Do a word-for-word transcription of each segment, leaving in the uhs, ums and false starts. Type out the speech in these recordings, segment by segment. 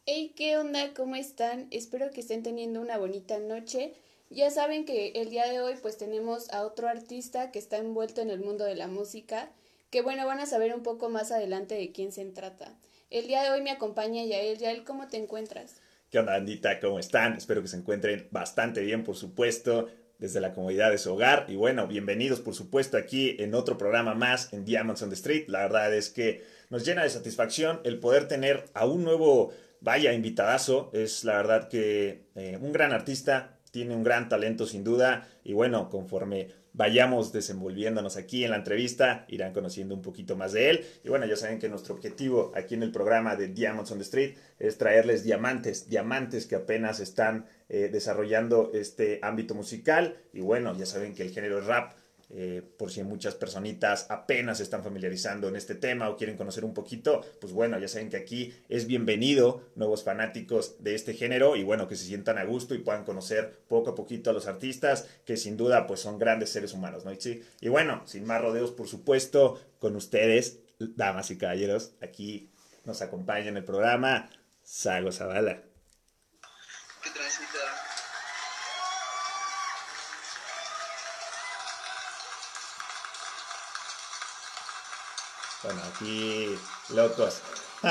Hey, ¿qué onda? ¿Cómo están? Espero que estén teniendo una bonita noche. Ya saben que el día de hoy pues tenemos a otro artista que está envuelto en el mundo de la música, que bueno, van a saber un poco más adelante de quién se trata. El día de hoy me acompaña Yael. Yael, ¿cómo te encuentras? ¿Qué onda, bandita? ¿Cómo están? Espero que se encuentren bastante bien, por supuesto, desde la comodidad de su hogar. Y bueno, bienvenidos, por supuesto, aquí en otro programa más en Diamonds on the Street. La verdad es que nos llena de satisfacción el poder tener a un nuevo, vaya, invitadazo. Es la verdad que eh, un gran artista, tiene un gran talento sin duda. Y bueno, conforme vayamos desenvolviéndonos aquí en la entrevista, irán conociendo un poquito más de él. Y bueno, ya saben que nuestro objetivo aquí en el programa de Diamonds on the Street es traerles diamantes, diamantes que apenas están eh, desarrollando este ámbito musical. Y bueno, ya saben que el género rap, eh, por si muchas personitas apenas se están familiarizando en este tema o quieren conocer un poquito, pues bueno, ya saben que aquí es bienvenido nuevos fanáticos de este género y bueno, que se sientan a gusto y puedan conocer poco a poquito a los artistas que sin duda pues son grandes seres humanos, ¿no? Y, y bueno, sin más rodeos, por supuesto, con ustedes, damas y caballeros, aquí nos acompaña en el programa Sago Zavala. Que transita. Bueno, aquí locos.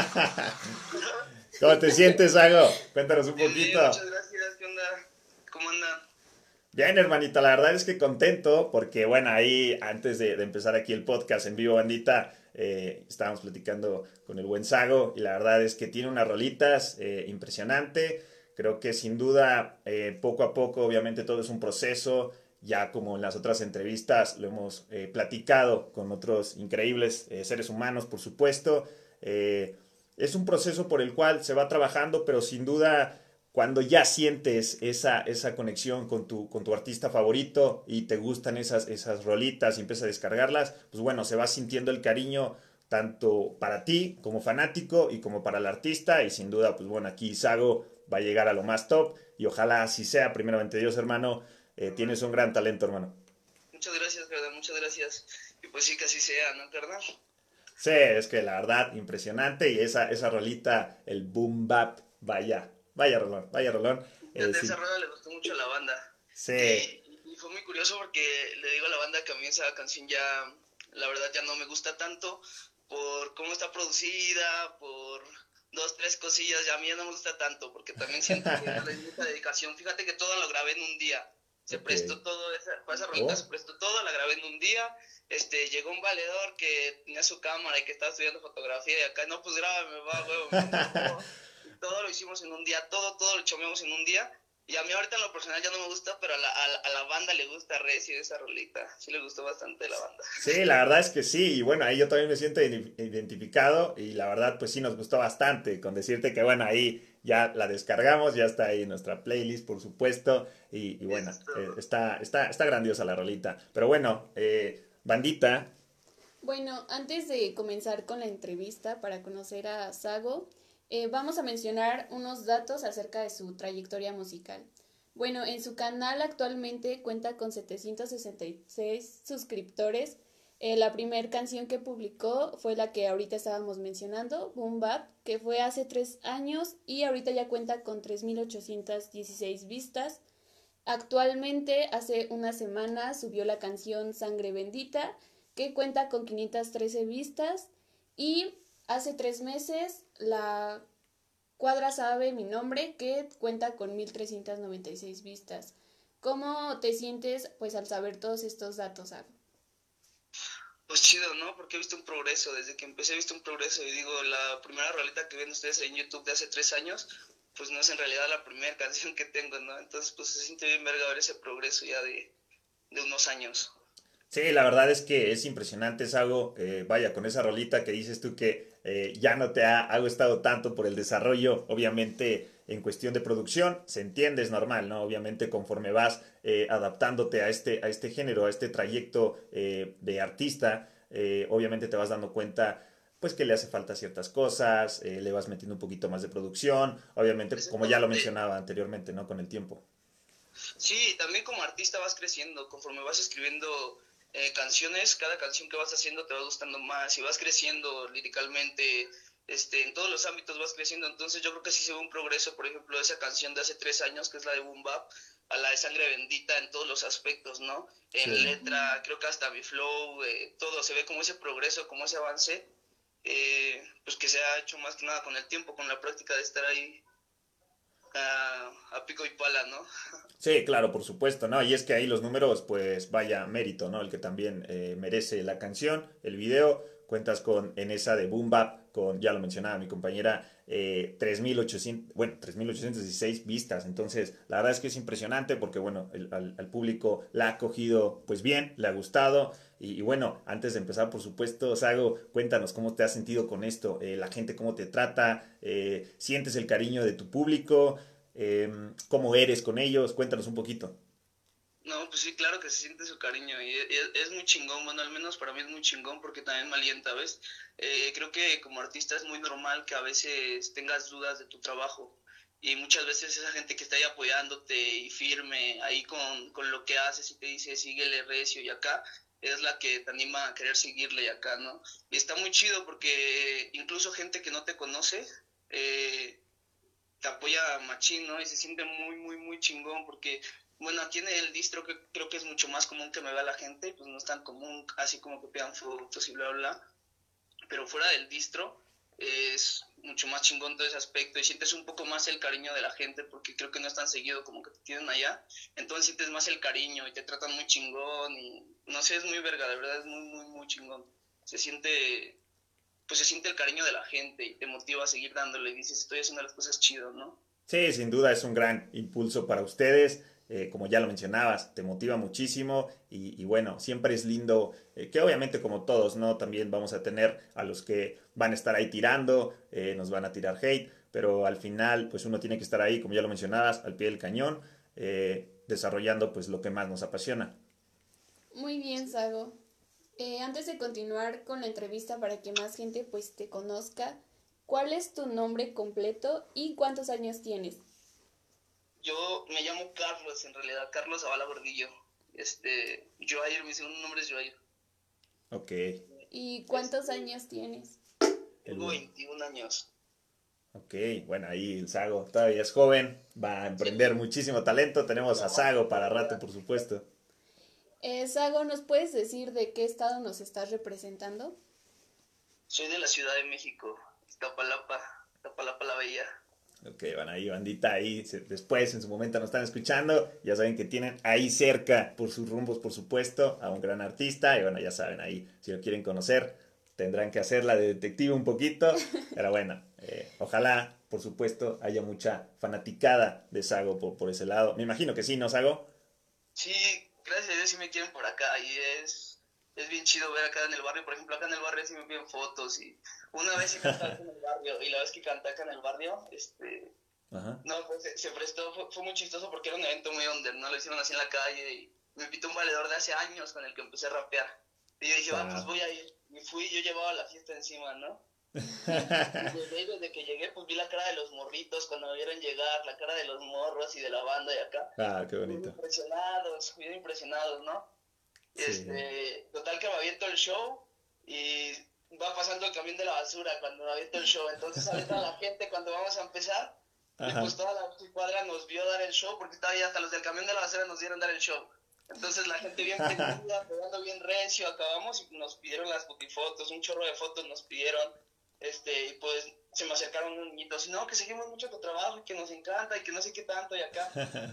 ¿Cómo te sientes, Sago? Cuéntanos un Bien, poquito. bien, muchas gracias. ¿Qué onda? ¿Cómo andan? Bien, hermanita, la verdad es que contento porque, bueno, ahí antes de, de empezar aquí el podcast en vivo, bandita, eh, estábamos platicando con el buen Sago y la verdad es que tiene unas rolitas eh, impresionante. Creo que sin duda, eh, poco a poco, obviamente todo es un proceso. Ya como en las otras entrevistas lo hemos eh, platicado con otros increíbles eh, seres humanos, por supuesto. Eh, es un proceso por el cual se va trabajando, pero sin duda cuando ya sientes esa, esa conexión con tu, con tu artista favorito y te gustan esas, esas rolitas y empiezas a descargarlas, pues bueno, se va sintiendo el cariño tanto para ti como fanático y como para el artista y sin duda, pues bueno, aquí Sago va a llegar a lo más top y ojalá así sea, primeramente Dios, hermano, eh, tienes un gran talento, hermano. Muchas gracias, carnal, muchas gracias. Y pues sí, que así sea, ¿no, carnal? Sí, es que la verdad, impresionante y esa, esa rolita, el boom bap, vaya, vaya rolón, vaya rolón. Eh, Desde esa sí, rueda le gustó mucho a la banda. sí, Y, y fue muy curioso porque le digo a la banda que a mí esa canción ya, la verdad, ya no me gusta tanto por cómo está producida, por dos, tres cosillas, ya a mí ya no me gusta tanto, porque también siento que no le di mucha dedicación. Fíjate que todo lo grabé en un día. Se ok. prestó todo, esa, para esa rolita se Oh. prestó todo, la grabé en un día. Este, llegó un valedor que tenía su cámara y que estaba estudiando fotografía y acá, no, pues grábame, va, huevo, me grabó. Y todo lo hicimos en un día, todo, todo lo chomeamos en un día. Y a mí ahorita en lo personal ya no me gusta, pero a la, a la, a la banda le gusta Recio esa rolita. Sí le gustó bastante la banda. Sí, la verdad es que sí, y bueno, ahí yo también me siento identificado y la verdad pues sí nos gustó bastante con decirte que bueno, ahí ya la descargamos, ya está ahí en nuestra playlist por supuesto y, y Eso bueno, es eh, todo. está, está, está grandiosa la rolita, pero bueno, eh, bandita, Bueno, antes de comenzar con la entrevista para conocer a Sago, eh, vamos a mencionar unos datos acerca de su trayectoria musical. Bueno, en su canal actualmente cuenta con setecientos sesenta y seis suscriptores. Eh, la primera canción que publicó fue la que ahorita estábamos mencionando, Boom Bap, que fue hace tres años y ahorita ya cuenta con tres mil ochocientas dieciséis vistas. Actualmente, hace una semana, subió la canción Sangre Bendita, que cuenta con quinientas trece vistas. Y hace tres meses, la Cuadra Sabe Mi Nombre, que cuenta con mil trescientas noventa y seis vistas. ¿Cómo te sientes pues al saber todos estos datos, Ag? Pues chido, ¿no? Porque he visto un progreso, desde que empecé he visto un progreso y digo, la primera rolita que ven ustedes en YouTube de hace tres años, pues no es en realidad la primera canción que tengo, ¿no? Entonces pues se siente bien verga ver ese progreso ya de, de unos años. sí, la verdad es que es impresionante, es algo, eh, vaya, con esa rolita que dices tú que eh, ya no te ha, ha gustado tanto por el desarrollo, obviamente en cuestión de producción, se entiende, es normal, ¿no? Obviamente conforme vas eh, adaptándote a este, a este género, a este trayecto eh, de artista, eh, obviamente te vas dando cuenta pues que le hace falta ciertas cosas, eh, le vas metiendo un poquito más de producción, obviamente como ya lo Exactamente. mencionaba anteriormente, ¿no? Con el tiempo. Sí, también como artista vas creciendo, conforme vas escribiendo eh, canciones, cada canción que vas haciendo te va gustando más y vas creciendo líricamente este, en todos los ámbitos vas creciendo, entonces yo creo que sí se ve un progreso, por ejemplo, esa canción de hace tres años, que es la de Boom Bap, a la de Sangre Bendita en todos los aspectos, ¿no? En Sí. letra, creo que hasta mi flow, eh, todo, se ve como ese progreso, como ese avance, eh, pues que se ha hecho más que nada con el tiempo, con la práctica de estar ahí a, a pico y pala, ¿no? Sí, claro, por supuesto, ¿no? Y es que ahí los números, pues vaya mérito, ¿no? El que también eh, merece la canción, el video. Cuentas con en esa de Boom Bap, con, ya lo mencionaba mi compañera, eh, tres mil ochocientos, bueno, tres mil ochocientos dieciséis vistas. Entonces, la verdad es que es impresionante porque, bueno, el, al, al, público la ha cogido, pues bien, le ha gustado. Y, y bueno, antes de empezar, por supuesto, Sago, cuéntanos cómo te has sentido con esto, eh, la gente cómo te trata, eh, sientes el cariño de tu público, eh, cómo eres con ellos, cuéntanos un poquito. No, pues sí, claro que se siente su cariño y es, es muy chingón, bueno, al menos para mí es muy chingón porque también me alienta, ¿ves? Eh, creo que como artista es muy normal que a veces tengas dudas de tu trabajo y muchas veces esa gente que está ahí apoyándote y firme ahí con, con lo que haces y te dice síguele recio y acá, es la que te anima a querer seguirle y acá, ¿no? Y está muy chido porque incluso gente que no te conoce, eh, te apoya machín, ¿no? Y se siente muy, muy, muy chingón porque, bueno, aquí en el distro que creo que es mucho más común que me vea la gente, pues no es tan común, así como que pidan fotos y bla, bla, pero fuera del distro eh, es mucho más chingón todo ese aspecto y sientes un poco más el cariño de la gente porque creo que no es tan seguido como que te tienen allá, entonces sientes más el cariño y te tratan muy chingón y no sé, es muy verga, de verdad es muy, muy, muy chingón. Se siente pues se siente el cariño de la gente y te motiva a seguir dándole y dices, estoy haciendo las cosas chido, ¿no? Sí, sin duda es un gran impulso para ustedes. Eh, como ya lo mencionabas, te motiva muchísimo y, y bueno, siempre es lindo, eh, que obviamente como todos, ¿no? También vamos a tener a los que van a estar ahí tirando, eh, nos van a tirar hate, pero al final pues uno tiene que estar ahí, como ya lo mencionabas, al pie del cañón, eh, desarrollando pues lo que más nos apasiona. Muy bien, Sago. Eh, antes de continuar con la entrevista para que más gente pues te conozca, ¿cuál es tu nombre completo y cuántos años tienes? Yo me llamo Carlos, en realidad, Carlos Zavala Gordillo. Este, Joair, mi segundo nombre es Joair. Ok, ¿Y cuántos Este, años tienes? el tengo bueno. veintiún años. Ok, bueno, ahí el Sago todavía es joven, va a Sí, emprender muchísimo talento. Tenemos a Sago para rato, por supuesto. Eh, Sago, ¿nos puedes decir de qué estado nos estás representando? soy de la Ciudad de México, Iztapalapa, Iztapalapa la Bella. Ok, van ahí, bandita, ahí se- después en su momento nos están escuchando. Ya saben que tienen ahí cerca, por sus rumbos, por supuesto, a un gran artista. Y bueno, ya saben, ahí, si lo quieren conocer, tendrán que hacerla de detective un poquito. Pero bueno, eh, ojalá, por supuesto, haya mucha fanaticada de Sago por, por ese lado. Me imagino que sí, ¿no, Sago? Sí, gracias a Dios sí me quieren por acá y es, es bien chido ver acá en el barrio, por ejemplo, acá en el barrio sí me piden fotos y una vez sí canté acá en el barrio y la vez que canté acá en el barrio, este, Ajá. no, pues se, se prestó, fue, fue muy chistoso porque era un evento muy under, ¿no? Lo hicieron así en la calle y me invitó un valedor de hace años con el que empecé a rapear. Y yo dije, va, pues Wow. voy a ir. Y fui, yo llevaba la fiesta encima, ¿no? Y, y desde, ahí, desde que llegué, pues vi la cara de los morritos cuando me vieron llegar, la cara de los morros y de la banda y acá. Ah, qué Bien bonito. impresionados, bien impresionados, ¿no? Sí. Este, total que me aviento el show y va pasando el camión de la basura cuando me aviento el show. Entonces avienta a la gente cuando vamos a empezar y Ajá. pues toda la cuadra nos vio dar el show porque estaba ahí hasta los del camión de la basura nos dieron dar el show. Entonces la gente bien prendida, pegando bien recio, acabamos y nos pidieron las fotifotos, un chorro de fotos nos pidieron, este, y pues se me acercaron unos niñitos, y no, que seguimos mucho tu trabajo y que nos encanta y que no sé qué tanto y acá.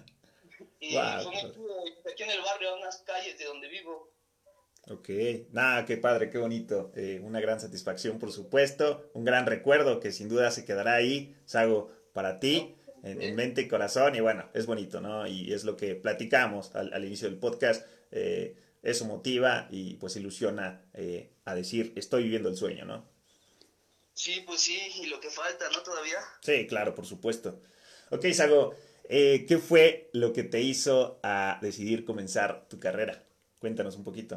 Y Wow, fue qué muy padre. chido, y pues aquí en el barrio, a unas calles de donde vivo. Ok, nada, qué padre, qué bonito. Eh, una gran satisfacción, por supuesto. Un gran recuerdo que sin duda se quedará ahí, Sago, para ¿No? ti, en, en Eh, mente y corazón. Y bueno, es bonito, ¿no? Y es lo que platicamos al, al inicio del podcast. Eh, eso motiva y pues ilusiona, eh, a decir, estoy viviendo el sueño, ¿no? sí, pues sí, y lo que falta, ¿no? Todavía. Sí, claro, por supuesto. Ok, Sago, eh, ¿qué fue lo que te hizo a decidir comenzar tu carrera? Cuéntanos un poquito.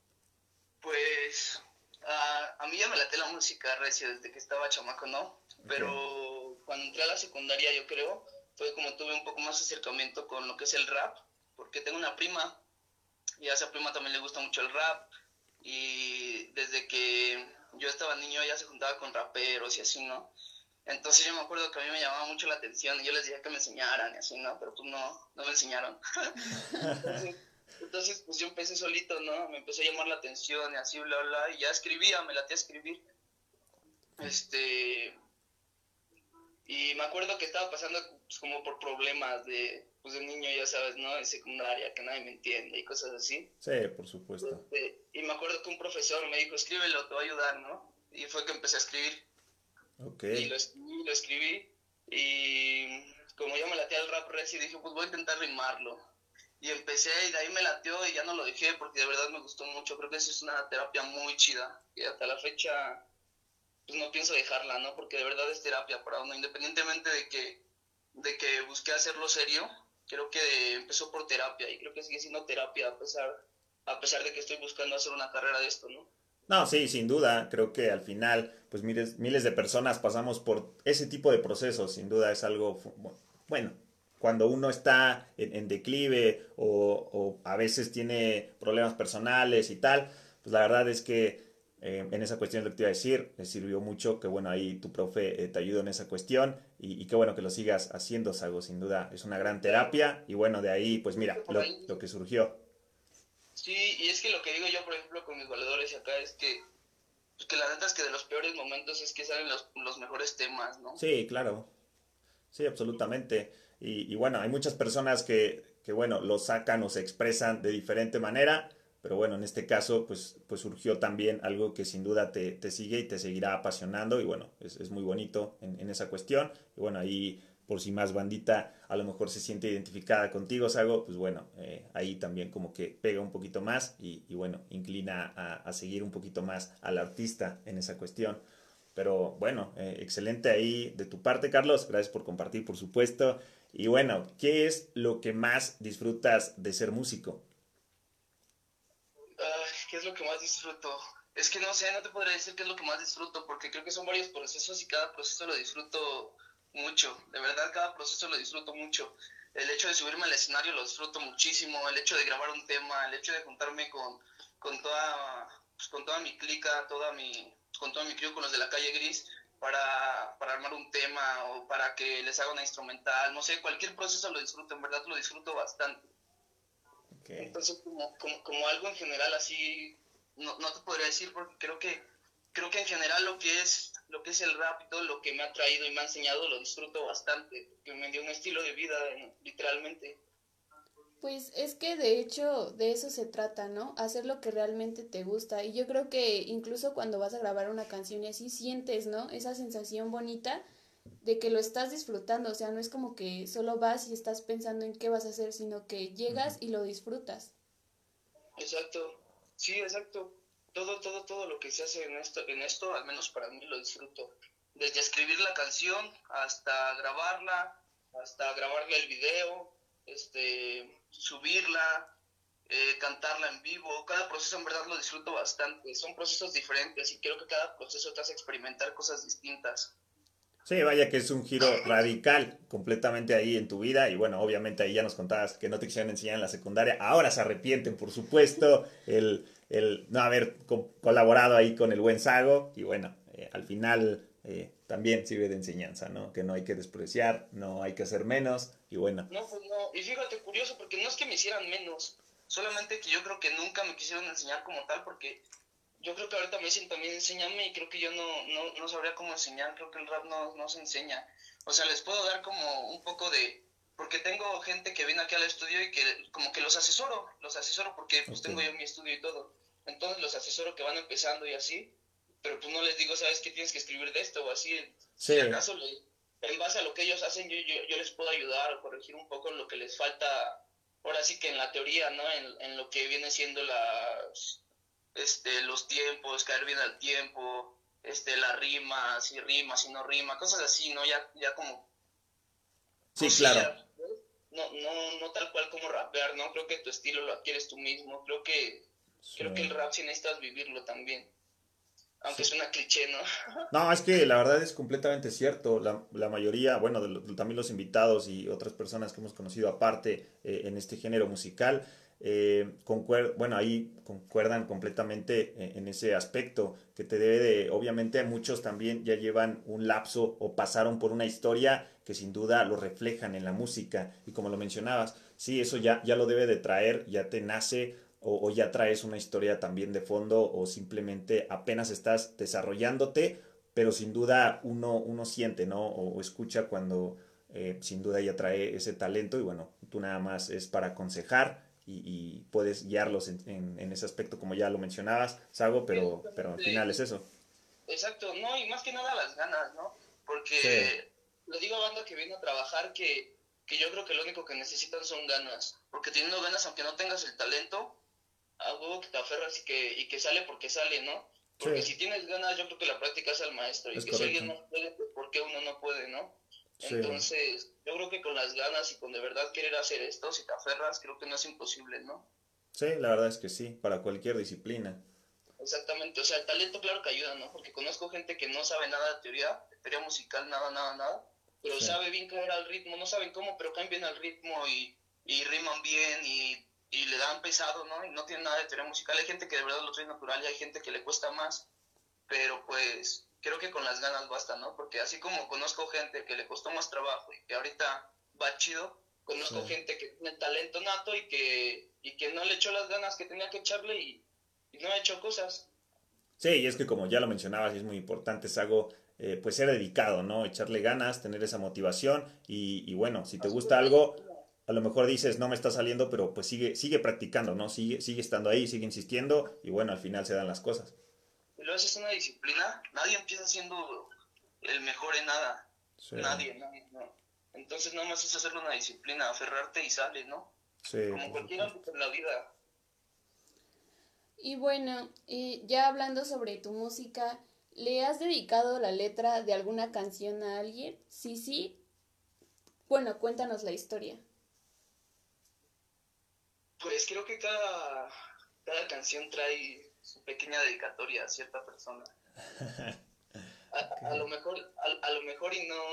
Pues a, a mí ya me late la música recio desde que estaba chamaco, ¿no? Ok, Pero cuando entré a la secundaria, yo creo, fue como tuve un poco más acercamiento con lo que es el rap, porque tengo una prima y a esa prima también le gusta mucho el rap y desde que yo estaba niño, ella se juntaba con raperos y así, ¿no? Entonces yo me acuerdo que a mí me llamaba mucho la atención y yo les decía que me enseñaran y así, ¿no? Pero pues no, no me enseñaron. entonces, entonces, pues yo empecé solito, ¿no? Me empezó a llamar la atención y así, bla, bla, y ya escribía, me latía a escribir. Este, y me acuerdo que estaba pasando pues, como por problemas de, pues de niño, ya sabes, ¿no? En secundaria, que nadie me entiende y cosas así. Sí, por supuesto. Este, y me acuerdo que un profesor me dijo, escríbelo, te va a ayudar, ¿no? Y fue que empecé a escribir. Ok. Y lo escribí, lo escribí, y como yo me laté al rap rec, y dije, pues voy a intentar rimarlo. Y empecé, y de ahí me lateó, y ya no lo dejé, porque de verdad me gustó mucho. Creo que eso es una terapia muy chida, y hasta la fecha, pues no pienso dejarla, ¿no? Porque de verdad es terapia para uno, independientemente de que, de que busqué hacerlo serio, creo que empezó por terapia, y creo que sigue siendo terapia, a pesar, a pesar de que estoy buscando hacer una carrera de esto, ¿no? No, sí, sin duda. Creo que al final, pues miles, miles de personas pasamos por ese tipo de procesos. Sin duda es algo, fu- bueno, cuando uno está en, en declive o, o a veces tiene problemas personales y tal, pues la verdad es que eh, en esa cuestión lo que te iba a decir, me sirvió mucho que bueno, ahí tu profe eh, te ayudó en esa cuestión y, y qué bueno que lo sigas haciendo, Sago, sin duda. Es una gran terapia y bueno, de ahí, pues mira, Por lo, ahí. lo que surgió. Sí, y es que lo que digo yo, por ejemplo, con mis valedores y acá es que, pues que la neta es que de los peores momentos es que salen los, los mejores temas, ¿no? Sí, claro. Sí, absolutamente. Y, y bueno, hay muchas personas que, que, bueno, lo sacan o se expresan de diferente manera, pero bueno, en este caso, pues, pues surgió también algo que sin duda te, te sigue y te seguirá apasionando y bueno, es, es muy bonito en, en esa cuestión. Y bueno, ahí por si más bandita a lo mejor se siente identificada contigo, Sago, pues bueno, eh, ahí también como que pega un poquito más y, y bueno, inclina a, a seguir un poquito más al artista en esa cuestión. Pero bueno, eh, excelente ahí de tu parte, Carlos. Gracias por compartir, por supuesto. Y bueno, ¿qué es lo que más disfrutas de ser músico? Ay, ¿qué es lo que más disfruto? Es que no sé, no te podría decir qué es lo que más disfruto, porque creo que son varios procesos y cada proceso lo disfruto mucho. De verdad, cada proceso lo disfruto mucho. El hecho de subirme al escenario lo disfruto muchísimo, el hecho de grabar un tema, el hecho de juntarme con, con toda, pues, con toda mi clica, toda mi, con todo mi crew, con los de la calle gris, para, para armar un tema o para que les haga una instrumental, no sé, cualquier proceso lo disfruto, en verdad lo disfruto bastante. Okay. Entonces, como, como, como algo en general así, no, no te podría decir porque creo que, creo que en general lo que es, lo que es el rap y todo lo que me ha traído y me ha enseñado lo disfruto bastante, porque me dio un estilo de vida, literalmente. Pues es que de hecho de eso se trata, ¿no? Hacer lo que realmente te gusta. Y yo creo que incluso cuando vas a grabar una canción y así sientes, ¿no? Esa sensación bonita de que lo estás disfrutando. O sea, no es como que solo vas y estás pensando en qué vas a hacer, sino que llegas y lo disfrutas. Exacto, sí, exacto. Todo, todo, todo lo que se hace en esto, en esto, al menos para mí lo disfruto. Desde escribir la canción hasta grabarla, hasta grabarle el video, este, subirla, eh, cantarla en vivo. Cada proceso en verdad lo disfruto bastante. Son procesos diferentes y creo que cada proceso te hace experimentar cosas distintas. Sí, vaya que es un giro radical completamente ahí en tu vida y bueno, obviamente ahí ya nos contabas que no te quisieron enseñar en la secundaria, ahora se arrepienten, por supuesto, el, el no haber co colaborado ahí con el buen Sago y bueno, eh, al final eh, también sirve de enseñanza, ¿no? Que no hay que despreciar, no hay que hacer menos y bueno. No, pues no. Y fíjate, curioso, porque no es que me hicieran menos, solamente que yo creo que nunca me quisieron enseñar como tal, porque yo creo que ahorita me dicen también enséñame y creo que yo no, no, no sabría cómo enseñar, creo que el rap no, no se enseña. O sea, les puedo dar como un poco de... Porque tengo gente que viene aquí al estudio y que como que los asesoro, los asesoro porque pues Ok. tengo yo mi estudio y todo. Entonces los asesoro que van empezando y así, pero pues no les digo, ¿sabes qué tienes que escribir de esto o así? Si Sí, acaso le, en base a lo que ellos hacen, yo, yo, yo les puedo ayudar o corregir un poco lo que les falta, ahora sí que en la teoría, ¿no? En, en lo que viene siendo las este, los tiempos, caer bien al tiempo, este, la rima, si rima, si no rima, cosas así, ¿no? Ya, ya como sí, claro. cosillas, ¿no? No, no, no tal cual como rapear, ¿no? Creo que tu estilo lo adquieres tú mismo, creo que, Sí, creo que el rap sí necesitas vivirlo también, aunque sí. suena cliché, ¿no? No, es que la verdad es completamente cierto. La, la mayoría, bueno, de lo- también los invitados y otras personas que hemos conocido aparte eh, en este género musical, eh, concuer bueno, ahí concuerdan completamente en, en ese aspecto, que te debe de, obviamente muchos también ya llevan un lapso o pasaron por una historia que sin duda lo reflejan en la música, y como lo mencionabas, sí, eso ya, ya lo debe de traer, ya te nace, o, o ya traes una historia también de fondo, o simplemente apenas estás desarrollándote, pero sin duda uno, uno siente, ¿no? O, o escucha cuando eh, sin duda ya trae ese talento, y bueno, tú nada más es para aconsejar y, y puedes guiarlos en, en, en, ese aspecto, como ya lo mencionabas, Sago, Sí, pero, pero al final es eso. exacto, no, y más que nada las ganas, ¿no? Sí. Porque le digo a banda que viene a trabajar que, que yo creo que lo único que necesitan son ganas, porque teniendo ganas, aunque no tengas el talento, a huevo que te aferras y que, y que sale porque sale, ¿no? Porque Sí, si tienes ganas, yo creo que la práctica es al maestro, y es que si alguien correcto. no puede, pues ¿por qué uno no puede, no? Sí. Entonces, yo creo que con las ganas y con de verdad querer hacer esto, si te aferras, creo que no es imposible, ¿no? Sí, la verdad es que sí, para cualquier disciplina. Exactamente, o sea, el talento claro que ayuda, ¿no? Porque conozco gente que no sabe nada de teoría, de teoría musical, nada, nada, nada, pero Sí. sabe bien caer al ritmo, no saben cómo, pero caen bien al ritmo y, y riman bien y, y le dan pesado, ¿no? Y no tienen nada de teoría musical. Hay gente que de verdad lo trae natural y hay gente que le cuesta más, pero pues creo que con las ganas basta, ¿no? Porque así como conozco gente que le costó más trabajo y que ahorita va chido, Sí. conozco gente que tiene talento nato y que, y que no le echó las ganas que tenía que echarle y, y no ha hecho cosas. Sí, y es que como ya lo mencionabas, y es muy importante, es algo, eh, pues ser dedicado, ¿no? Echarle ganas, tener esa motivación, y, y bueno, si te Así gusta es, algo, disciplina. a lo mejor dices, no me está saliendo, pero pues sigue, sigue practicando, ¿no? Sigue, sigue estando ahí, sigue insistiendo, y bueno, al final se dan las cosas. Y luego es una disciplina, nadie empieza siendo el mejor en nada, Sí, nadie, nadie, no. Entonces nada más es hacerlo una disciplina, aferrarte y sale, ¿no? sí, Como por cualquier supuesto. ámbito en la vida. Y bueno, y ya hablando sobre tu música, ¿le has dedicado la letra de alguna canción a alguien? Sí, sí. Bueno, cuéntanos la historia. Pues creo que cada, cada canción trae su pequeña dedicatoria a cierta persona. A, a lo Ok. mejor, a, a lo mejor y no,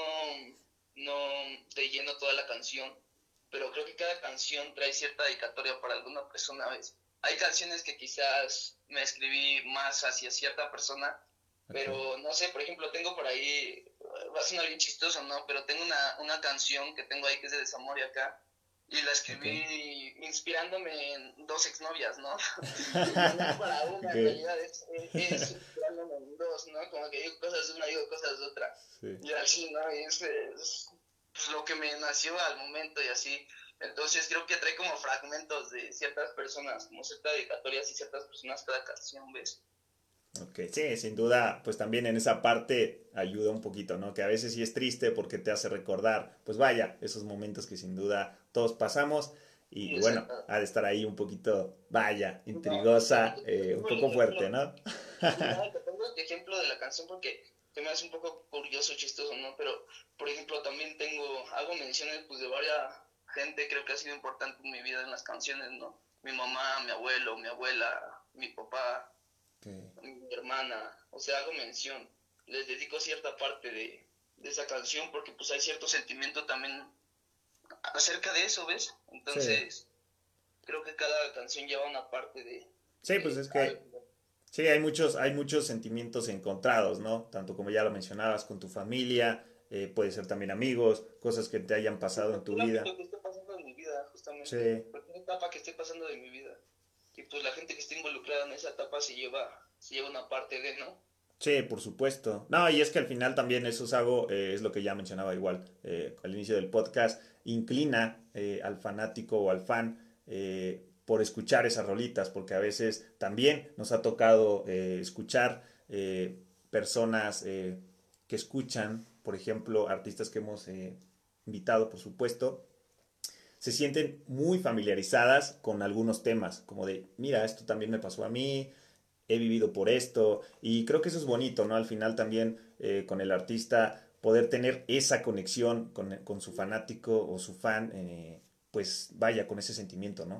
no te lleno toda la canción, pero creo que cada canción trae cierta dedicatoria para alguna persona, ¿ves? Hay canciones que quizás me escribí más hacia cierta persona, Ok. pero no sé, por ejemplo, tengo por ahí, va a sonar bien chistoso, ¿no? Pero tengo una, una canción que tengo ahí que es de desamor y acá, y la Ok. escribí inspirándome en dos exnovias, ¿no? Y no es para una, Ok. en realidad es, es, es inspirándome en dos, ¿no? Como que digo cosas de una, digo cosas de otra. Sí. Y así, ¿no? Y es, es pues, lo que me nació al momento y así. Entonces creo que trae como fragmentos de ciertas personas, como ciertas dedicatorias y ciertas personas cada canción, ¿ves? Ok, sí, sin duda, pues también en esa parte ayuda un poquito, ¿no? Que a veces sí es triste porque te hace recordar, pues vaya, esos momentos que sin duda todos pasamos, y, Sí, y bueno, exacto. ha de estar ahí un poquito, vaya, No, intrigosa, justamente por eso eh, un pongo el poco fuerte, ejemplo. ¿no? Sí, no, te pongo el ejemplo de la canción porque se me hace un poco curioso, chistoso, ¿no? Pero, por ejemplo, también tengo, hago menciones pues de varias gente, creo que ha sido importante en mi vida en las canciones, ¿no? Mi mamá, mi abuelo, mi abuela, mi papá, Okay. mi hermana, o sea, hago mención, les dedico cierta parte de, de esa canción porque pues hay cierto sentimiento también acerca de eso, ¿ves? Sí, Entonces, creo que cada canción lleva una parte de, sí, pues de es que algo. sí, hay muchos, hay muchos sentimientos encontrados, ¿no? Tanto como ya lo mencionabas con tu familia, eh, puede ser también amigos, cosas que te hayan Sí, pasado en tu cualquier vida. ámbito que esté pasando en mi vida, justamente, Sí, cualquier etapa que esté pasando de mi vida. Y pues la gente que esté involucrada en esa etapa se lleva, se lleva una parte de, ¿no? sí, por supuesto. No, y es que al final también eso es algo, eh, es lo que ya mencionaba igual eh, al inicio del podcast, inclina eh, al fanático o al fan eh, por escuchar esas rolitas, porque a veces también nos ha tocado eh, escuchar eh, personas eh, que escuchan, por ejemplo, artistas que hemos eh, invitado, por supuesto, se sienten muy familiarizadas con algunos temas, como de, mira, esto también me pasó a mí, he vivido por esto, y creo que eso es bonito, ¿no? Al final también eh, con el artista poder tener esa conexión con, con su fanático o su fan, eh, pues vaya con ese sentimiento, ¿no?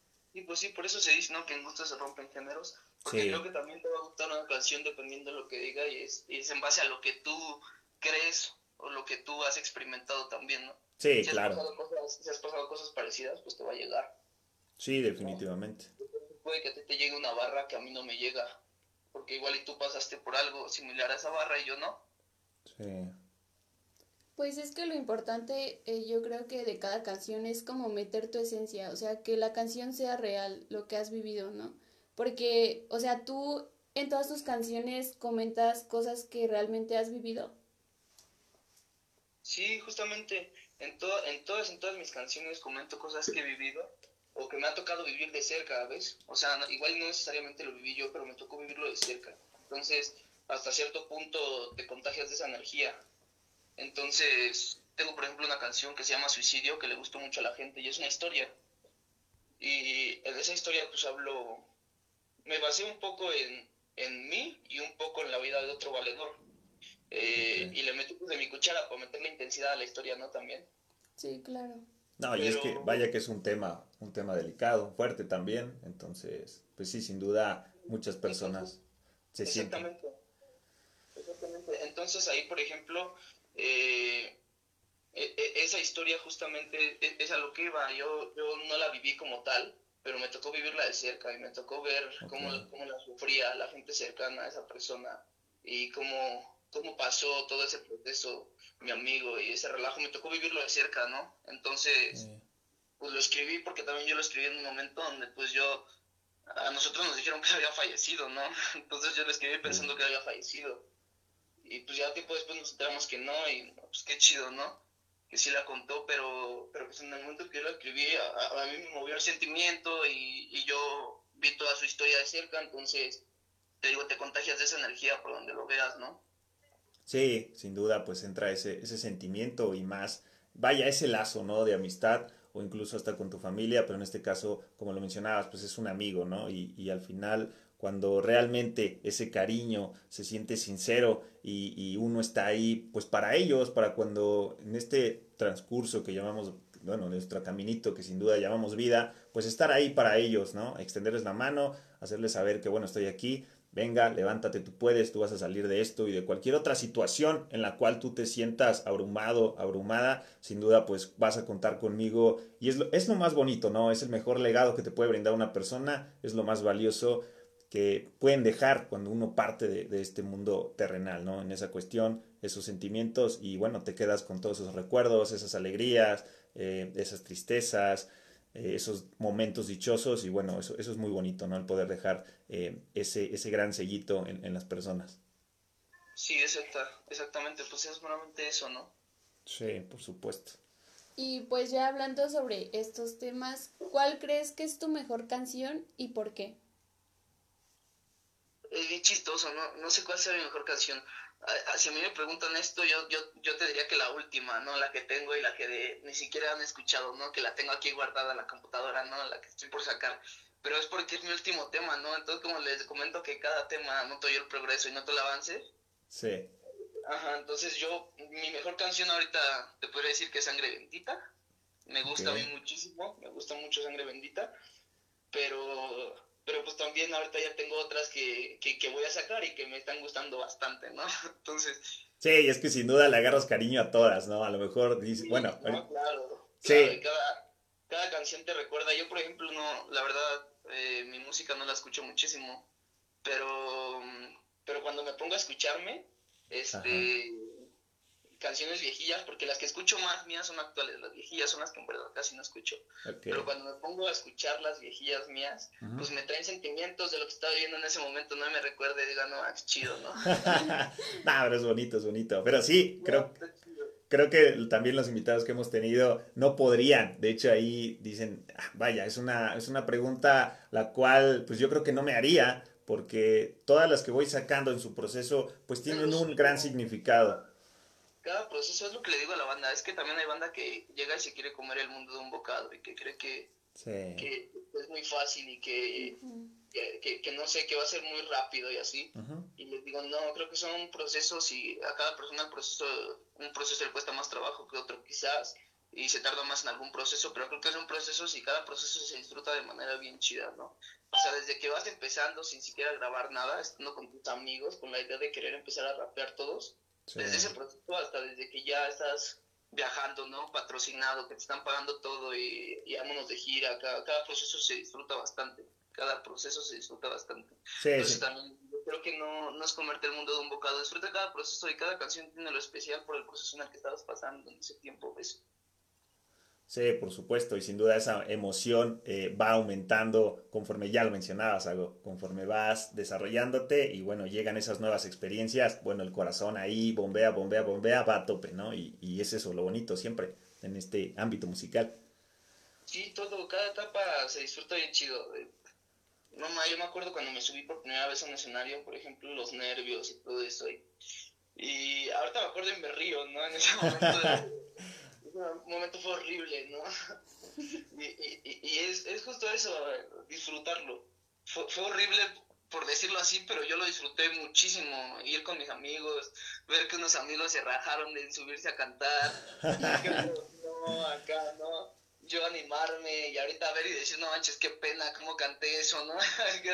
Y pues sí, por eso se dice, ¿no? Que en gusto se rompen géneros, porque creo Sí, que también te va a gustar una canción dependiendo de lo que diga y es, y es en base a lo que tú crees o lo que tú has experimentado también, ¿no? sí, Si has claro. pasado cosas, si has pasado cosas parecidas, pues te va a llegar. Sí, definitivamente. Puede que a ti te llegue una barra que a mí no me llega, porque igual y tú pasaste por algo similar a esa barra y yo no. Sí. Pues es que lo importante, eh, yo creo que de cada canción es como meter tu esencia, o sea, que la canción sea real, lo que has vivido, ¿no? Porque, o sea, tú en todas tus canciones comentas cosas que realmente has vivido. Sí, justamente en, to- en todas, en todas mis canciones comento cosas que he vivido o que me ha tocado vivir de cerca, ¿ves? O sea, no- igual no necesariamente lo viví yo, pero me tocó vivirlo de cerca. Entonces, hasta cierto punto te contagias de esa energía. Entonces, tengo por ejemplo una canción que se llama Suicidio, que le gustó mucho a la gente y es una historia. Y en esa historia pues hablo, me basé un poco en, en mí y un poco en la vida de otro valedor. Eh, Ok. y le metí pues, de mi cuchara para meterle intensidad a la historia, ¿no? También. Sí, claro. No, y es Pero, que vaya que es un tema, un tema delicado, fuerte también. Entonces, pues sí, sin duda muchas entonces, personas se sienten. exactamente, exactamente. Entonces ahí, por ejemplo, eh, e- e- esa historia justamente e- es a lo que iba. Yo, yo no la viví como tal, pero me tocó vivirla de cerca y me tocó ver Ok. cómo, cómo la sufría la gente cercana a esa persona y cómo, cómo pasó todo ese proceso mi amigo y ese relajo. Me tocó vivirlo de cerca, ¿no? Entonces, Sí. pues lo escribí porque también yo lo escribí en un momento donde pues yo, a nosotros nos dijeron que había fallecido, ¿no? Entonces yo lo escribí Uf. pensando que había fallecido. Y pues ya tiempo después nos enteramos que no, y pues qué chido, ¿no? Que sí la contó, pero, pero pues en el momento que yo la escribí, a, a mí me movió el sentimiento y, y yo vi toda su historia de cerca, entonces te digo, te contagias de esa energía por donde lo veas, ¿no? Sí, sin duda, pues entra ese, ese sentimiento y más, vaya, ese lazo, ¿no? De amistad o incluso hasta con tu familia, pero en este caso, como lo mencionabas, pues es un amigo, ¿no? Y, y al final, cuando realmente ese cariño se siente sincero y, y uno está ahí, pues para ellos, para cuando en este transcurso que llamamos, bueno, nuestro caminito que sin duda llamamos vida, pues estar ahí para ellos, ¿no? Extenderles la mano, hacerles saber que, bueno, estoy aquí, venga, levántate, tú puedes, tú vas a salir de esto y de cualquier otra situación en la cual tú te sientas abrumado, abrumada, sin duda pues vas a contar conmigo y es lo, es lo más bonito, ¿no? Es el mejor legado que te puede brindar una persona, es lo más valioso que pueden dejar cuando uno parte de, de este mundo terrenal, ¿no? En esa cuestión, esos sentimientos y bueno, te quedas con todos esos recuerdos, esas alegrías, eh, esas tristezas, eh, esos momentos dichosos y bueno, eso, eso es muy bonito, ¿no? El poder dejar eh, ese, ese gran sellito en, en las personas. Sí, exacta, exactamente, pues es solamente eso, ¿no? Sí, por supuesto. Y pues ya hablando sobre estos temas, ¿cuál crees que es tu mejor canción y por qué? Es bien chistoso, no, no sé cuál sea mi mejor canción. A- a- Si a mí me preguntan esto, yo, yo, yo te diría que la última, ¿no? La que tengo y la que de- ni siquiera han escuchado, ¿no? Que la tengo aquí guardada en la computadora, ¿no? La que estoy por sacar. Pero es porque es mi último tema, ¿no? Entonces, como les comento que cada tema noto yo el progreso y noto el avance. Sí, Ajá, entonces yo, mi mejor canción ahorita te podría decir que es Sangre Bendita. Me ok. gusta a mí muchísimo, me gusta mucho Sangre Bendita, pero, pero pues también ahorita ya tengo otras que, que, que voy a sacar y que me están gustando bastante, ¿no? Entonces, Sí, y es que sin duda le agarras cariño a todas, ¿no? A lo mejor dice, sí, bueno, no, claro, claro, y sí, cada, cada canción te recuerda. Yo, por ejemplo, no, la verdad, eh, mi música no la escucho muchísimo, pero, mm, pero cuando me pongo a escucharme, ajá, este, canciones viejillas, porque las que escucho más mías son actuales, las viejillas son las que en verdad casi no escucho. ok. Pero cuando me pongo a escuchar las viejillas mías, Ujú. pues me traen sentimientos de lo que estaba viviendo en ese momento, no me recuerde y diga, no, es chido, ¿no? No, pero es bonito, es bonito. Pero sí, No, creo, está chido. creo que también los invitados que hemos tenido no podrían. De hecho, ahí dicen, "Ah, vaya, es una, es una pregunta la cual pues yo creo que no me haría, porque todas las que voy sacando en su proceso pues Es tienen lo un suyo. gran significado. Cada proceso es lo que le digo a la banda, es que también hay banda que llega y se quiere comer el mundo de un bocado y que cree que, Sí. que es muy fácil y que, Ujú. que, que, que no sé, que va a ser muy rápido y así. Ujú. Y les digo, no, creo que son procesos y a cada persona el proceso, un proceso le cuesta más trabajo que otro quizás y se tarda más en algún proceso, pero creo que son procesos y cada proceso se disfruta de manera bien chida, ¿no? O sea, desde que vas empezando sin siquiera grabar nada, estando con tus amigos, con la idea de querer empezar a rapear todos, Sí. desde ese proceso hasta desde que ya estás, viajando, ¿no? Patrocinado, que te están pagando todo y, y vámonos de gira. Cada, cada proceso se disfruta bastante. Cada proceso se disfruta bastante. Sí, Entonces sí. también yo creo que no, no es comerte el mundo de un bocado. Disfruta cada proceso y cada canción tiene lo especial por el proceso en el que estabas pasando en ese tiempo, ¿ves? Sí, por supuesto, y sin duda esa emoción eh, va aumentando conforme ya lo mencionabas, algo, conforme vas desarrollándote y bueno, llegan esas nuevas experiencias, bueno, el corazón ahí bombea, bombea, bombea, va a tope, ¿no? Y, y es eso lo bonito siempre en este ámbito musical. Sí, todo, cada etapa se disfruta bien chido. eh. No, ma, yo me acuerdo cuando me subí por primera vez a un escenario, por ejemplo, los nervios y todo eso. Y, y ahorita me acuerdo y me río, ¿no? En ese momento, ese momento fue horrible, ¿no? Y, y, y es, es justo eso, eh, disfrutarlo. Fue, fue horrible por decirlo así, pero yo lo disfruté muchísimo. Ir con mis amigos, ver que unos amigos se rajaron de subirse a cantar, ver que otros no, acá, ¿no? Yo animarme y ahorita ver y decir, no manches, qué pena, cómo canté eso, ¿no?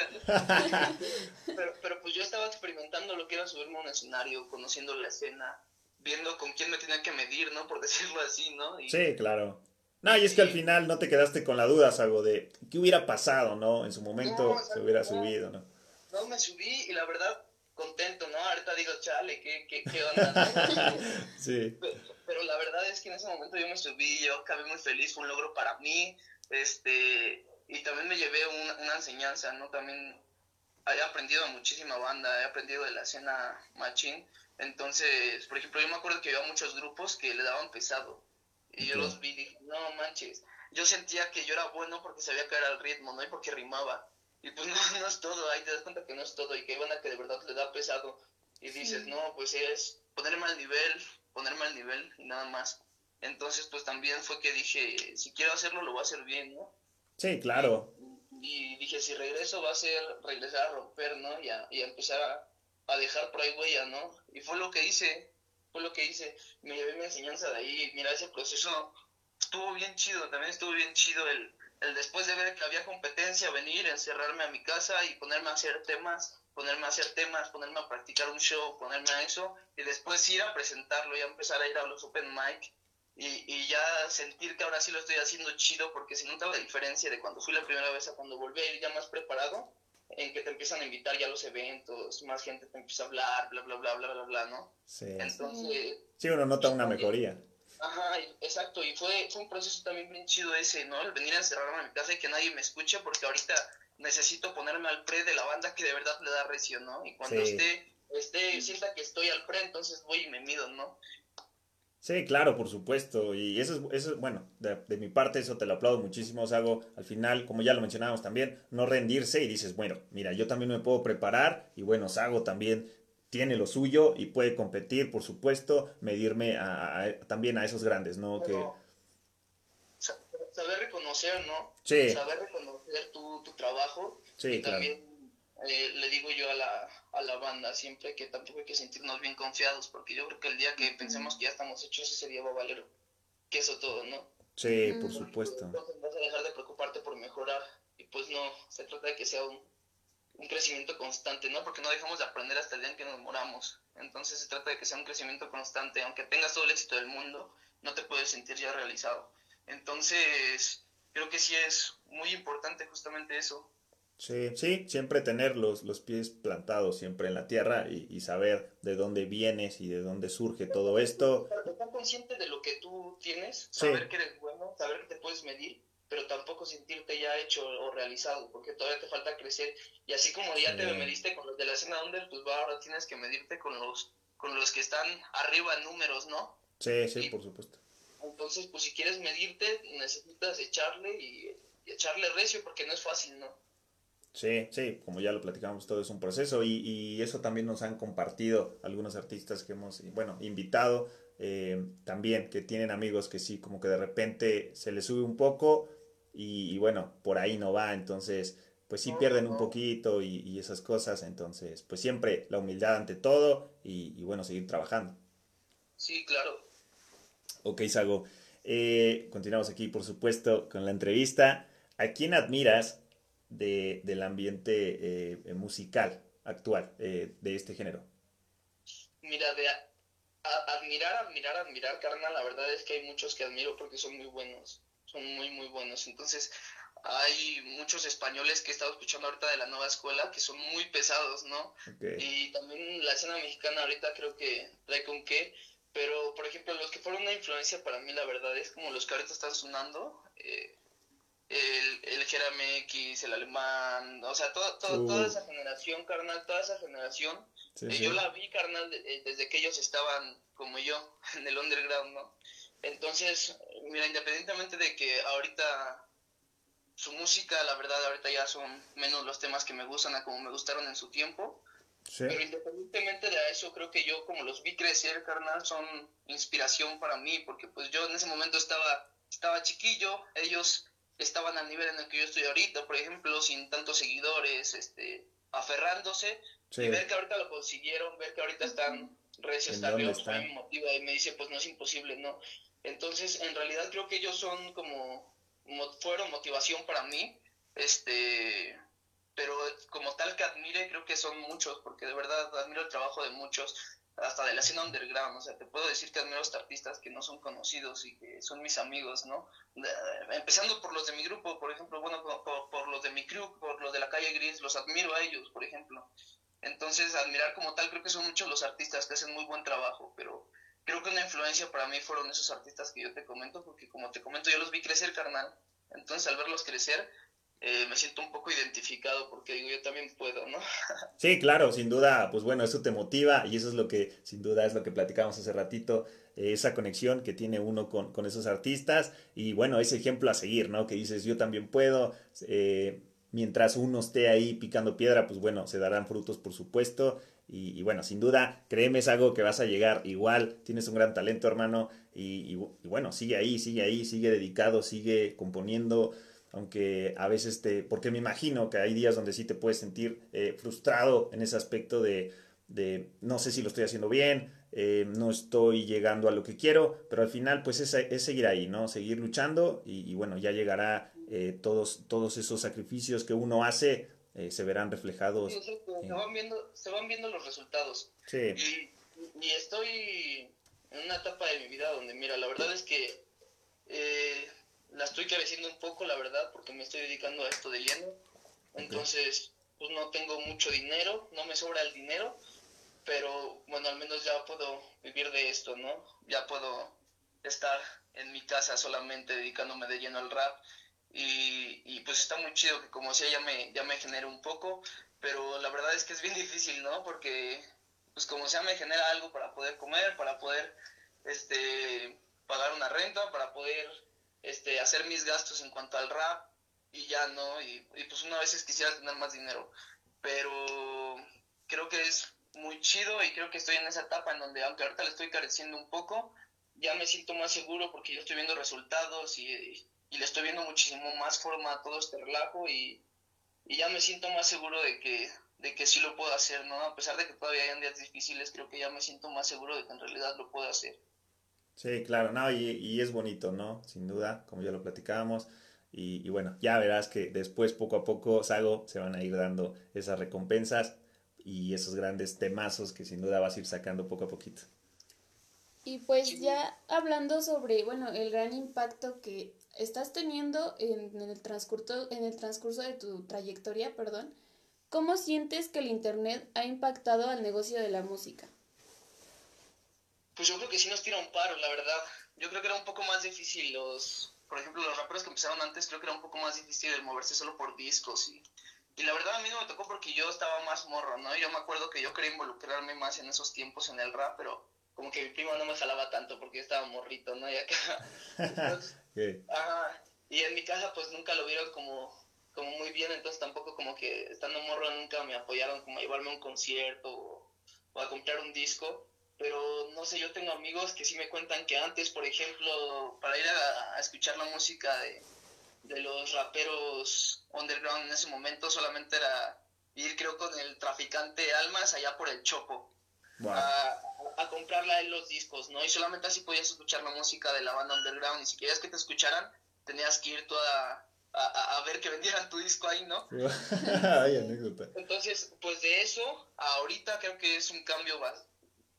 pero, pero pues yo estaba experimentando lo que era subirme a un escenario, conociendo la escena, viendo con quién me tenía que medir, ¿no? Por decirlo así, ¿no? Y, Sí, claro. No, y es que al y, final no te quedaste con la duda, algo de qué hubiera pasado, ¿no? En su no, momento se exacto, hubiera no. subido, ¿no? No, me subí y la verdad, contento, ¿no? Ahorita digo, chale, ¿qué, qué, qué onda, no? Este, Sí, pe- pero la verdad es que en ese momento yo me subí, yo acabé muy feliz, fue un logro para mí, este, y también me llevé una, una enseñanza, ¿no? También he aprendido de muchísima banda, he aprendido de la escena machín, entonces, por ejemplo, yo me acuerdo que había muchos grupos que le daban pesado, y yo ok. los vi y dije, no manches, yo sentía que yo era bueno porque sabía caer al ritmo, ¿no? Y porque rimaba, y pues no, no es todo, ahí te das cuenta que no es todo, y que hay banda que de verdad le da pesado, y dices, Sí. no, pues es ponerme al nivel, ponerme al nivel, y nada más. Entonces, pues también fue que dije, si quiero hacerlo, lo voy a hacer bien, ¿no? Sí, Y, claro. y dije, si regreso va a ser regresar a romper, ¿no? Y a, y a empezar a, a dejar por ahí huella, ¿no? Y fue lo que hice, fue lo que hice. Me llevé mi enseñanza de ahí. Mira, ese proceso estuvo bien chido, también estuvo bien chido el, el después de ver que había competencia, venir, encerrarme a mi casa y ponerme a hacer temas, ponerme a hacer temas, ponerme a practicar un show, ponerme a eso, y después ir a presentarlo y a empezar a ir a los open mic y, y ya sentir que ahora sí lo estoy haciendo chido, porque se nota la diferencia de cuando fui la primera vez a cuando volví a ir ya más preparado, en que te empiezan a invitar ya a los eventos, más gente te empieza a hablar, bla, bla, bla, bla, bla, bla, ¿no? Sí. Sí. Entonces, Sí, uno nota pues una también, mejoría. ajá, y- exacto, y fue, fue un proceso también bien chido ese, ¿no? El venir a encerrarme en mi casa y que nadie me escuche, porque ahorita necesito ponerme al pre de la banda que de verdad le da recio, ¿no? Y cuando Sí. esté, esté, sienta que estoy al pre, entonces voy y me mido, ¿no? Sí, claro, por supuesto. Y eso es, eso es bueno, de, de mi parte eso te lo aplaudo muchísimo. Es algo, al final, como ya lo mencionábamos también, no rendirse y dices, bueno, mira, yo también me puedo preparar y bueno, Sago también tiene lo suyo y puede competir, por supuesto, medirme a, a- también a esos grandes, ¿no? Que Bueno, sa- saber reconocer, ¿no? sí, Saber reconocer tu, tu trabajo sí, y claro. también eh, le digo yo a la, a la banda siempre que tampoco hay que sentirnos bien confiados, porque yo creo que el día que Ujú. pensemos que ya estamos hechos, ese día va a valer que eso todo, ¿no? Sí, por Ujú. Porque supuesto. entonces vas a dejar de preocuparte por mejorar y pues no, se trata de que sea un, un crecimiento constante, ¿no? Porque no dejamos de aprender hasta el día en que nos moramos. Entonces se trata de que sea un crecimiento constante. Aunque tengas todo el éxito del mundo, no te puedes sentir ya realizado. Entonces, creo que sí es muy importante justamente eso. Sí, sí, siempre tener los, los pies plantados siempre en la tierra y, y saber de dónde vienes y de dónde surge todo esto. Estar, estar consciente de lo que tú tienes, saber Sí, que eres bueno, saber que te puedes medir, pero tampoco sentirte ya hecho o realizado, porque todavía te falta crecer. Y así como ya te sí, mediste con los de la escena under, pues va, ahora tienes que medirte con los, con los que están arriba en números, ¿no? sí, sí, Y por supuesto. entonces, pues si quieres medirte, necesitas echarle y, y echarle recio, porque no es fácil, ¿no? Sí, sí, como ya lo platicamos, todo es un proceso y, y eso también nos han compartido algunos artistas que hemos, bueno, invitado, eh, también que tienen amigos que sí, como que de repente se les sube un poco y, y bueno, por ahí no va, entonces pues sí No, no, pierden un no. poquito y, y esas cosas, entonces pues siempre la humildad ante todo y, y bueno, seguir trabajando. Sí, claro. Ok, Sago. Eh, continuamos aquí, por supuesto, con la entrevista. ¿A quién admiras de, del ambiente eh, musical actual eh, de este género? Mira, de a- admirar, admirar, admirar, carnal, la verdad es que hay muchos que admiro porque son muy buenos, son muy, muy buenos. Entonces, hay muchos españoles que he estado escuchando ahorita de la nueva escuela que son muy pesados, ¿no? Ok. Y también la escena mexicana ahorita creo que trae con qué, pero por ejemplo, los que fueron una influencia para mí, la verdad, es como los que ahorita están sonando, eh, el, el Jerem X, el alemán, o sea, toda, toda, toda Uh, esa generación, carnal, toda esa generación, sí, eh, yo sí. la vi, carnal, de- eh, desde que ellos estaban como yo, en el underground, ¿no? Entonces, mira, independientemente de que ahorita su música, la verdad, ahorita ya son menos los temas que me gustan a como me gustaron en su tiempo, Sí. pero independientemente de eso, creo que yo como los vi crecer, carnal, son inspiración para mí, porque pues yo en ese momento estaba, estaba chiquillo, ellos estaban al nivel en el que yo estoy ahorita, por ejemplo, sin tantos seguidores, este, aferrándose, y Sí. ver que ahorita lo consiguieron, ver que ahorita están recios ¿En hasta dónde arriba, pues a mí están? me motiva y me dice, pues no es imposible, ¿no? Entonces, en realidad creo que ellos son como, mo- fueron motivación para mí, este, pero como tal que admire, creo que son muchos, porque de verdad admiro el trabajo de muchos, hasta de la escena underground, o sea, te puedo decir que admiro hasta artistas que no son conocidos y que son mis amigos, ¿no? De- empezando por los de mi grupo, por ejemplo, bueno, por, por, por los de mi crew, por los de la calle Gris, los admiro a ellos, por ejemplo. Entonces, admirar como tal, creo que son muchos los artistas que hacen muy buen trabajo, pero creo que una influencia para mí fueron esos artistas que yo te comento, porque como te comento, yo los vi crecer, carnal. Entonces, al verlos crecer, eh, me siento un poco identificado porque digo, yo también puedo, ¿no? Sí, claro, sin duda, pues bueno, eso te motiva y eso es lo que, sin duda, es lo que platicábamos hace ratito, eh, esa conexión que tiene uno con, con esos artistas y bueno, ese ejemplo a seguir, ¿no? Que dices, yo también puedo, eh, mientras uno esté ahí picando piedra, pues bueno, se darán frutos, por supuesto. Y, y bueno, sin duda, créeme, es algo que vas a llegar igual, tienes un gran talento, hermano, y, y y bueno, sigue ahí, sigue ahí, sigue dedicado, sigue componiendo, aunque a veces te, porque me imagino que hay días donde sí te puedes sentir eh, frustrado en ese aspecto de, de no sé si lo estoy haciendo bien, eh, no estoy llegando a lo que quiero, pero al final pues es, es seguir ahí, ¿no? Seguir luchando y, y bueno, ya llegará eh, todos, todos esos sacrificios que uno hace, eh, se verán Sí, reflejados exacto, se en... van viendo, se van viendo los resultados. Sí, Y, y estoy en una etapa de mi vida donde, mira, la verdad es que eh, la estoy careciendo un poco, la verdad, porque me estoy dedicando a esto de lleno. ok, Entonces, pues no tengo mucho dinero, no me sobra el dinero, pero bueno, al menos ya puedo vivir de esto, ¿no? Ya puedo estar en mi casa solamente dedicándome de lleno al rap y, y pues está muy chido que como sea ya me, ya me genera un poco, pero la verdad es que es bien difícil, ¿no? Porque pues como sea me genera algo para poder comer, para poder este pagar una renta, para poder este hacer mis gastos en cuanto al rap y ya, ¿no? Y, y pues una vez quisiera tener más dinero, pero creo que es muy chido y creo que estoy en esa etapa en donde aunque ahorita le estoy careciendo un poco, ya me siento más seguro porque yo estoy viendo resultados y, y le estoy viendo muchísimo más forma a todo este relajo y, y ya me siento más seguro de que, de que sí lo puedo hacer, ¿no? A pesar de que todavía hay días difíciles, creo que ya me siento más seguro de que en realidad lo puedo hacer. sí, claro, no, y, y es bonito, ¿no? Sin duda, como ya lo platicábamos. Y, y bueno, ya verás que después, poco a poco, Sago, se van a ir dando esas recompensas y esos grandes temazos que sin duda vas a ir sacando poco a poquito. Y pues Sí, ya hablando sobre, bueno, el gran impacto que estás teniendo en el transcurso, en el transcurso de tu trayectoria, perdón, ¿cómo sientes que el internet ha impactado al negocio de la música? pues yo creo que sí nos tira un paro, la verdad. Yo creo que era un poco más difícil los, por ejemplo, los raperos que empezaron antes, creo que era un poco más difícil el moverse solo por discos y, y la verdad a mí no me tocó porque yo estaba más morro, ¿no? Yo me acuerdo que yo quería involucrarme más en esos tiempos en el rap, pero como que mi primo no me jalaba tanto porque yo estaba morrito, ¿no? Y acá, entonces, Ok. ajá, y en mi casa pues nunca lo vieron como, como muy bien, entonces tampoco como que estando morro nunca me apoyaron como a llevarme a un concierto o, o a comprar un disco, pero no sé, yo tengo amigos que sí me cuentan que antes, por ejemplo, para ir a, a escuchar la música de, de los raperos underground en ese momento solamente era ir creo con el traficante Almas allá por el Chopo Wow. a, a comprarle a él los discos, ¿no? Y solamente así podías escuchar la música de la banda underground y si querías que te escucharan tenías que ir toda a, a, a ver que vendieran tu disco ahí, ¿no? Ay, Sí. anécdota. Entonces, pues de eso a ahorita creo que es un cambio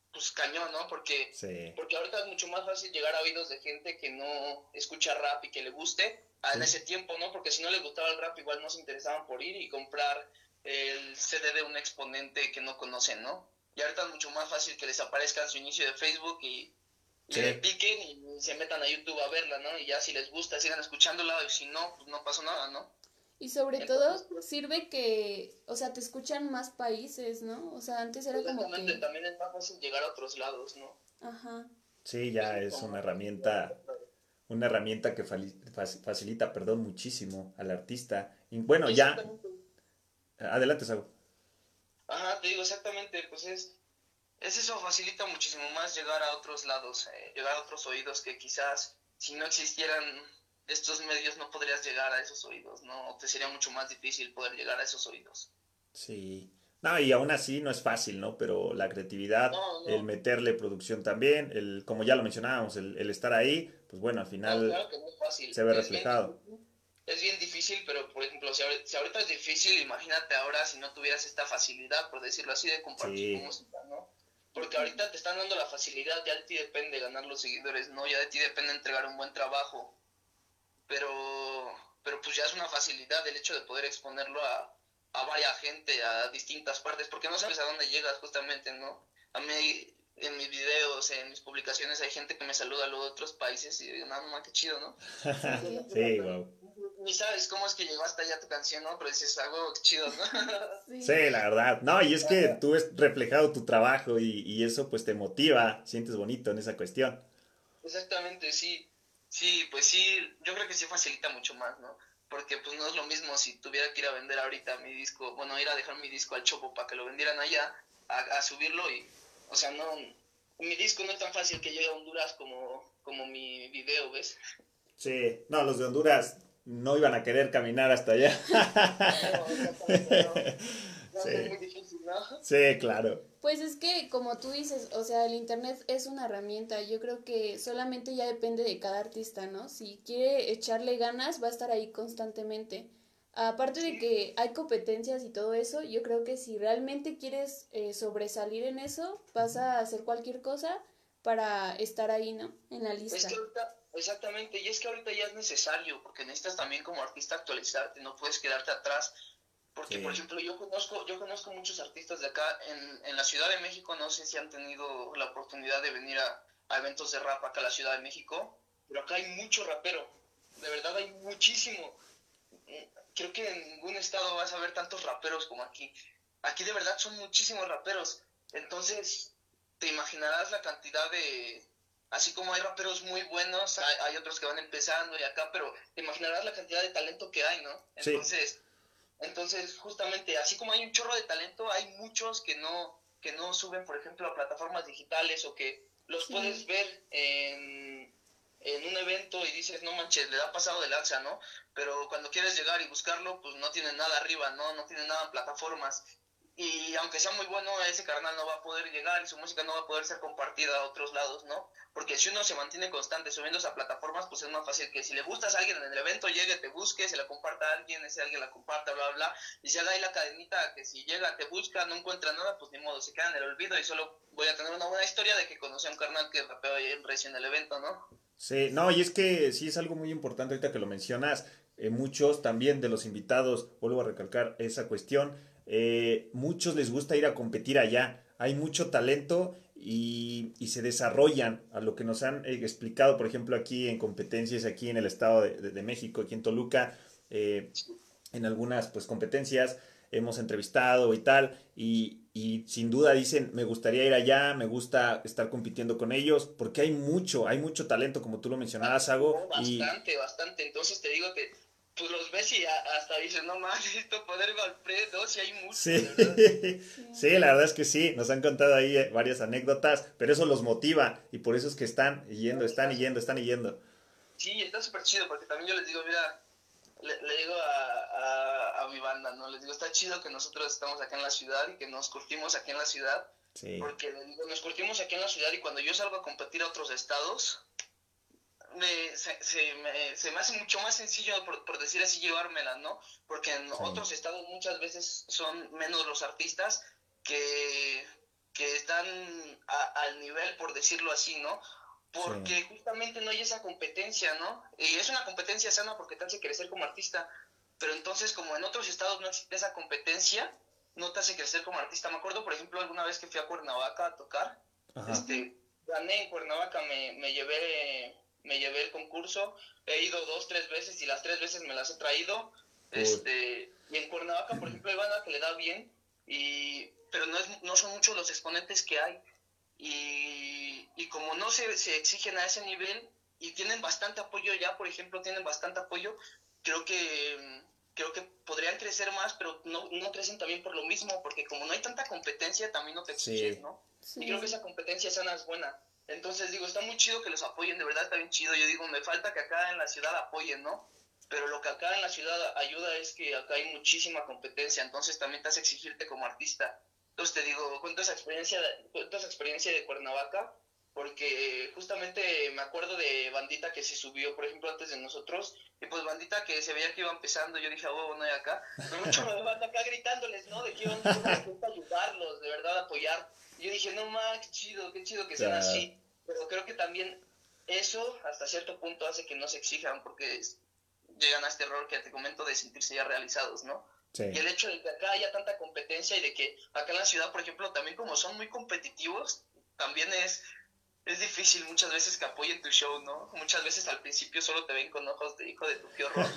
pues cañón, ¿no? Porque, Sí. porque ahorita es mucho más fácil llegar a oídos de gente que no escucha rap y que le guste a- en Sí. ese tiempo, ¿no? Porque si no les gustaba el rap, igual no se interesaban por ir y comprar el C D de un exponente que no conocen, ¿no? Y ahorita es mucho más fácil que les aparezca en su inicio de Facebook y, y Sí. le piquen y se metan a YouTube a verla, ¿no? Y ya si les gusta, sigan escuchándola, y si no, pues no pasó nada, ¿no? Y sobre Entonces, todo pues, sirve que, o sea, te escuchan más países, ¿no? O sea, antes era como exactamente, que, también es más fácil llegar a otros lados, ¿no? ajá, Sí, Es ya mucho es una más fácil llegar a herramienta, otros lados. una herramienta que fali- fac- facilita, perdón, muchísimo al artista. Y bueno, ya, Exactamente. adelante, Sago. Ajá, te digo exactamente, pues es, es eso, facilita muchísimo más llegar a otros lados, eh, llegar a otros oídos que quizás si no existieran estos medios no podrías llegar a esos oídos, ¿no? O te sería mucho más difícil poder llegar a esos oídos. Sí. No, y aún así no es fácil, ¿no? Pero la creatividad, No, el no, meterle producción también, el, como ya lo mencionábamos, el, el estar ahí, pues bueno, al no, final claro que no es fácil, se ve es bien reflejado. difícil, es bien difícil, pero por ejemplo, si ahorita, si ahorita es difícil, imagínate ahora si no tuvieras esta facilidad, por decirlo así, de compartir tu Sí, música, ¿no? Porque ahorita te están dando la facilidad, ya de ti depende ganar los seguidores, ¿no? Ya de ti depende entregar un buen trabajo, pero, pero pues ya es una facilidad el hecho de poder exponerlo a, a varias gente, a distintas partes, porque no sabes a dónde llegas justamente, ¿no? A mí, en mis videos, en mis publicaciones, hay gente que me saluda luego de otros países y digo, no, no, qué chido, ¿no? Porque sí, sí, wow. ni sabes cómo es que llegó hasta allá tu canción, ¿no? Pero dices algo chido, ¿no? sí. Sí, la verdad. No, y es que tú ves reflejado tu trabajo y, y eso pues te motiva, sientes bonito en esa cuestión. Exactamente, sí. Sí, pues sí, yo creo que sí facilita mucho más, ¿no? Porque pues no es lo mismo si tuviera que ir a vender ahorita mi disco, bueno, ir a dejar mi disco al Chopo para que lo vendieran allá, a, a subirlo y, o sea, no, mi disco no es tan fácil que llegue a Honduras como, como mi video, ¿ves? Sí, no, los de Honduras no iban a querer caminar hasta allá. No, exactamente no. Va a ser Sí, muy difícil, ¿no? sí, claro. Pues es que, como tú dices, o sea, el internet es una herramienta. Yo creo que solamente ya depende de cada artista, ¿no? Si quiere echarle ganas, va a estar ahí constantemente. Aparte de Sí, que hay competencias y todo eso, yo creo que si realmente quieres eh, sobresalir en eso, vas a hacer cualquier cosa para estar ahí, ¿no? En la es que lista. ahorita, exactamente, y es que ahorita ya es necesario, porque necesitas también como artista actualizarte, no puedes quedarte atrás. Porque, por Sí, ejemplo, yo conozco, yo conozco muchos artistas de acá en, en la Ciudad de México, no sé si han tenido la oportunidad de venir a, a eventos de rap acá a la Ciudad de México, pero acá hay mucho rapero, de verdad hay muchísimo. Creo que en ningún estado vas a ver tantos raperos como aquí. Aquí de verdad son muchísimos raperos, entonces te imaginarás la cantidad de... Así como hay raperos muy buenos, hay, hay otros que van empezando y acá, pero te imaginarás la cantidad de talento que hay, ¿no? sí, Entonces... Entonces, justamente, así como hay un chorro de talento, hay muchos que no, que no suben, por ejemplo, a plataformas digitales o que los puedes Sí, ver en, en un evento y dices, no manches, le da pasado de lanza, ¿no? Pero cuando quieres llegar y buscarlo, pues no tienen nada arriba, ¿no? No tienen nada en plataformas. Y aunque sea muy bueno, ese carnal no va a poder llegar y su música no va a poder ser compartida a otros lados, ¿no? Porque si uno se mantiene constante subiéndose a plataformas, pues es más fácil que si le gustas a alguien en el evento, llegue, te busque, se la comparta a alguien, ese alguien la comparta, bla, bla, bla, y se haga ahí la cadenita que si llega, te busca, no encuentra nada, pues ni modo, se queda en el olvido y solo voy a tener una buena historia de que conocí a un carnal que rapeó ahí en Recio en el evento, ¿no? sí. No, y es que sí es algo muy importante ahorita que lo mencionas. Eh, muchos también de los invitados, vuelvo a recalcar esa cuestión, eh, muchos les gusta ir a competir allá. Hay mucho talento y, y se desarrollan a lo que nos han eh, explicado, por ejemplo, aquí en competencias, aquí en el Estado de, de- de México, aquí en Toluca. eh, en algunas pues competencias hemos entrevistado y tal y, y sin duda dicen me gustaría ir allá, me gusta estar compitiendo con ellos porque hay mucho, hay mucho talento como tú lo mencionabas, Sago, No, y bastante, bastante. Entonces te digo que pues los ves y a- hasta dices, no mames, esto poder golpear, no, si hay mucho, sí, de verdad. sí. sí, la verdad es que sí, nos han contado ahí eh, varias anécdotas, pero eso los motiva y por eso es que están yendo, No, están está yendo, súper están chido. yendo. Sí, está súper chido, porque también yo les digo, mira, le, le digo a, a, a mi banda, ¿no? Les digo, está chido que nosotros estamos acá en la ciudad y que nos curtimos aquí en la ciudad, Sí, porque les digo, nos curtimos aquí en la ciudad y cuando yo salgo a competir a otros estados, me, se, se, me, se me hace mucho más sencillo, por, por decir así, llevármela, ¿no? Porque en sí, otros estados muchas veces son menos los artistas que, que están a, al nivel, por decirlo así, ¿no? Porque sí. justamente no hay esa competencia, ¿no? Y es una competencia sana porque te hace crecer como artista, pero entonces como en otros estados no existe esa competencia, no te hace crecer como artista. Me acuerdo, por ejemplo, alguna vez que fui a Cuernavaca a tocar, Ajá. este, gané en Cuernavaca, me, me llevé me llevé el concurso, he ido dos, tres veces y las tres veces me las he traído, Uy. este, y en Cuernavaca, por ejemplo, hay banda que le da bien, y, pero no, es, no son muchos los exponentes que hay, y, y como no se, se exigen a ese nivel, y tienen bastante apoyo ya, por ejemplo, tienen bastante apoyo, creo que... creo que podrían crecer más, pero no, no crecen también por lo mismo, porque como no hay tanta competencia, también no te exiges, sí. ¿no? Sí. Y creo que esa competencia sana es buena. Entonces, digo, está muy chido que los apoyen, de verdad está bien chido. Yo digo, me falta que acá en la ciudad apoyen, ¿no? Pero lo que acá en la ciudad ayuda es que acá hay muchísima competencia, entonces también te hace exigirte como artista. Entonces te digo, cuento esa experiencia, cuento esa experiencia de Cuernavaca, porque justamente me acuerdo de bandita que se subió, por ejemplo, antes de nosotros, y pues bandita que se veía que iba empezando, yo dije, a huevo, no hay acá, pero mucho me banda acá gritándoles, ¿no? De que iban a ayudarlos, de verdad, apoyar. Y yo dije, no más, qué chido, qué chido que sean yeah. así, pero creo que también eso hasta cierto punto hace que no se exijan, porque llegan a este error que te comento de sentirse ya realizados, ¿no? Sí. Y el hecho de que acá haya tanta competencia y de que acá en la ciudad, por ejemplo, también como son muy competitivos, también es... es difícil muchas veces que apoyen tu show, ¿no? Muchas veces al principio solo te ven con ojos de hijo de tu qué horror.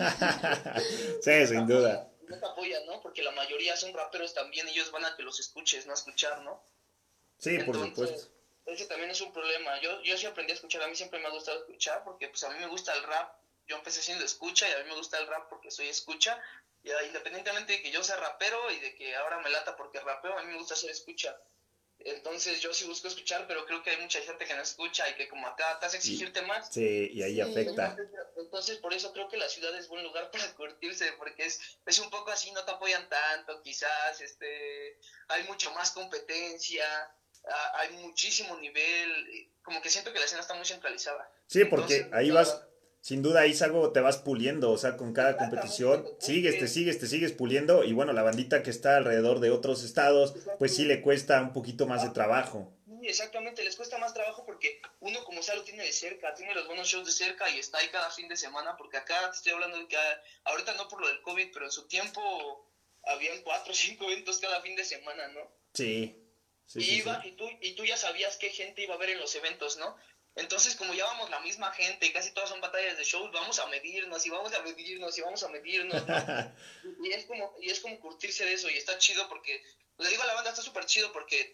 Sí, sin duda. No te apoyan, ¿no? Porque la mayoría son raperos también, ellos van a que los escuches, no a escuchar, ¿no? Sí, Entonces, por supuesto. Ese también es un problema. Yo, yo sí aprendí a escuchar, a mí siempre me ha gustado escuchar, porque pues a mí me gusta el rap. Yo empecé siendo escucha y a mí me gusta el rap porque soy escucha. Y uh, independientemente de que yo sea rapero y de que ahora me lata porque rapeo, a mí me gusta ser escucha. Entonces yo sí busco escuchar, pero creo que hay mucha gente que no escucha y que como acá te hace exigirte más. Sí, y ahí sí. afecta. Entonces por eso creo que la ciudad es buen lugar para curtirse, porque es, es un poco así, no te apoyan tanto, quizás, este, hay mucho más competencia, hay muchísimo nivel, como que siento que la escena está muy centralizada. Sí, porque Entonces, ahí vas... Sin duda ahí es algo, te vas puliendo, o sea, con cada competición sigues, te sigues, te sigues puliendo y bueno, la bandita que está alrededor de otros estados, pues sí le cuesta un poquito más de trabajo. Sí, exactamente, les cuesta más trabajo porque uno como sea lo tiene de cerca, tiene los buenos shows de cerca y está ahí cada fin de semana, porque acá te estoy hablando de que ahorita no por lo del COVID, pero en su tiempo habían cuatro o cinco eventos cada fin de semana, ¿no? Sí. sí, y, sí, iba, sí. Y, tú, y tú ya sabías qué gente iba a ver en los eventos, ¿no? Entonces, como ya vamos la misma gente y casi todas son batallas de shows, vamos a medirnos y vamos a medirnos y vamos a medirnos, ¿no? y, es como, y es como curtirse de eso y está chido porque, le digo a la banda, está súper chido porque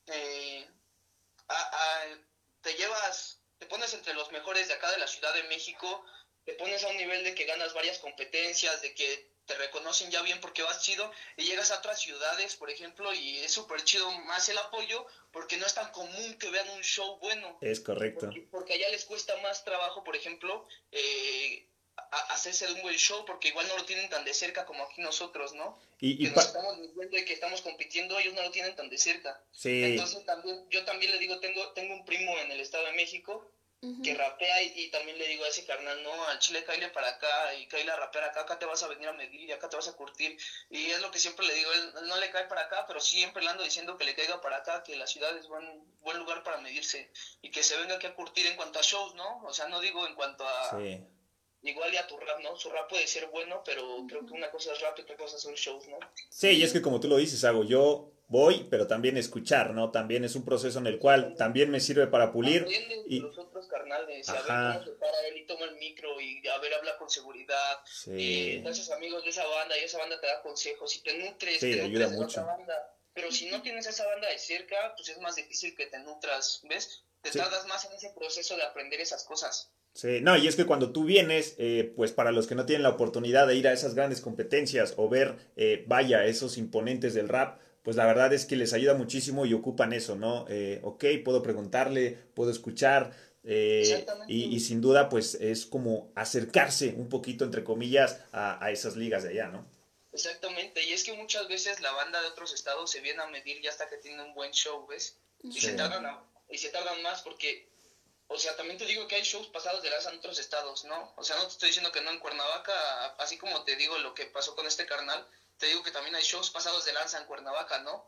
eh, a, a, te llevas, te pones entre los mejores de acá de la Ciudad de México, te pones a un nivel de que ganas varias competencias, de que te reconocen ya bien porque vas chido y llegas a otras ciudades, por ejemplo, y es súper chido más el apoyo porque no es tan común que vean un show bueno. Es correcto. Porque, porque allá les cuesta más trabajo, por ejemplo, eh, a, hacerse de un buen show porque igual no lo tienen tan de cerca como aquí nosotros, ¿no? Y, que y nos pa- estamos viendo y que estamos compitiendo, ellos no lo tienen tan de cerca. Sí. Entonces también, yo también le digo, tengo, tengo un primo en el Estado de México que rapea y, y también le digo a ese carnal, no, al chile cáile para acá y cáile a rapear acá, acá te vas a venir a medir y acá te vas a curtir. Y es lo que siempre le digo, él, él no le cae para acá, pero siempre le ando diciendo que le caiga para acá, que la ciudad es buen, buen lugar para medirse y que se venga aquí a curtir en cuanto a shows, ¿no? O sea, no digo en cuanto a... Sí. Igual y a tu rap, ¿no? Su rap puede ser bueno, pero creo que una cosa es rap y otra cosa son shows, ¿no? Sí, y es que como tú lo dices, hago yo voy, pero también escuchar, ¿no? También es un proceso en el cual también me sirve para pulir. Aprenden y los otros carnales, Ajá. a ver cómo se para él y toma el micro y a ver, habla con seguridad. Sí. Y te haces amigos de esa banda y esa banda te da consejos y te nutres, Sí, te ayuda nutres de mucho. otra banda. Pero si no tienes esa banda de cerca, pues es más difícil que te nutras, ¿ves? Te Sí. tardas más en ese proceso de aprender esas cosas. Sí, no, y es que cuando tú vienes, eh, pues para los que no tienen la oportunidad de ir a esas grandes competencias o ver, eh, vaya, esos imponentes del rap, pues la verdad es que les ayuda muchísimo y ocupan eso, ¿no? Eh, ok, puedo preguntarle, puedo escuchar, eh, Exactamente. y, y sin duda, pues es como acercarse un poquito, entre comillas, a, a esas ligas de allá, ¿no? Exactamente, y es que muchas veces la banda de otros estados se viene a medir ya hasta que tiene un buen show, ¿ves? Y Sí. se tardan a- y se tardan más porque, o sea, también te digo que hay shows pasados de lanza en otros estados, ¿no? O sea, no te estoy diciendo que no en Cuernavaca, así como te digo lo que pasó con este carnal, te digo que también hay shows pasados de lanza en Cuernavaca, ¿no?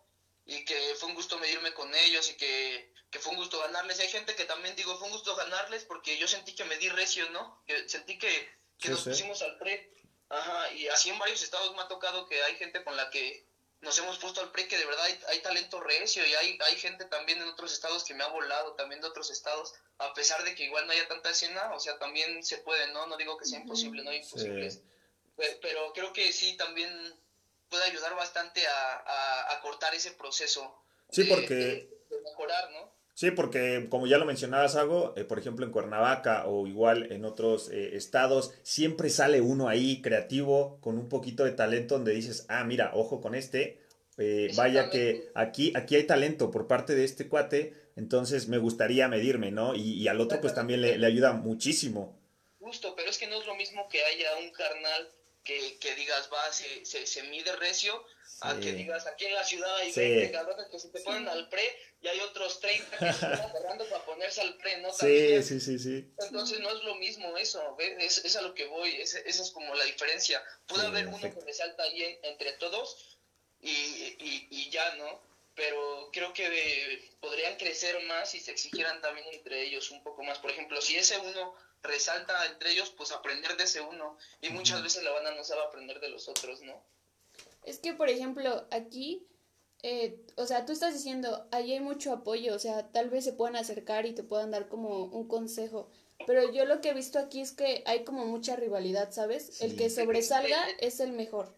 y que fue un gusto medirme con ellos y que, que fue un gusto ganarles. Hay gente que también digo, fue un gusto ganarles porque yo sentí que me di recio, ¿no? Que sentí que, que Sí, nos sí. pusimos al pre. Ajá, y así en varios estados me ha tocado que hay gente con la que nos hemos puesto al pre, que de verdad hay, hay talento recio y hay, hay gente también en otros estados que me ha volado, también de otros estados, a pesar de que igual no haya tanta escena, o sea, también se puede, ¿no? No digo que sea imposible, no hay Sí. imposibles, pero, pero creo que sí también puede ayudar bastante a, a, a cortar ese proceso Sí, de, porque de, de mejorar, ¿no? Sí, porque como ya lo mencionabas, algo, eh, por ejemplo en Cuernavaca o igual en otros eh, estados, siempre sale uno ahí creativo con un poquito de talento donde dices, ah, mira, ojo con este, eh, vaya que Exactamente, aquí, aquí hay talento por parte de este cuate, entonces me gustaría medirme, ¿no? Y, y al otro pues también le, exactamente. le ayuda muchísimo. Justo, pero es que no es lo mismo que haya un carnal que, que digas, va, se, se, se mide recio, a que Sí, digas, aquí en la ciudad hay veinte sí, cabrones que se te ponen Sí, al pre y hay otros treinta que se están agarrando para ponerse al pre, ¿no? sí, También. sí, sí, sí, Entonces sí. no es lo mismo eso, ¿ves? Es, es a lo que voy, es, esa es como la diferencia. sí, Puede haber en uno que efecto. resalta ahí en- entre todos y, y, y ya, ¿no? Pero creo que eh, podrían crecer más si se exigieran también entre ellos un poco más. Por ejemplo, si ese uno resalta entre ellos, pues aprender de ese uno. Y muchas Ujú. veces la banda no sabe aprender de los otros, ¿no? Es que, por ejemplo, aquí, eh, o sea, tú estás diciendo, ahí hay mucho apoyo, o sea, tal vez se puedan acercar y te puedan dar como un consejo, pero yo lo que he visto aquí es que hay como mucha rivalidad, ¿sabes? El que Sí, sobresalga Eh, es el mejor.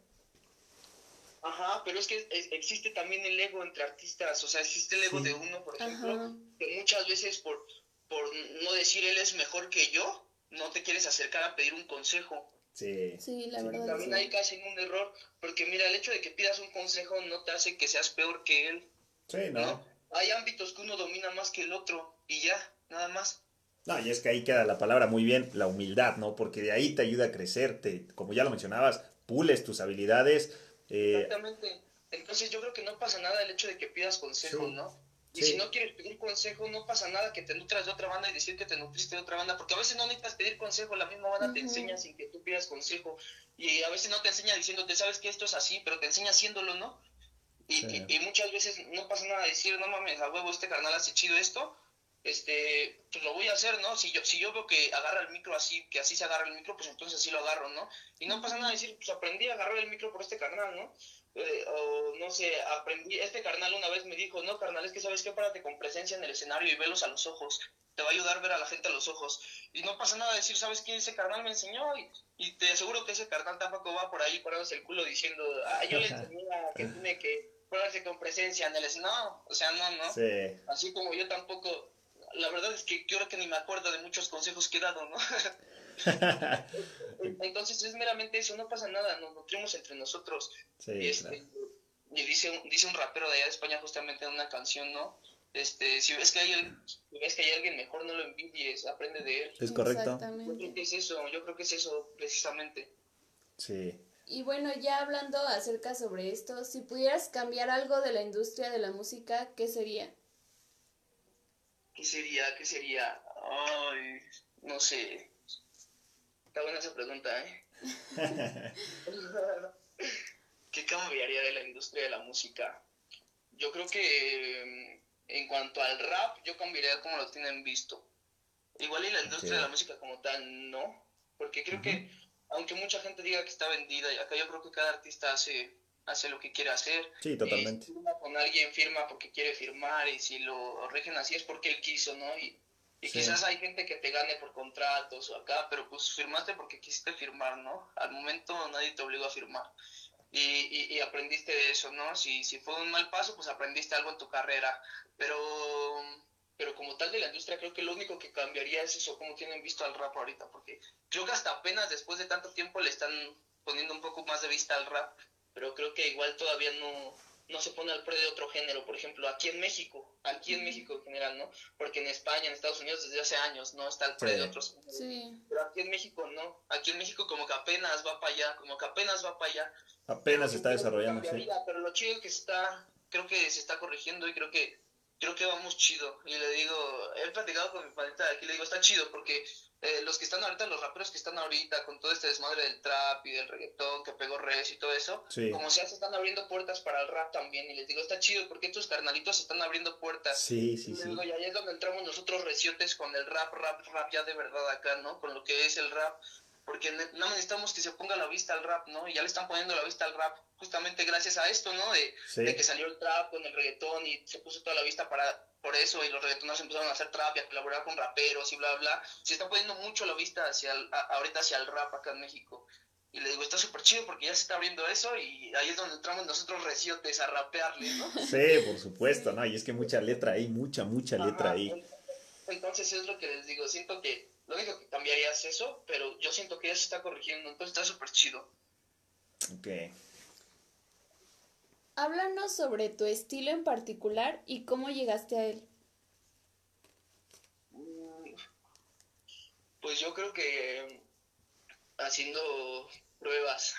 Ajá, pero es que es- existe también el ego entre artistas, o sea, existe el ego de sí, uno, por ejemplo, Ajá, que muchas veces por, por no decir él es mejor que yo, no te quieres acercar a pedir un consejo. sí, sí, la sí, Y verdad, también sí. ahí casi un error, porque mira, el hecho de que pidas un consejo no te hace que seas peor que él, sí, ¿no? no. Hay ámbitos que uno domina más que el otro, y ya, nada más. No, y es que ahí queda la palabra muy bien, la humildad, ¿no? Porque de ahí te ayuda a crecer, te, como ya lo mencionabas, pules tus habilidades. Eh, Exactamente. Entonces yo creo que no pasa nada el hecho de que pidas consejo, sí, ¿no? Y si sí, no quieres pedir consejo, no pasa nada que te nutras de otra banda y decir que te nutriste de otra banda, porque a veces no necesitas pedir consejo, la misma banda te Ujú, enseña sin que tú pidas consejo. Y a veces no te enseña diciéndote, sabes que esto es así, pero te enseña haciéndolo, ¿no? Y, sí, y, y muchas veces no pasa nada decir, no mames, a huevo, este carnal hace chido esto, este, pues lo voy a hacer, ¿no? Si yo, si yo veo que agarra el micro así, que así se agarra el micro, pues entonces sí lo agarro, ¿no? Y no pasa nada ujú. decir, pues aprendí a agarrar el micro por este carnal, ¿no? Eh, o no sé, aprendí, este carnal una vez me dijo, no, carnal, es que sabes qué, párate con presencia en el escenario y velos a los ojos, te va a ayudar a ver a la gente a los ojos. Y no pasa nada decir, ¿sabes qué? Ese carnal me enseñó y, y te aseguro que ese carnal tampoco va por ahí parándose el culo diciendo, ah, yo le enseñé a que tiene que pararse con presencia en el escenario. No, o sea, no, no. sí. Así como yo tampoco, la verdad es que yo creo que ni me acuerdo de muchos consejos que he dado, ¿no? Entonces es meramente eso, no pasa nada, nos nutrimos entre nosotros. Y Sí, claro. este, y dice, un- dice un rapero de allá de España justamente en una canción, ¿no? Este, si ves que hay, el- si ves que hay alguien mejor, no lo envidies, aprende de él. ¿Es correcto? Yo creo Exactamente. que es eso, yo creo que es eso precisamente. Sí. Y bueno, ya hablando acerca sobre esto, si pudieras cambiar algo de la industria de la música, ¿qué sería? ¿Qué sería? ¿Qué sería? Ay, no sé. Está buena esa pregunta, ¿eh? ¿Qué cambiaría de la industria de la música? Yo creo que mm, en cuanto al rap, yo cambiaría como lo tienen visto. Igual y la Ok. industria de la música como tal, no. Porque creo Ujú. que, aunque mucha gente diga que está vendida, y acá yo creo que cada artista hace, hace lo que quiere hacer. Sí, Y si totalmente. firma con alguien, firma porque quiere firmar. Y si lo rigen así es porque él quiso, ¿no? Y, y Sí, quizás hay gente que te gane por contratos o acá, pero pues firmaste porque quisiste firmar, ¿no? Al momento nadie te obligó a firmar y, y, y aprendiste de eso, ¿no? Si, si fue un mal paso, pues aprendiste algo en tu carrera, pero, pero como tal de la industria, creo que lo único que cambiaría es eso, como tienen visto al rap ahorita, porque creo que hasta apenas después de tanto tiempo le están poniendo un poco más de vista al rap, pero creo que igual todavía no, no se pone al pre de otro género, por ejemplo, aquí en México, aquí en México en general, ¿no? Porque en España, en Estados Unidos desde hace años no está al sí. pre de otros géneros, Sí, pero aquí en México no, aquí en México como que apenas va para allá, como que apenas va para allá, pero Apenas se eso está creo que desarrollando, sí. cambiaría, pero lo chido que está, creo que se está corrigiendo y creo que creo que vamos chido. Y le digo, he platicado con mi panita de aquí, le digo, está chido porque eh, los que están ahorita, los raperos que están ahorita con todo este desmadre del trap y del reggaetón que pegó redes y todo eso, Sí, como sea, se están abriendo puertas para el rap también. Y les digo, está chido porque estos carnalitos se están abriendo puertas. sí, Y sí, le sí. digo, y ahí es donde entramos nosotros reciotes con el rap, rap, rap ya de verdad acá, ¿no? Con lo que es el rap. Porque ne- no necesitamos que se ponga la vista al rap, ¿no? Y ya le están poniendo la vista al rap justamente gracias a esto, ¿no? De, de que Sí, salió el trap con el reggaetón y se puso toda la vista para por eso y los reggaetoneros empezaron a hacer trap y a colaborar con raperos y bla, bla. Se está poniendo mucho la vista hacia el, a, ahorita hacia el rap acá en México. Y le digo, está súper chido porque ya se está abriendo eso y ahí es donde entramos nosotros reciotes a rapearle, ¿no? sí, por supuesto, ¿no? Sí. Y es que mucha letra ahí, mucha, mucha letra Ajá, ahí. entonces es lo que les digo, siento que lo único que cambiaría es eso, pero yo siento que ya se está corrigiendo, entonces está súper chido. Ok. Háblanos sobre tu estilo en particular y cómo llegaste a él. Mm, Pues yo creo que haciendo pruebas,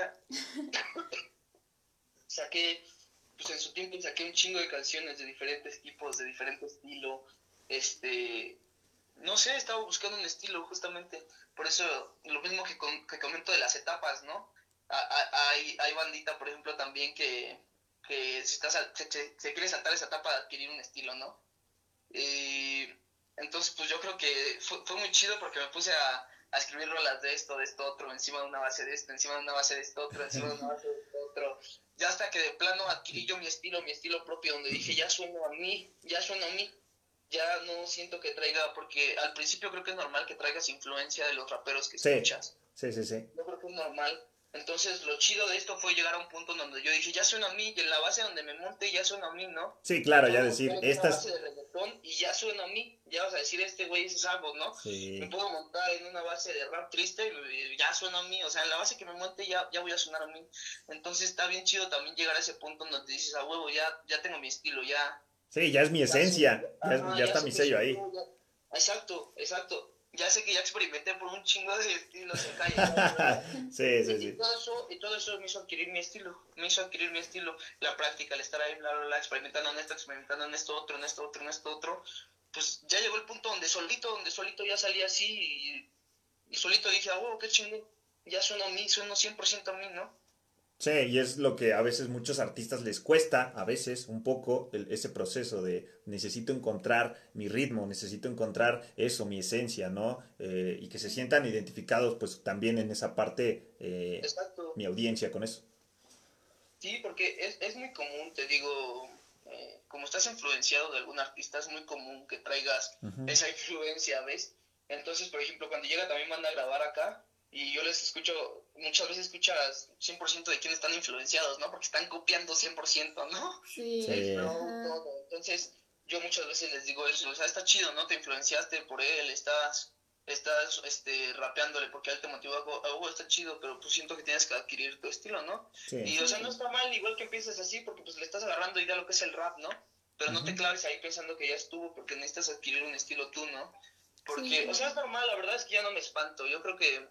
saqué, pues en su tiempo saqué un chingo de canciones de diferentes tipos, de diferente estilo, este, no sé, estaba buscando un estilo justamente, por eso lo mismo que, com- que comento de las etapas, ¿no? A- a- Hay, hay bandita, por ejemplo, también que, que se, está, sal- se, se- se quiere saltar esa etapa de adquirir un estilo, ¿no? Y entonces, pues yo creo que fue, fue muy chido porque me puse a, a escribir rolas de esto, de esto otro, encima de una base de esto, encima de una base de esto otro, encima de una base de esto otro. Ya hasta que de plano adquirí yo mi estilo, mi estilo propio, donde dije, ya sueno a mí, ya sueno a mí. Ya no siento que traiga, porque al principio creo que es normal que traigas influencia de los raperos que Sí, escuchas. sí, sí, sí. Yo creo que es normal. Entonces, lo chido de esto fue llegar a un punto en donde yo dije, ya suena a mí, y en la base donde me monte ya suena a mí, ¿no? Sí, Me claro, ya puedo decir, montar en una estas... base de reggaetón y ya suena a mí, ya vas a decir, este güey es algo, ¿no? Me Sí, puedo montar en una base de rap triste y ya suena a mí, o sea, en la base que me monte ya, ya voy a sonar a mí. Entonces, está bien chido también llegar a ese punto en donde dices, a huevo, ya, ya tengo mi estilo, ya, sí, ya es mi ya sé, esencia, ya, es- ajá, ya ya está sé mi que sello soy ahí. yo, ya. Exacto, exacto. Ya sé que ya experimenté por un chingo de estilos acá y acá, bla, bla, bla. Sí, Y, sí, y sí. todo eso, y todo eso me hizo adquirir mi estilo, me hizo adquirir mi estilo, la práctica, el estar ahí, bla, bla, bla, experimentando en esto, experimentando en esto otro, en esto otro, en esto otro, pues ya llegó el punto donde solito, donde solito ya salía así y, y solito dije, ah, wow, qué chingón, ya sueno a mí, sueno cien por ciento a mí, ¿no? Sí, y es lo que a veces muchos artistas les cuesta, a veces un poco, el- ese proceso de necesito encontrar mi ritmo, necesito encontrar eso, mi esencia, ¿no? Eh, y que se sientan identificados, pues también en esa parte, eh, Exacto. mi audiencia con eso. Sí, porque es, es muy común, te digo, eh, como estás influenciado de algún artista, es muy común que traigas Ujú. esa influencia, ¿ves? Entonces, por ejemplo, cuando llega también van a grabar acá y yo les escucho, muchas veces escuchas cien por ciento de quién están influenciados, ¿no? Porque están copiando cien por ciento, ¿no? El Sí, Sí, flow, ajá. todo. Entonces, yo muchas veces les digo eso, o sea, está chido, ¿no? Te influenciaste por él, estás, estás, este, rapeándole porque él te motivó a, algo, oh, está chido, pero pues siento que tienes que adquirir tu estilo, ¿no? sí. Y, o sea, no Sí. está mal, igual que empieces así, porque pues le estás agarrando idea a lo que es el rap, ¿no? Pero no Ujú. te claves ahí pensando que ya estuvo, porque necesitas adquirir un estilo tú, ¿no? Sí, Porque, o sea, claro. es normal, la verdad es que ya no me espanto. Yo creo que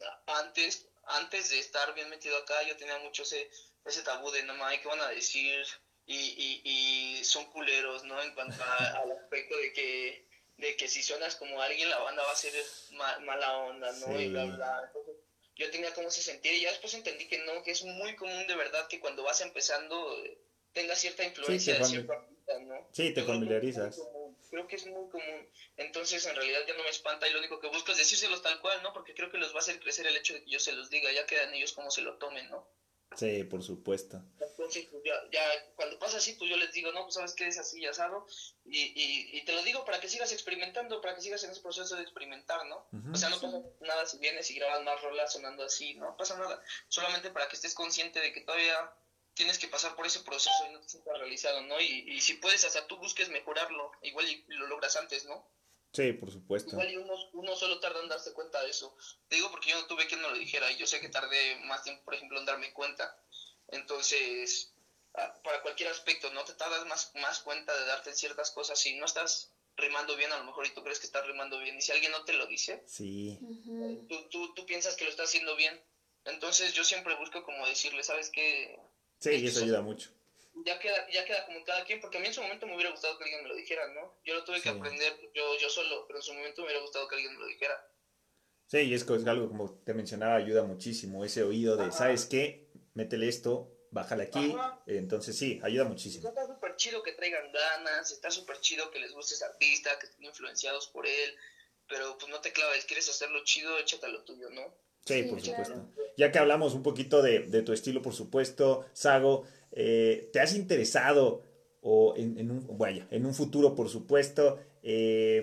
antes, antes de estar bien metido acá, yo tenía mucho ese, ese tabú de, no mames, ¿qué van a decir? Y, y, y son culeros, ¿no? En cuanto a- al aspecto de que, de que si suenas como alguien, la banda va a ser ma- mala onda, ¿no? Y bla, Sí. bla. Entonces, yo tenía como ese sentir y ya después entendí que no, que es muy común de verdad que cuando vas empezando eh, tengas cierta Sí, te influencia de fami- cierto artista, ¿no? sí, te Yo creo que es muy familiarizas. común, creo que es muy común. Entonces, en realidad ya no me espanta y lo único que busco es decírselos tal cual, ¿no? Porque creo que los va a hacer crecer el hecho de que yo se los diga, ya quedan ellos como se lo tomen, ¿no? Sí, por supuesto. Entonces, pues ya, ya cuando pasa así, pues yo les digo, no, pues sabes que es así, ya asado, y, y, y te lo digo para que sigas experimentando, para que sigas en ese proceso de experimentar, ¿no? O Ujú. sea, no pasa Sí. nada si vienes y grabas más rolas sonando así, no pasa nada, solamente para que estés consciente de que todavía tienes que pasar por ese proceso y no te sientas realizado, ¿no? Y, y si puedes, hasta tú busques mejorarlo, igual y lo logras antes, ¿no? Sí, por supuesto. Igual y uno, uno solo tarda en darse cuenta de eso. Te digo porque yo no tuve quien me lo dijera y yo sé que tardé más tiempo, por ejemplo, en darme cuenta. Entonces, ah, para cualquier aspecto, ¿no? Te tardas más, más cuenta de darte ciertas cosas. Si no estás rimando bien, a lo mejor y tú crees que estás rimando bien. Y si alguien no te lo dice, Sí, Ujú. tú, tú, tú piensas que lo estás haciendo bien. Entonces yo siempre busco como decirle, ¿sabes qué? sí, y Esto eso estás ayuda mucho. ya queda, ya queda como cada quien, porque a mí en su momento me hubiera gustado que alguien me lo dijera, ¿no? Yo lo tuve Sí. que aprender yo, yo solo, pero en su momento me hubiera gustado que alguien me lo dijera. Sí, y es, co- es algo como te mencionaba, ayuda muchísimo ese oído de, ¿sabes Ajá, qué? Métele esto, bájale aquí. ajá. Entonces sí, ayuda muchísimo. Está súper chido que traigan ganas, está súper chido que les guste ese artista, que estén influenciados por él, pero pues no te claves, quieres hacerlo chido, échate lo tuyo, ¿no? Sí, Sí, por Échate claro. supuesto. lo tuyo. Ya que hablamos un poquito de, de tu estilo, por supuesto, Sago, eh, ¿te has interesado o en, en un, vaya, en un futuro, por supuesto, eh,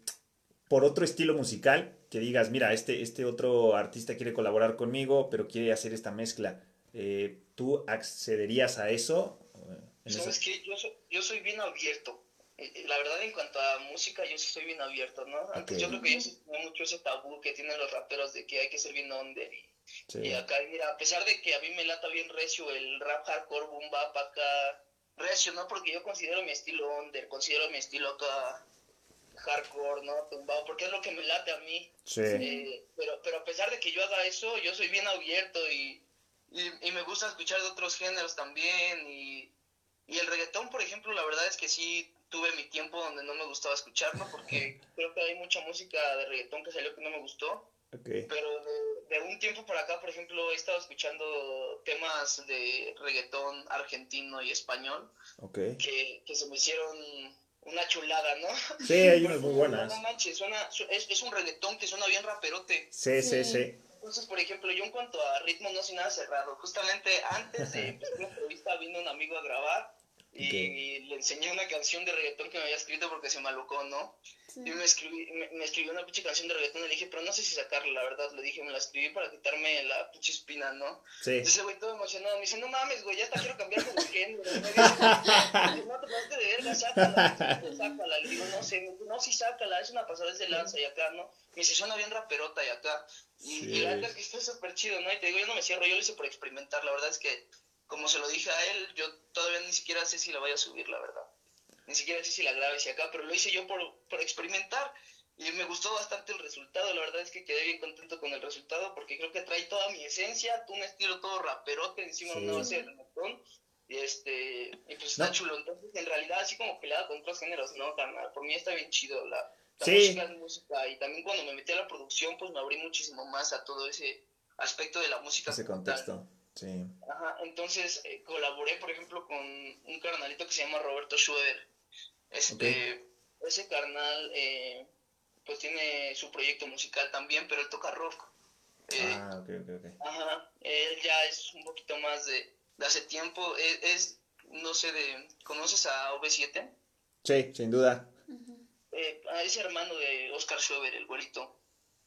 por otro estilo musical? Que digas, mira, este, este otro artista quiere colaborar conmigo, pero quiere hacer esta mezcla. Eh, ¿tú accederías a eso? Eh, En esa... ¿Sabes qué? Yo soy, yo soy bien abierto. Eh, eh, La verdad, en cuanto a música, yo sí soy bien abierto, ¿no? Ok, Antes yo creo que yo Ujú. sí tenía mucho ese tabú que tienen los raperos de que hay que ser bien under y, y sí, acá, y mira, a pesar de que a mí me lata bien recio el rap hardcore, boom bap acá, recio, ¿no? Porque yo considero mi estilo under, considero mi estilo acá hardcore, ¿no? Tumbado, porque es lo que me late a mí. sí, Sí. Eh, pero, pero a pesar de que yo haga eso, yo soy bien abierto y, y, y me gusta escuchar de otros géneros también. Y, y el reggaetón, por ejemplo, la verdad es que sí tuve mi tiempo donde no me gustaba escucharlo, porque creo que hay mucha música de reggaetón que salió que no me gustó. ok, Pero de, de un tiempo para acá, por ejemplo, he estado escuchando temas de reggaetón argentino y español ok. que, que se me hicieron una chulada, ¿no? Sí, hay unas Porque muy digo, no buenas. manches, suena, su- es, es un reggaetón que suena bien raperote. Sí, sí, Sí. sí. Entonces, por ejemplo, yo en cuanto a ritmo no soy nada cerrado. Justamente antes de empezar la entrevista vino un amigo a grabar Ok. y le enseñé una canción de reggaetón que me había escrito porque se me alocó, ¿no? Y Sí. me, escribí, me, me escribió una pinche canción de reggaetón y le dije, pero no sé si sacarla, la verdad. Le dije, me la escribí para quitarme la pinche espina, ¿no? Sí. Entonces, güey, todo emocionado, me dice, no mames, güey, ya hasta quiero cambiarme de género. Y me dice, me dice, no te pasaste de verga, sácala. Me dice, "No, sácala". Le digo, no sé, me dice, no, sí, sácala, es una pasada de lanza y acá, ¿no? Me dice, suena bien raperota y acá. Y, y la Sí. verdad es que está súper chido, ¿no? Y te digo, yo no me cierro, yo lo hice por experimentar. La verdad es que, como se lo dije a él, yo todavía ni siquiera sé si la vaya a subir, la verdad. Ni siquiera sé si la grabe si acá, pero lo hice yo por, por experimentar. Y me gustó bastante el resultado, la verdad es que quedé bien contento con el resultado porque creo que trae toda mi esencia, un estilo todo raperote encima de una Sí. base de Sí. reggaetón. Y este, y pues está No. chulo. Entonces, en realidad, así como peleada con otros géneros, no, carnal. Por mí está bien chido. La, la música Sí. es música. Y también cuando me metí a la producción, pues me abrí muchísimo más a todo ese aspecto de la música Ese como tal, ¿no? contexto. Sí. Ajá, entonces eh, colaboré, por ejemplo, con un carnalito que se llama Roberto Schroeder. Ok. Este, ese carnal, eh, pues tiene su proyecto musical también, pero él toca rock. Eh, Ah, ok, ok, ok. ajá, él ya es un poquito más de, de hace tiempo. Es, es, no sé, de, ¿conoces a O V siete? Sí, sin duda. Ujú. Eh, a ese hermano de Oscar Schober, el güerito.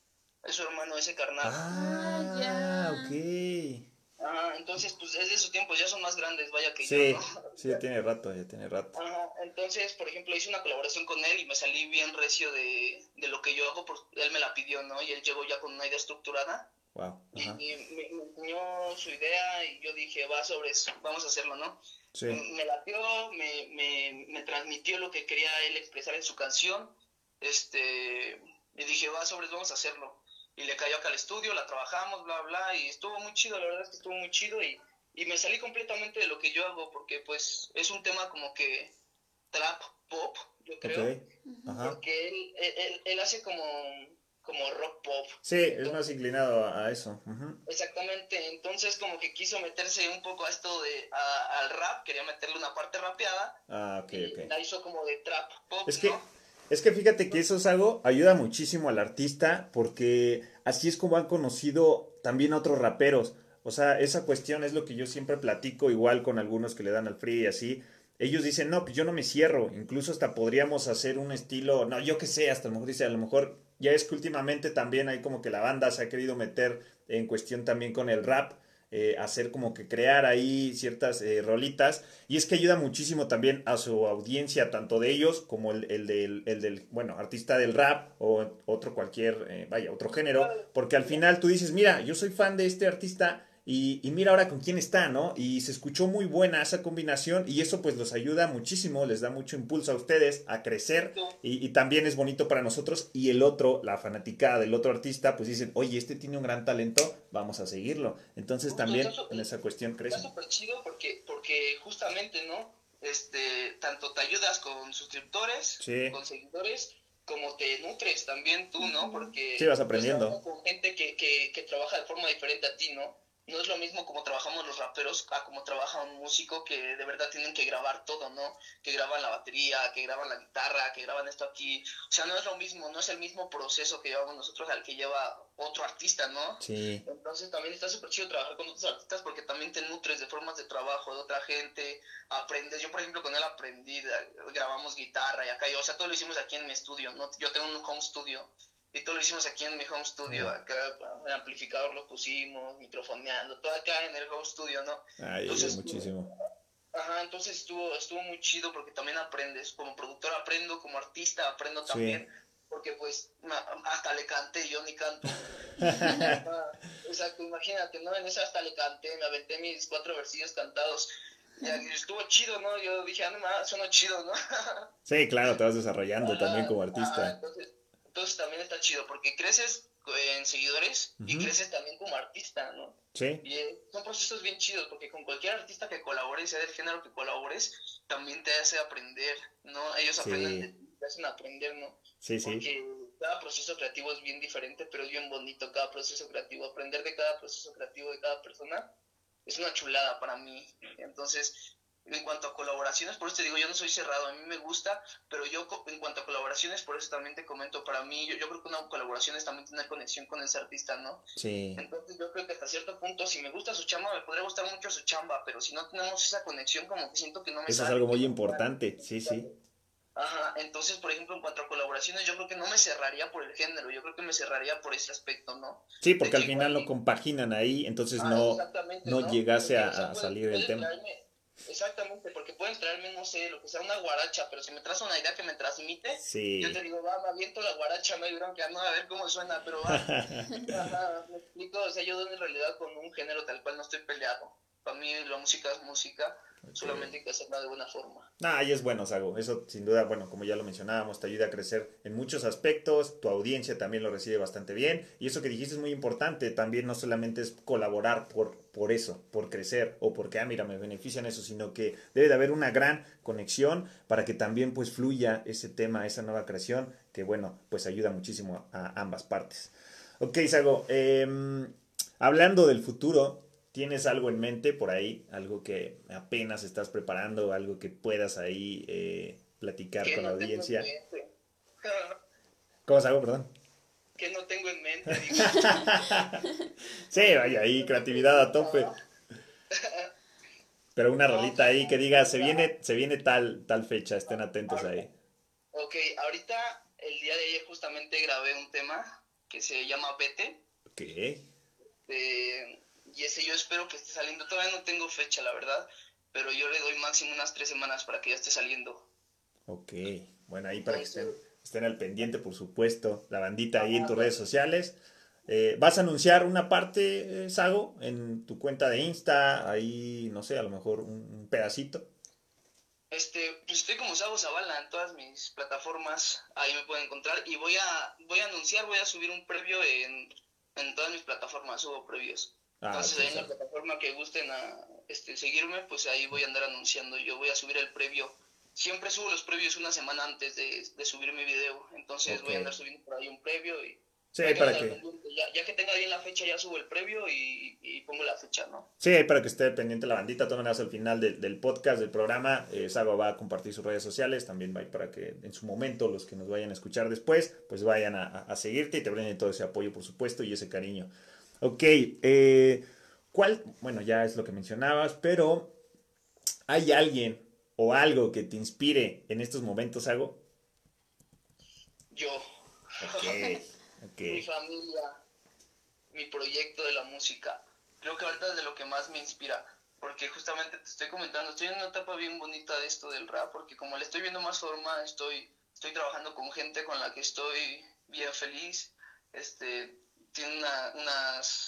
Es su hermano, ese carnal. Ah, ya. Ah, ok. Ajá, entonces, pues es de su tiempo, ya son más grandes, vaya que yo, ¿no? Sí, sí, ya tiene rato, ya tiene rato. Ajá, entonces, por ejemplo, hice una colaboración con él y me salí bien recio de, de lo que yo hago, porque él me la pidió, ¿no? Y él llegó ya con una idea estructurada Wow. y, Ajá. y me, me enseñó su idea y yo dije, va sobre eso, vamos a hacerlo, ¿no? Sí. M- Me latió, me, me, me transmitió lo que quería él expresar en su canción, este, y dije, va sobre eso, vamos a hacerlo. Y le cayó acá al estudio, la trabajamos, bla, bla, y estuvo muy chido, la verdad es que estuvo muy chido y, y me salí completamente de lo que yo hago, porque pues es un tema como que trap pop, yo Ok. creo, Ujú. Ajá. porque él, él, él- él hace como, como rock pop. Sí, es más Entonces, inclinado a, a eso. Ujú. exactamente, entonces como que quiso meterse un poco a esto de a- al rap, quería meterle una parte rapeada Ah, ok, ok. y la hizo como de trap pop, Es que, ¿no? es que fíjate que eso es algo, ayuda muchísimo al artista porque así es como han conocido también a otros raperos. O sea, esa cuestión es lo que yo siempre platico igual con algunos que le dan al free y así. Ellos dicen, no, pues yo no me cierro, incluso hasta podríamos hacer un estilo, no, yo qué sé, hasta a lo mejor dice, a lo mejor ya es que últimamente también hay como que la banda se ha querido meter en cuestión también con el rap, eh, hacer como que crear ahí ciertas eh, rolitas y es que ayuda muchísimo también a su audiencia, tanto de ellos como el, el, del, el del, bueno, artista del rap o otro cualquier, eh, vaya, otro género, Claro, porque al final tú dices, mira, yo soy fan de este artista y, y mira ahora con quién está, ¿no? Y se escuchó muy buena esa combinación y eso pues los ayuda muchísimo, les da mucho impulso a ustedes a crecer y, y también es bonito para nosotros y el otro, la fanaticada del otro artista, pues dicen, oye, este tiene un gran talento, vamos a seguirlo. Entonces Justo, también está en esa cuestión está crecen. súper chido porque, porque justamente, ¿no? Este, tanto te ayudas con suscriptores, Sí, con seguidores, como te nutres también tú, ¿no? sí, Porque vas pues aprendiendo. trabajas con gente que, que, que trabaja de forma diferente a ti, ¿no? No es lo mismo como trabajamos los raperos a como trabaja un músico que de verdad tienen que grabar todo, ¿no? Que graban la batería, que graban la guitarra, que graban esto aquí. O sea, no es lo mismo, no es el mismo proceso que llevamos nosotros al que lleva otro artista, ¿no? Sí, Entonces también está súper chido trabajar con otros artistas porque también te nutres de formas de trabajo de otra gente, aprendes. Yo, por ejemplo, con él aprendí, grabamos guitarra y acá, yo, o sea, todo lo hicimos aquí en mi estudio, ¿no? Yo tengo un home studio y todo lo hicimos aquí en mi home studio, acá el amplificador lo pusimos, microfoneando, todo acá en el home studio, ¿no? ay, ayuda Entonces, muchísimo. ajá, entonces estuvo, estuvo muy chido porque también aprendes, como productor aprendo, como artista aprendo Sí. también, porque pues hasta le canté, yo ni canto. Ah, exacto, imagínate, ¿no? En esa hasta le canté, me aventé mis cuatro versillos cantados. Y estuvo chido, ¿no? Yo dije, ah, no, más, suena chido, ¿no? Sí, claro, te vas desarrollando también Ajá, como ajá, artista. entonces, entonces también está chido, porque creces en seguidores y Ujú. creces también como artista, ¿no? Sí, Y eh, son procesos bien chidos, porque con cualquier artista que colabores, sea del género que colabores, también te hace aprender, ¿no? Ellos aprenden de sí, ti, te hacen aprender, ¿no? sí, sí. Porque cada proceso creativo es bien diferente, pero es bien bonito cada proceso creativo. Aprender de cada proceso creativo de cada persona es una chulada para mí. Entonces, en cuanto a colaboraciones, por eso te digo, yo no soy cerrado, a mí me gusta, pero yo en cuanto a colaboraciones, por eso también te comento, para mí, yo, yo creo que una colaboración es también tener conexión con ese artista, ¿no? Sí, Entonces yo creo que hasta cierto punto, si me gusta su chamba, me podría gustar mucho su chamba, pero si no tenemos esa conexión, como que siento que no me eso es sale, algo que muy no me importante. Sí, sí. sale. Ajá, entonces, por ejemplo, en cuanto a colaboraciones, yo creo que no me cerraría por el género, yo creo que me cerraría por ese aspecto, ¿no? Sí, De porque al que final igual, no y- compaginan ahí, entonces ah, no, exactamente, no ¿no? llegase Porque, o a, sea, a pueden, salir el pueden tema. traerme, exactamente, porque pueden traerme, no sé, lo que sea una guaracha, pero si me traes una idea que me transmite, yo te Sí. digo, va, me aviento la guaracha, no hay bronca, no, a ver cómo suena, pero va. Ajá, me explico, o sea, yo en realidad con un género tal cual no estoy peleado. Para mí la música es música, Ok. solamente hay que hacerla de buena forma. Ah, y es bueno, Sago. Eso sin duda, bueno, como ya lo mencionábamos, te ayuda a crecer en muchos aspectos. Tu audiencia también lo recibe bastante bien. Y eso que dijiste es muy importante. También no solamente es colaborar por, por eso, por crecer o porque, ah, mira, me benefician eso, sino que debe de haber una gran conexión para que también pues fluya ese tema, esa nueva creación, que bueno, pues ayuda muchísimo a ambas partes. Ok, Sago, eh, hablando del futuro, ¿tienes algo en mente por ahí? Algo que apenas estás preparando, algo que puedas ahí eh, platicar Que con la no tengo en audiencia. mente. ¿Cómo Sago, perdón? Que no tengo en mente, digo. Sí, vaya ahí, No me creatividad a pregunta. tope. Pero una No, rolita pues, ahí que diga, pues se mira, viene, se viene tal, tal fecha, estén atentos ahorita, ahí. ok, ahorita el día de ayer justamente grabé un tema que se llama Vete. Ok, eh, y ese yo espero que esté saliendo. Todavía no tengo fecha, la verdad, pero yo le doy máximo unas tres semanas para que ya esté saliendo. ok. Bueno, ahí para que Entonces, estén, estén al pendiente, por supuesto. La bandita ahí en ajá, tus redes sociales. Eh, ¿vas a anunciar una parte, eh, Sago, en tu cuenta de Insta? Ahí, no sé, a lo mejor un, un pedacito. este, pues estoy como Sabo Zavala en todas mis plataformas, ahí me pueden encontrar y voy a, voy a anunciar, voy a subir un previo en, en todas mis plataformas, subo previos. Ah, Entonces ok, ahí en la Sago. plataforma que gusten a este, seguirme, pues ahí voy a andar anunciando, yo voy a subir el previo. Siempre subo los previos una semana antes de, de subir mi video, entonces Ok. voy a andar subiendo por ahí un previo y Sí, para ahí que para anden al que, pendiente. Ya, ya que tenga bien la fecha, ya subo el previo y, y pongo la fecha, ¿no? sí, ahí para que esté pendiente la bandita. De todas maneras, al final del, del podcast, del programa, eh, Sago va a compartir sus redes sociales. También va ahí para que en su momento los que nos vayan a escuchar después, pues vayan a, a- a seguirte y te brinden todo ese apoyo, por supuesto, y ese cariño. Ok, eh, ¿cuál? Bueno, ya es lo que mencionabas, pero ¿hay alguien o algo que te inspire en estos momentos, Sago? Yo, Ok, ok. mi familia, mi proyecto de la música. Creo que ahorita es de lo que más me inspira, porque justamente te estoy comentando, estoy en una etapa bien bonita de esto del rap, porque como le estoy viendo más forma, estoy, estoy trabajando con gente con la que estoy bien feliz, este, tiene una, unas,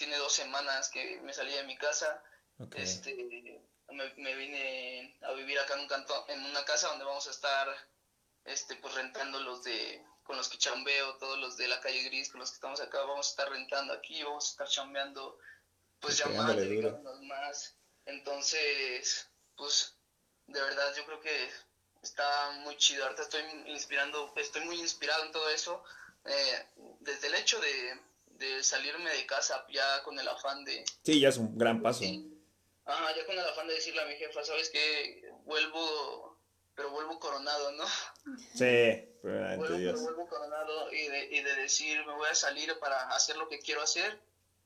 tiene dos semanas que me salí de mi casa. Okay. Este, me, me vine a vivir acá en un canto, en una casa donde vamos a estar, este, pues rentando los de, con los que chambeo, todos los de la calle Gris, con los que estamos acá, vamos a estar rentando aquí, vamos a estar chambeando, pues ya más, dedicándonos más. Entonces, pues, de verdad, yo creo que está muy chido. Ahorita estoy inspirando, estoy muy inspirado en todo eso, eh, desde el hecho de, de salirme de casa ya con el afán de... Sí, ya es un gran paso. Sí, ajá, ya con el afán de decirle a mi jefa, ¿sabes qué? Vuelvo, pero vuelvo coronado, ¿no? Sí, pero vuelvo, Dios. pero vuelvo coronado y de, y de decir, me voy a salir para hacer lo que quiero hacer,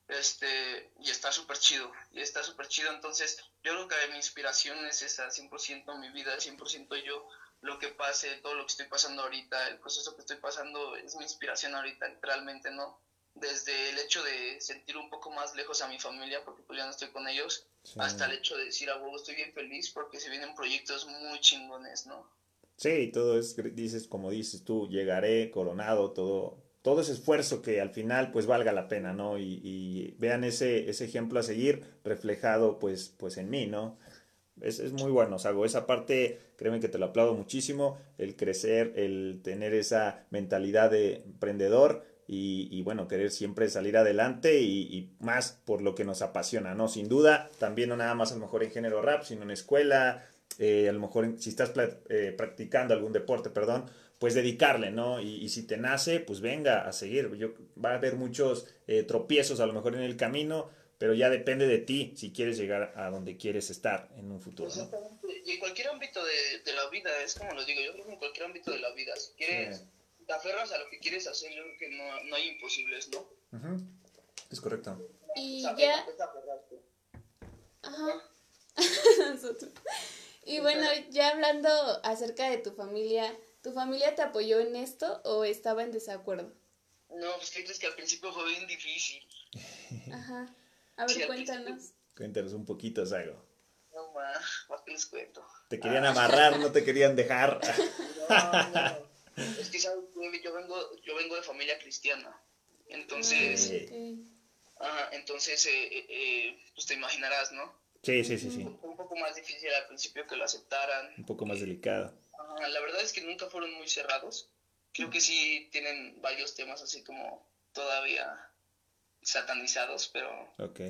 este, y está súper chido, y está súper chido. Entonces, yo creo que mi inspiración es esa, cien por ciento mi vida, cien por ciento yo, lo que pase, todo lo que estoy pasando ahorita, el proceso que estoy pasando es mi inspiración ahorita, literalmente, ¿no? Desde el hecho de sentir un poco más lejos a mi familia, porque pues ya no estoy con ellos, sí. Hasta el hecho de decir, a huevo, estoy bien feliz porque se vienen proyectos muy chingones, ¿no? Sí, todo es, dices, como dices tú, llegaré coronado, todo, todo ese esfuerzo que al final pues valga la pena, ¿no? Y, y vean ese, ese ejemplo a seguir reflejado pues, pues en mí, ¿no? Es, es muy bueno, Sago, esa parte, créeme que te lo aplaudo muchísimo, el crecer, el tener esa mentalidad de emprendedor y, y bueno, querer siempre salir adelante y, y más por lo que nos apasiona, ¿no? Sin duda, también no nada más a lo mejor en género rap, sino en escuela, eh, a lo mejor en, si estás eh, practicando algún deporte, perdón, pues dedicarle, ¿no? Y, y si te nace, pues venga a seguir. Yo, va a haber muchos eh, tropiezos a lo mejor en el camino, pero ya depende de ti si quieres llegar a donde quieres estar en un futuro, ¿no? Exactamente. Y en cualquier ámbito de, de la vida, es como lo digo, yo creo que en cualquier ámbito de la vida, si quieres, sí. Te aferras a lo que quieres hacer, yo creo que no, no hay imposibles, ¿no? Uh-huh. Es correcto. Y Esa, ya... Ajá. Y bueno, ya hablando acerca de tu familia, ¿tu familia te apoyó en esto o estaba en desacuerdo? No, pues ¿qué crees? Que al principio fue bien difícil. Ajá. A ver, sí, cuéntanos. Cuéntanos un poquito, Sago. No, ma, ¿para qué les cuento? Te querían ah. amarrar, no te querían dejar. No, no. Es que, ¿sabes? Yo vengo, yo vengo de familia cristiana. Entonces, okay. Ajá, entonces, eh, eh, pues te imaginarás, ¿no? Sí, sí, sí, sí. Fue un poco más difícil al principio que lo aceptaran. Un poco más delicado. Ajá, la verdad es que nunca fueron muy cerrados. Creo que sí tienen varios temas así como todavía satanizados, pero... Okay.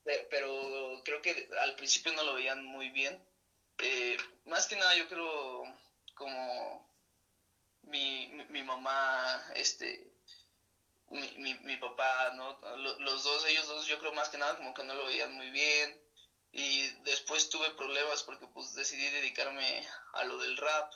Pero creo que al principio no lo veían muy bien. Eh, más que nada yo creo como mi, mi, mi mamá, este... Mi, mi, mi papá, ¿no? Los dos, ellos dos, yo creo más que nada como que no lo veían muy bien. Y después tuve problemas porque pues decidí dedicarme a lo del rap.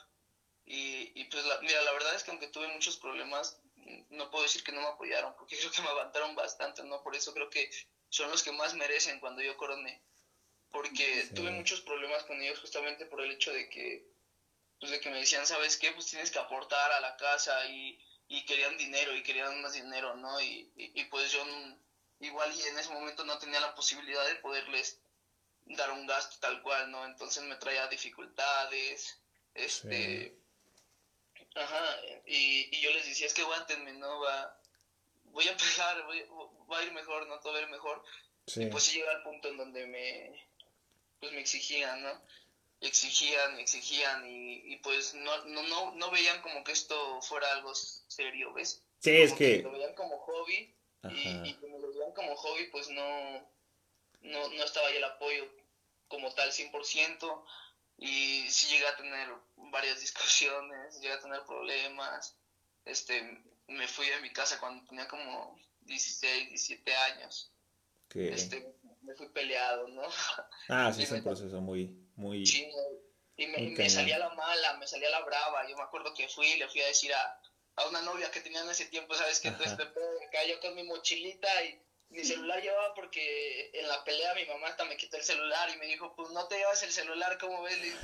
Y, y pues, la, mira, la verdad es que aunque tuve muchos problemas, no puedo decir que no me apoyaron, porque creo que me aguantaron bastante, ¿no? Por eso creo que son los que más merecen cuando yo coroné. Porque sí. Tuve muchos problemas con ellos justamente por el hecho de que, pues de que me decían, ¿sabes qué? Pues tienes que aportar a la casa y... y querían dinero y querían más dinero, ¿no? Y, y, y pues yo igual y en ese momento no tenía la posibilidad de poderles dar un gasto tal cual, ¿no? Entonces me traía dificultades, este... Sí. Ajá, y, y yo les decía, es que aguántenme, ¿no? Va, voy a empezar, voy, va a ir mejor, ¿no? Todo va a ir mejor. Sí. Y pues sí llega al punto en donde me... pues me exigían, ¿no? exigían, exigían y, y pues no, no, no, no veían como que esto fuera algo serio, ¿ves? Sí, como es que... que lo veían como hobby y, y como lo veían como hobby pues no, no, no estaba ahí el apoyo como tal cien por ciento y sí llegué a tener varias discusiones, llegué a tener problemas, este, me fui de mi casa cuando tenía como dieciséis, diecisiete años, ¿Qué? este, me fui peleado, ¿no? Ah, sí, es un proceso muy, muy... Sí, y me, y me salía la mala, me salía la brava. Yo me acuerdo que fui y le fui a decir a, a una novia que tenía en ese tiempo, ¿sabes qué? Todo este pedo de acá, yo con mi mochilita y mi celular llevaba porque en la pelea mi mamá hasta me quitó el celular y me dijo, pues no te llevas el celular, ¿cómo ves? Y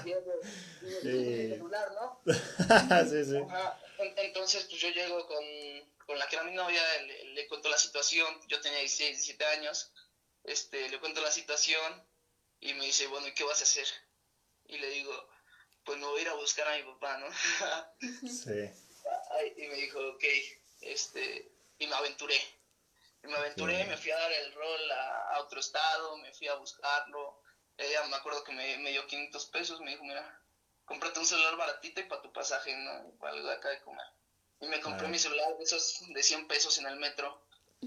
me el celular, ¿no? Sí, sí. Ajá. Entonces, pues yo llego con, con la que era mi novia, le, le cuento la situación, yo tenía dieciséis, diecisiete años, este, le cuento la situación y me dice, bueno, ¿y qué vas a hacer? Y le digo, pues me voy a ir a buscar a mi papá, ¿no? Sí. Y me dijo, ok, este, y me aventuré. Y me aventuré, Sí. me fui a dar el rol a, a otro estado, me fui a buscarlo. Ella me acuerdo que me, me dio quinientos pesos, me dijo, mira, cómprate un celular baratito y para tu pasaje, ¿no? Y para algo de acá de comer. Y me compré Ah. mi celular de esos de cien pesos en el metro.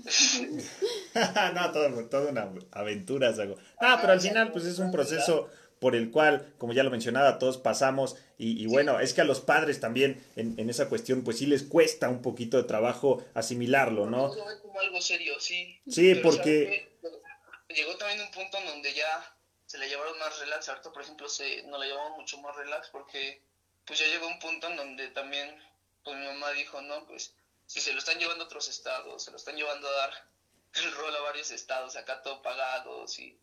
No, todo, toda una aventura, Sago. Ah, pero Ajá, al exacto, final, pues es un una celular. proceso por el cual, como ya lo mencionaba, todos pasamos. Y, y Sí, bueno, es que a los padres también en, en esa cuestión, pues sí les cuesta un poquito de trabajo asimilarlo, porque ¿no? no lo ve como algo serio, sí. Sí, Pero ¿sabes porque qué? Llegó también un punto en donde ya se le llevaron más relax. Ahorita, por ejemplo, se, nos la llevamos mucho más relax porque pues ya llegó un punto en donde también pues mi mamá dijo, no, pues si se lo están llevando a otros estados, se lo están llevando a dar el rol a varios estados, acá todo pagados y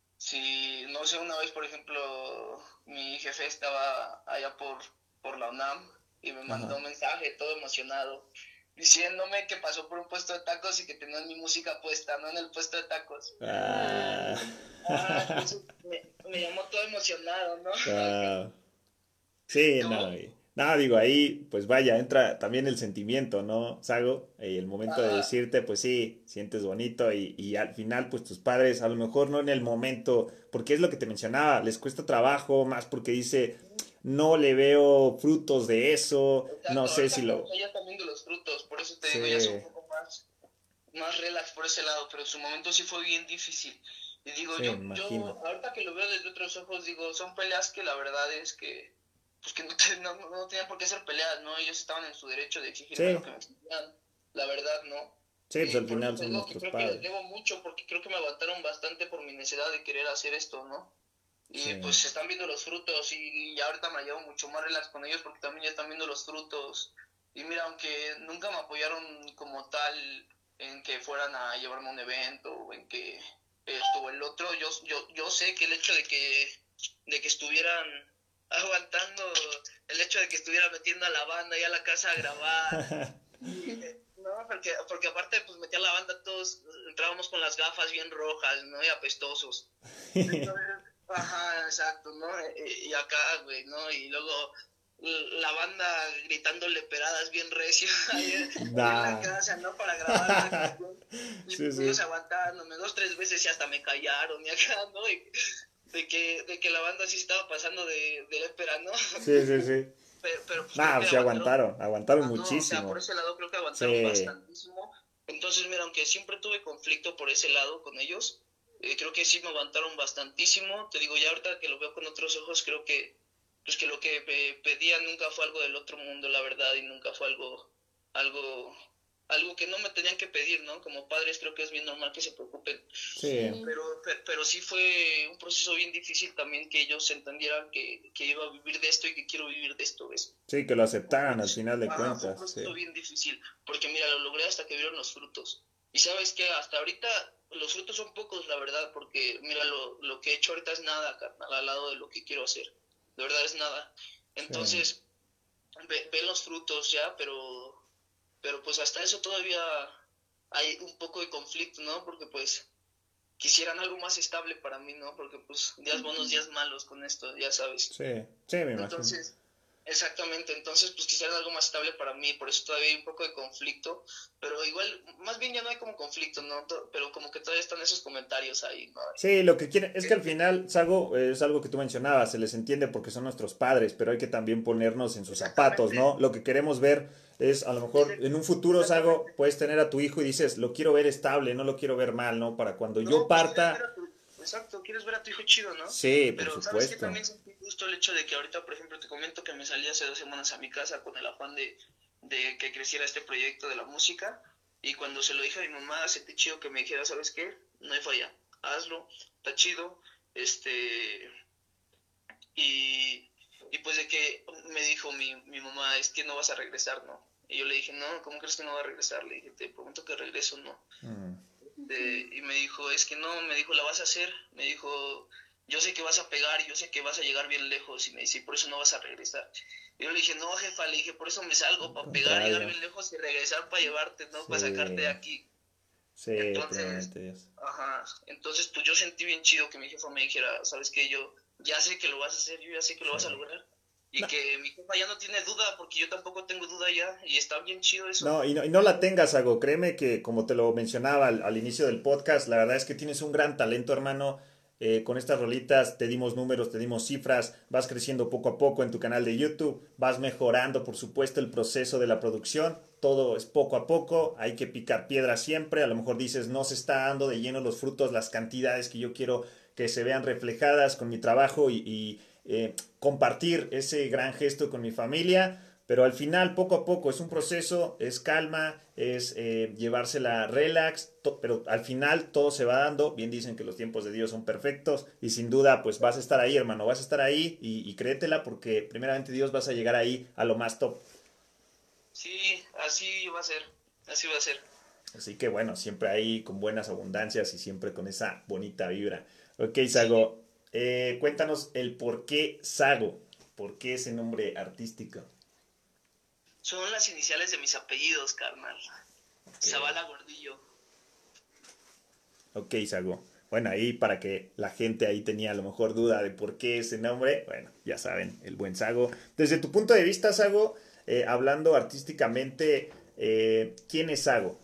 si, no sé, una vez, por ejemplo, mi jefe estaba allá por, por la UNAM y me mandó ajá. un mensaje todo emocionado diciéndome que pasó por un puesto de tacos y que tenía mi música puesta, ¿no? En el puesto de tacos. Ah, Ah, entonces me, me llamó todo emocionado, ¿no? ah. Sí, no, ¿Cómo? y- no, digo, ahí, pues vaya, entra también el sentimiento, ¿no, Sago? Y el momento de Ajá, decirte, pues sí, sientes bonito y, y al final, pues tus padres, a lo mejor no en el momento, porque es lo que te mencionaba, les cuesta trabajo, más porque dice, no le veo frutos de eso, no exacto, sé si ahorita como lo... que ya están viendo los frutos, por eso te digo, ya son un Sí, poco más, más relax por ese lado, pero en su momento sí fue bien difícil. Y digo, sí, yo, me imagino. yo, ahorita que lo veo desde otros ojos, digo, son peleas que la verdad es que, pues que no, te- no, no no tenían por qué ser peleas, ¿no? Ellos estaban en su derecho de exigirme lo Sí, que me exigían, la verdad, ¿no? sí, pues Y al por eso final te son digo que nuestros creo que les padres. debo mucho, porque creo que me aguantaron bastante por mi necesidad de querer hacer esto, ¿no? Y Sí, pues se están viendo los frutos y, y ahorita me llevo mucho más relax con ellos porque también ya están viendo los frutos. Y mira, aunque nunca me apoyaron como tal en que fueran a llevarme a un evento o en que esto o el otro, yo, yo, yo sé que el hecho de que, de que estuvieran aguantando, el hecho de que estuviera metiendo a la banda y a la casa a grabar, y, eh, no, porque, porque aparte pues metía a la banda todos, entrábamos con las gafas bien rojas, ¿no? Y apestosos. Entonces, ajá, exacto, ¿no? Y, y acá, güey, ¿no? Y luego la banda gritándole peradas bien recio ahí, ahí en la nah. casa, ¿no? Para grabar una canción. Y Sí, ellos sí, aguantándome dos, tres veces y hasta me callaron y acá, ¿no? Y de que, de que la banda sí estaba pasando de, de lepera, ¿no? sí, sí, sí. Pero, pero pues creo Nah, que pues sí aguantaron. aguantaron, aguantaron Ah, no, o sea, por muchísimo. ese lado creo que aguantaron Sí, bastantísimo. Entonces, mira, aunque siempre tuve conflicto por ese lado con ellos, eh, creo que sí me aguantaron bastantísimo. Te digo, ya ahorita que lo veo con otros ojos, creo que, pues que lo que eh, pedía nunca fue algo del otro mundo, la verdad, y nunca fue algo, algo, algo que no me tenían que pedir, ¿no? Como padres creo que es bien normal que se preocupen, sí, Sí. pero, pero, pero sí fue un proceso bien difícil también que ellos entendieran que, que iba a vivir de esto y que quiero vivir de esto, ¿ves? sí, que lo Un aceptaran al proceso, final de ajá, fue un cuentas, proceso sí. bien difícil, porque mira, lo logré hasta que vieron los frutos. Y sabes que hasta ahorita los frutos son pocos, la verdad, porque mira, lo, lo que he hecho ahorita es nada, carnal, al lado de lo que quiero hacer. De verdad es nada. Sí, Entonces, ve, ven los frutos ya, pero, pero pues hasta eso todavía hay un poco de conflicto, ¿no? Porque pues quisieran algo más estable para mí, ¿no? Porque pues días buenos, días malos con esto, ya sabes. sí, sí, me imagino. Entonces, exactamente, entonces pues quisiera algo más estable para mí, por eso todavía hay un poco de conflicto, pero igual, más bien ya no hay como conflicto, ¿no? To- Pero como que todavía están esos comentarios ahí, ¿no? Sí, lo que quieren, es que Que- al final, Sago, eh, es algo que tú mencionabas, se les entiende porque son nuestros padres, pero hay que también ponernos en sus zapatos, Exactamente, ¿no? Lo que queremos ver es, a lo mejor, en un futuro, Sago, exactamente. puedes tener a tu hijo y dices, lo quiero ver estable, no lo quiero ver mal, ¿no? Para cuando yo No, pues quieres ver parta, a tu, exacto, quieres ver a tu hijo chido, ¿no? sí, por Pero sabes que supuesto. también sentí justo el hecho de que ahorita, por ejemplo, te comento que me salí hace dos semanas a mi casa con el afán de, de que creciera este proyecto de la música. Y cuando se lo dije a mi mamá, sentí chido que me dijera, ¿sabes qué? No hay falla, hazlo, está chido. Este, y, y pues de que me dijo mi, mi mamá, es que no vas a regresar, ¿no? Y yo le dije, no, ¿cómo crees que no va a regresar? Le dije, te prometo que regreso, ¿no? Mm, Eh, y me dijo, es que no, me dijo, la vas a hacer. Me dijo, yo sé que vas a pegar y yo sé que vas a llegar bien lejos. Y me dice, por eso no vas a regresar. Y yo le dije, no, jefa, le dije, por eso me salgo, al para pegar, llegar contrario, bien lejos y regresar para llevarte, ¿no? Para sacarte de sí, aquí. sí, Entonces, primeramente Dios. ajá, entonces pues yo sentí bien chido que mi jefa me dijera, sabes que yo ya sé que lo vas a hacer, yo ya sé que lo Sí, vas a lograr. y no. que mi jefa ya no tiene duda, porque yo tampoco tengo duda ya, y está bien chido eso. No, y no, y no la tengas, Sago. Créeme que, como te lo mencionaba al, al inicio del podcast, la verdad es que tienes un gran talento, hermano. Eh, con estas rolitas te dimos números, te dimos cifras, vas creciendo poco a poco en tu canal de YouTube, vas mejorando, por supuesto, el proceso de la producción. Todo es poco a poco, hay que picar piedra siempre. A lo mejor dices, no se está dando de lleno los frutos, las cantidades que yo quiero que se vean reflejadas con mi trabajo y, y eh, compartir ese gran gesto con mi familia. Pero al final, poco a poco, es un proceso, es calma, es eh, llevársela relax, to- pero al final todo se va dando. Bien dicen que los tiempos de Dios son perfectos y sin duda, pues vas a estar ahí, hermano, vas a estar ahí y, y créetela porque primeramente Dios vas a llegar ahí a lo más top. Sí, así va a ser, así va a ser. Así que bueno, siempre ahí con buenas abundancias y siempre con esa bonita vibra. Ok, Sí, Sago, eh, cuéntanos el por qué Sago, por qué ese nombre artístico. son las iniciales de mis apellidos, carnal. Ok, Zavala Gordillo. ok, Sago. Bueno, ahí para que la gente ahí tenía a lo mejor duda de por qué ese nombre, bueno, ya saben, el buen Sago. Desde tu punto de vista, Sago, eh, hablando artísticamente, eh, ¿quién es Sago?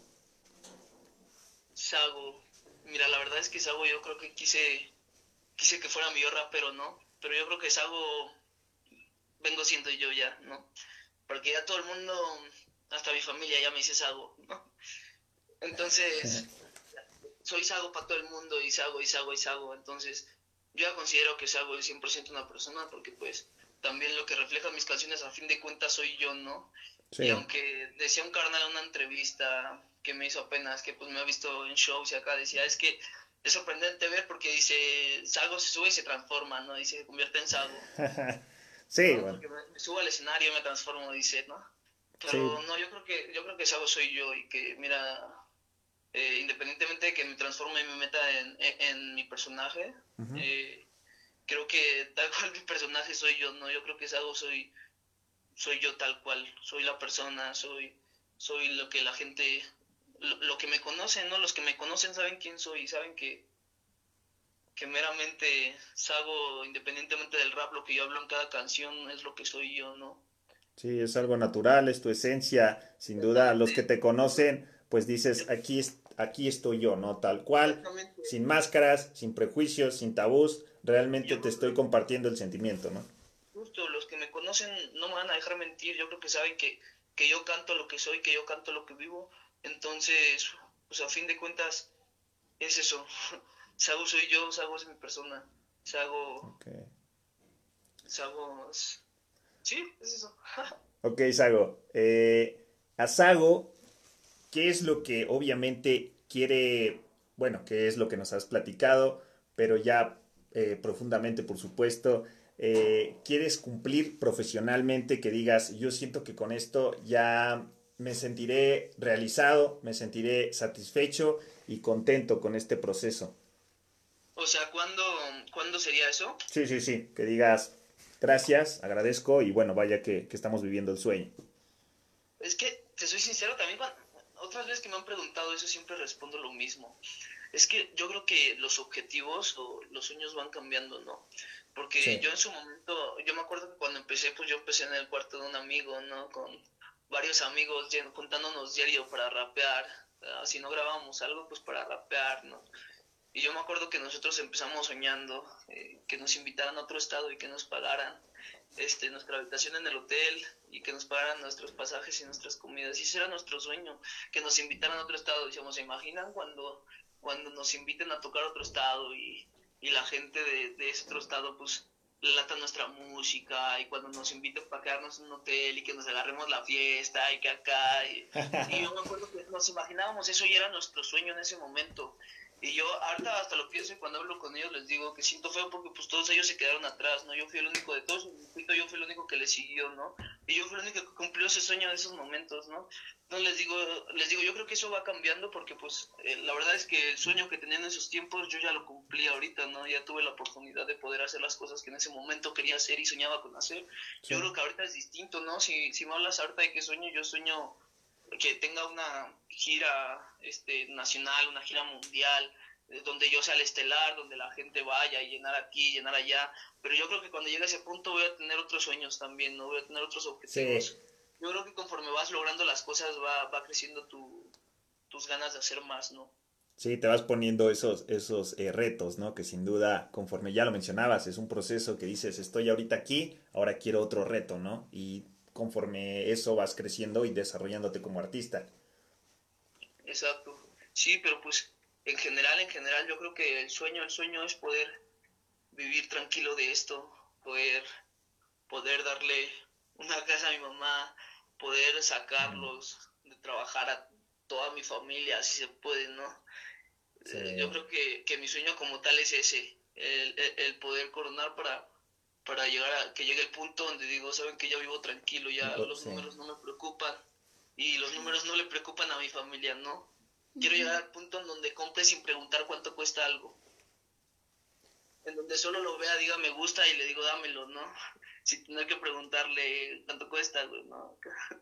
Sago. Mira, la verdad es que Sago yo creo que quise, quise que fuera mi rapero, ¿no? Pero yo creo que Sago vengo siendo yo ya, ¿no? Porque ya todo el mundo, hasta mi familia ya me dice Sago, ¿no? Entonces, soy Sago para todo el mundo y Sago y Sago y Sago. Entonces, yo ya considero que Sago es cien por ciento una persona porque pues también lo que reflejan mis canciones a fin de cuentas soy yo, ¿no? Y Sí. aunque decía un carnal en una entrevista que me hizo apenas, que pues me ha visto en shows y acá decía, es que es sorprendente ver porque dice, Sago se sube y se transforma, ¿no? Dice, se convierte en Sago, Sí, ¿no? bueno, Porque me, me subo al escenario y me transformo, dice, ¿no? sí. Pero no, yo creo que, yo creo que Sago soy yo y que, mira, eh, independientemente de que me transforme y me meta en, en, en mi personaje, Ujú. eh, creo que tal cual mi personaje soy yo, ¿no? Yo creo que Sago soy, soy yo tal cual, soy la persona, soy, soy lo que la gente, lo, lo que me conocen, ¿no? Los que me conocen saben quién soy, saben que, que meramente Sago, independientemente del rap, lo que yo hablo en cada canción es lo que soy yo, ¿no? Sí, es algo natural, es tu esencia. Sin duda, los que Exactamente, te conocen, pues dices, aquí, es- aquí estoy yo, ¿no? Tal cual, exactamente. sin máscaras, sin prejuicios, sin tabús, realmente Yo te creo estoy que compartiendo el sentimiento, ¿no? justo los que me conocen no me van a dejar mentir, yo creo que saben que, que yo canto lo que soy, que yo canto lo que vivo, entonces, pues a fin de cuentas, es eso. Sago soy yo, Sago es mi persona, Sago, Ok. Sago, es- sí, es eso. Ok, Sago. Eh, a Sago, ¿qué es lo que obviamente quiere, bueno, qué es lo que nos has platicado, pero ya eh, profundamente, por supuesto, eh, quieres cumplir profesionalmente, que digas, yo siento que con esto ya me sentiré realizado, me sentiré satisfecho y contento con este proceso? O sea, ¿cuándo, ¿cuándo sería eso? Sí, sí, sí, que digas, gracias, agradezco y bueno, vaya que, que estamos viviendo el sueño. Es que, te soy sincero, también cuando, otras veces que me han preguntado eso siempre respondo lo mismo. Es que yo creo que los objetivos o los sueños van cambiando, ¿no? Porque Sí. yo en su momento, yo me acuerdo que cuando empecé, pues yo empecé en el cuarto de un amigo, ¿no? Con varios amigos llen- juntándonos diario para rapear. Ah, si no grabábamos algo, pues para rapear, ¿no? Y yo me acuerdo que nosotros empezamos soñando eh, que nos invitaran a otro estado y que nos pagaran este, nuestra habitación en el hotel y que nos pagaran nuestros pasajes y nuestras comidas. Y ese era nuestro sueño, que nos invitaran a otro estado. Decíamos, ¿se imaginan cuando, cuando nos inviten a tocar otro estado y, y la gente de, de ese otro estado pues lata nuestra música y cuando nos inviten para quedarnos en un hotel y que nos agarremos la fiesta y que acá y, y yo me acuerdo que nos imaginábamos eso y era nuestro sueño en ese momento. Y yo ahorita hasta lo pienso y cuando hablo con ellos les digo que siento feo porque pues todos ellos se quedaron atrás, ¿no? Yo fui el único de todos, en mi yo fui el único que les siguió, ¿no? Y yo fui el único que cumplió ese sueño en esos momentos, ¿no? Entonces les digo, les digo, yo creo que eso va cambiando porque pues eh, la verdad es que el sueño que tenían en esos tiempos yo ya lo cumplí ahorita, ¿no? Ya tuve la oportunidad de poder hacer las cosas que en ese momento quería hacer y soñaba con hacer. Sí. Yo creo que ahorita es distinto, ¿no? Si, si me hablas ahorita de qué sueño, yo sueño que tenga una gira este, nacional, una gira mundial, donde yo sea el estelar, donde la gente vaya y llenar aquí, llenar allá, pero yo creo que cuando llegue a ese punto voy a tener otros sueños también, ¿no? Voy a tener otros objetivos. Sí. Yo creo que conforme vas logrando las cosas va, va creciendo tu, tus ganas de hacer más, ¿no? Sí, te vas poniendo esos, esos eh, retos, ¿no? Que sin duda, conforme ya lo mencionabas, es un proceso que dices, estoy ahorita aquí, ahora quiero otro reto, ¿no? Y conforme eso vas creciendo y desarrollándote como artista. Exacto. Sí, pero pues en general, en general yo creo que el sueño, el sueño es poder vivir tranquilo de esto, poder, poder darle una casa a mi mamá, poder Mm, sacarlos de trabajar a toda mi familia, si se puede, ¿no? Eh, yo sí, creo que, que mi sueño como tal es ese, el, el, el poder coronar para, para llegar a que llegue el punto donde digo, saben que ya vivo tranquilo, ya co- los sí. números no me preocupan y los números no le preocupan a mi familia, ¿no? Quiero Ujú. llegar al punto en donde compre sin preguntar cuánto cuesta algo, en donde solo lo vea, diga me gusta y le digo dámelo, ¿no? Sin tener que preguntarle cuánto cuesta, güey, ¿no?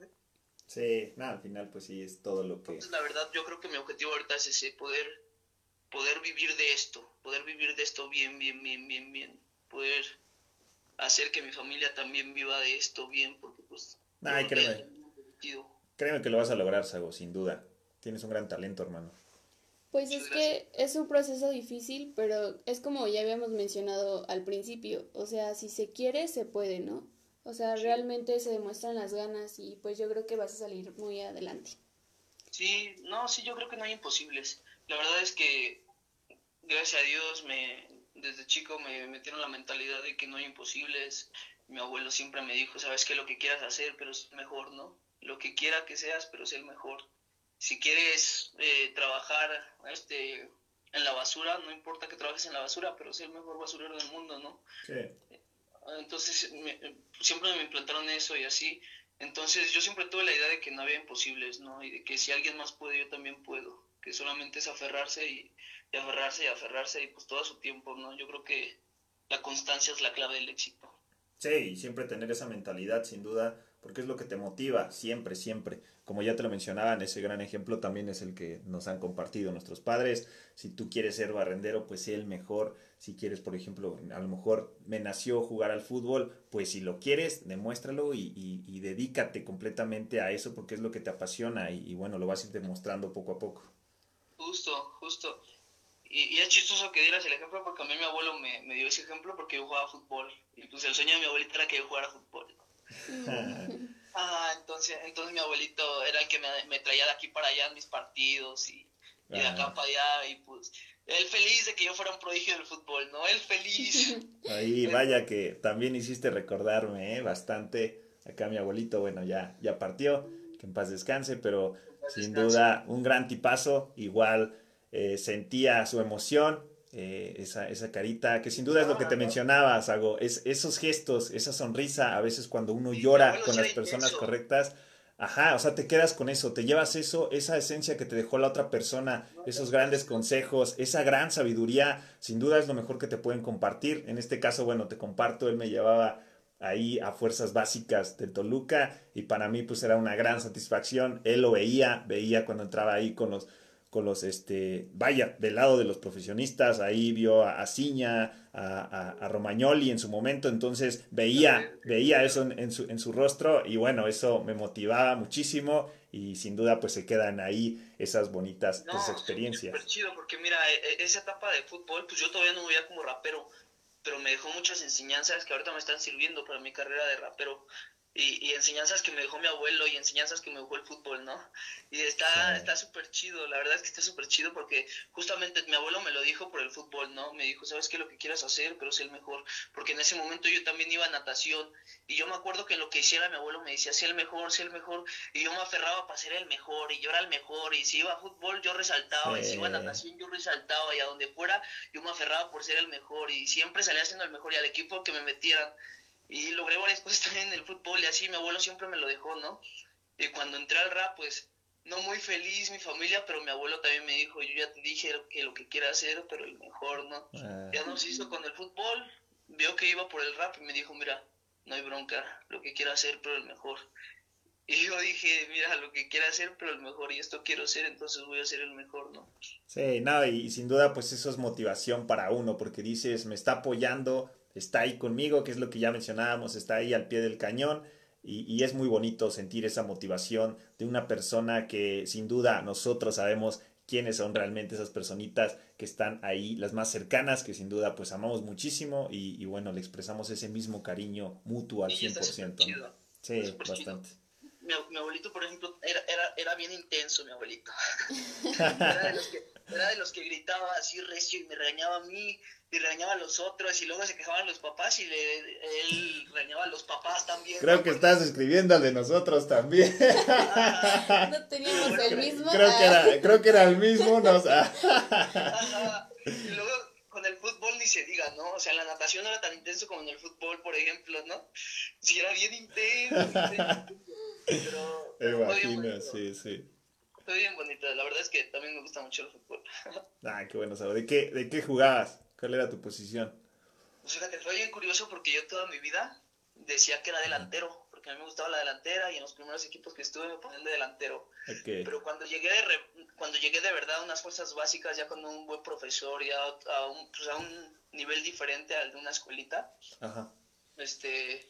Sí, nada, al final pues sí es todo lo que... Entonces la verdad yo creo que mi objetivo ahorita es ese, poder, poder vivir de esto, poder vivir de esto bien, bien, bien, bien, bien, poder hacer que mi familia también viva de esto bien, porque pues yo Ay, creo que ya créeme, tenemos un sentido. créeme que lo vas a lograr, Sago, sin duda. Tienes un gran talento, hermano. Pues Muchas es gracias. que es un proceso difícil, pero es como ya habíamos mencionado al principio, o sea, si se quiere, se puede, ¿no? O sea, Sí, realmente se demuestran las ganas y pues yo creo que vas a salir muy adelante. sí, no, sí, yo creo que no hay imposibles. La verdad es que gracias a Dios me desde chico me metieron la mentalidad de que no hay imposibles. Mi abuelo siempre me dijo, sabes que lo que quieras hacer, pero es mejor, ¿no? Lo que quiera que seas, pero es el mejor. Si quieres eh, trabajar este en la basura, no importa que trabajes en la basura, pero es el mejor basurero del mundo, ¿no? Sí. Entonces me- siempre me implantaron eso y así. Entonces yo siempre tuve la idea de que no había imposibles, ¿no? Y de que si alguien más puede, yo también puedo. Que solamente es aferrarse y, y aferrarse y aferrarse y pues todo a su tiempo, ¿no? Yo creo que la constancia es la clave del éxito. Sí, y siempre tener esa mentalidad, sin duda, porque es lo que te motiva, siempre, siempre. Como ya te lo mencionaban, ese gran ejemplo también es el que nos han compartido nuestros padres. Si tú quieres ser barrendero, pues sé el mejor. Si quieres, por ejemplo, a lo mejor me nació jugar al fútbol, pues si lo quieres, demuéstralo y, y, y dedícate completamente a eso porque es lo que te apasiona y, y bueno, lo vas a ir demostrando poco a poco. Justo, justo. Y, y es chistoso que dieras el ejemplo porque a mí mi abuelo me, me dio ese ejemplo porque yo jugaba fútbol. Y pues el sueño de mi abuelita era que yo jugara fútbol. Mm. Ah, entonces, entonces mi abuelito era el que me, me traía de aquí para allá en mis partidos y, y de Ah, acá para allá y pues él feliz de que yo fuera un prodigio del fútbol, ¿no? Él feliz. ahí vaya Entonces, que también hiciste recordarme, ¿eh? Bastante. Acá mi abuelito, bueno, ya, ya partió, que en paz descanse, pero en paz sin descanse. duda un gran tipazo. Igual eh, sentía su emoción, eh, esa, esa carita, que sin duda es lo que te Ajá. mencionaba, Sago, es esos gestos, esa sonrisa, a veces cuando uno Y mi llora abuelo con sí era las personas intenso. correctas, ajá, o sea, te quedas con eso, te llevas eso, esa esencia que te dejó la otra persona, No, esos no, grandes consejos, esa gran sabiduría, sin duda es lo mejor que te pueden compartir. En este caso, bueno, te comparto, él me llevaba ahí a fuerzas básicas del Toluca y para mí pues era una gran satisfacción. Él lo veía, veía cuando entraba ahí con los con los, este, vaya, del lado de los profesionistas, ahí vio a, a Ciña, a, a, a, Romagnoli en su momento, entonces veía, veía eso en, en, su, en su rostro y bueno, eso me motivaba muchísimo y sin duda pues se quedan ahí esas bonitas pues No, súper experiencias. chido, porque mira, e- e- esa etapa de fútbol, pues yo todavía no me veía como rapero, pero me dejó muchas enseñanzas que ahorita me están sirviendo para mi carrera de rapero. Y, y enseñanzas que me dejó mi abuelo y enseñanzas que me dejó el fútbol, ¿no? Y Sí, está está súper chido, la verdad es que está súper chido porque justamente mi abuelo me lo dijo por el fútbol, ¿no? Me dijo, ¿sabes qué? Lo que quieras hacer, pero es el mejor. Porque en ese momento yo también iba a natación y yo me acuerdo que en lo que hiciera mi abuelo me decía, sé el mejor, sé el mejor. Y yo me aferraba para ser el mejor y yo era el mejor. Y si iba a fútbol yo resaltaba y si iba a sí, natación yo resaltaba y a donde fuera yo me aferraba por ser el mejor y siempre salía siendo el mejor y al equipo que me metieran y logré varias cosas también en el fútbol y así mi abuelo siempre me lo dejó, ¿no? Y cuando entré al rap, pues no muy feliz mi familia, pero mi abuelo también me dijo, yo ya te dije que lo que quiera hacer, pero el mejor, ¿no? ah, Ya nos hizo con el fútbol, vio que iba por el rap y me dijo, mira, no hay bronca, lo que quiera hacer, pero el mejor. Y yo dije, mira, lo que quiera hacer, pero el mejor, y esto quiero ser, entonces voy a ser el mejor, ¿no? Sí, no, y, y sin duda pues eso es motivación para uno, porque dices, me está apoyando, está ahí conmigo, que es lo que ya mencionábamos, está ahí al pie del cañón, y, y es muy bonito sentir esa motivación de una persona que sin duda nosotros sabemos quiénes son realmente esas personitas que están ahí, las más cercanas, que sin duda pues amamos muchísimo y, y bueno, le expresamos ese mismo cariño mutuo al Y cien está por súper ciento, ¿no? chido, está Sí, súper chido. bastante. Mi, mi abuelito, por ejemplo, era, era, era bien intenso, mi abuelito. Era de los que, era de los que gritaba así recio y me regañaba a mí y regañaba a los otros y luego se quejaban los papás y le, él regañaba a los papás también, Creo ¿no? que Porque, estás escribiendo al de nosotros también. ajá, No mi teníamos abuelo el me, mismo. Creo que Ah. era, creo que era el mismo, no, ajá, y luego con el fútbol ni se diga, ¿no? O sea, la natación no era tan intenso como en el fútbol, por ejemplo, ¿no? Sí, era bien intenso, intenso, intenso. Pero, Me pero fue bien imagino, bonito, sí, sí. fue bien bonito. La verdad es que también me gusta mucho el fútbol. Ah, qué bueno saber. ¿De qué, de qué jugabas? ¿Cuál era tu posición? Pues fíjate, fue bien curioso porque yo toda mi vida decía que era Ajá. delantero, porque a mí me gustaba la delantera y en los primeros equipos que estuve me ponían de delantero. Ok, Pero cuando llegué de, re- cuando llegué de verdad a unas fuerzas básicas, ya con un buen profesor, ya a un, pues a un nivel diferente al de una escuelita, ajá. este,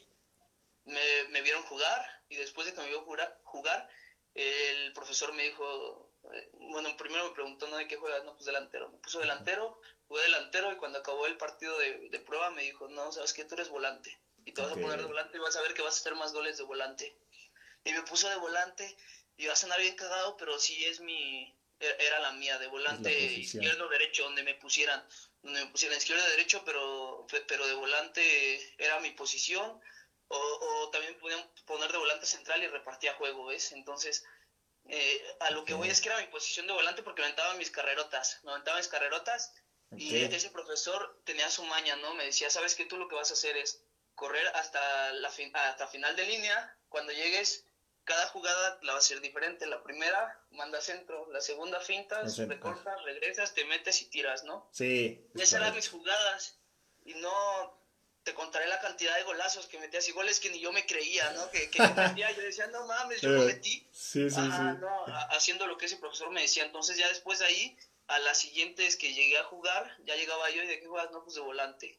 me, me vieron jugar y después de que me vio jugar, jugar el profesor me dijo, eh, bueno, primero me preguntó, ¿no? ¿De qué juegas? No, pues delantero. Me puso delantero, jugué delantero y cuando acabó el partido de, de prueba me dijo, no, sabes que tú eres volante y te vas Ok. a poner de volante y vas a ver que vas a hacer más goles de volante. Y me puso de volante y va a sonar bien cagado, pero sí es mi, era la mía, de Es la volante posición. izquierdo, derecho, donde me pusieran, donde me pusieran izquierdo, derecho, pero, pero de volante era mi posición, o, o también podían poner de volante central y repartía juego, ¿ves? Entonces, eh, a lo Ok, que voy es que era mi posición de volante porque me aventaba mis carrerotas, me aventaba mis carrerotas ok. y ese profesor tenía su maña, ¿no? Me decía, ¿sabes qué? Tú lo que vas a hacer es correr hasta la fin hasta final de línea, cuando llegues cada jugada la va a ser diferente. La primera, manda centro. La segunda, No fintas, sé. Ah, recortas, regresas, te metes y tiras, ¿no? sí, Y es esas eran mis correcto. jugadas. Y no te contaré la cantidad de golazos que metías y goles que ni yo me creía, ¿no? Que, que yo metía, yo decía, no mames, yo lo Eh, metí. sí, sí, Ajá, sí. no, a- haciendo lo que ese profesor me decía. Entonces ya después de ahí, a las siguientes que llegué a jugar, ya llegaba yo y de qué juegas, no, pues de volante.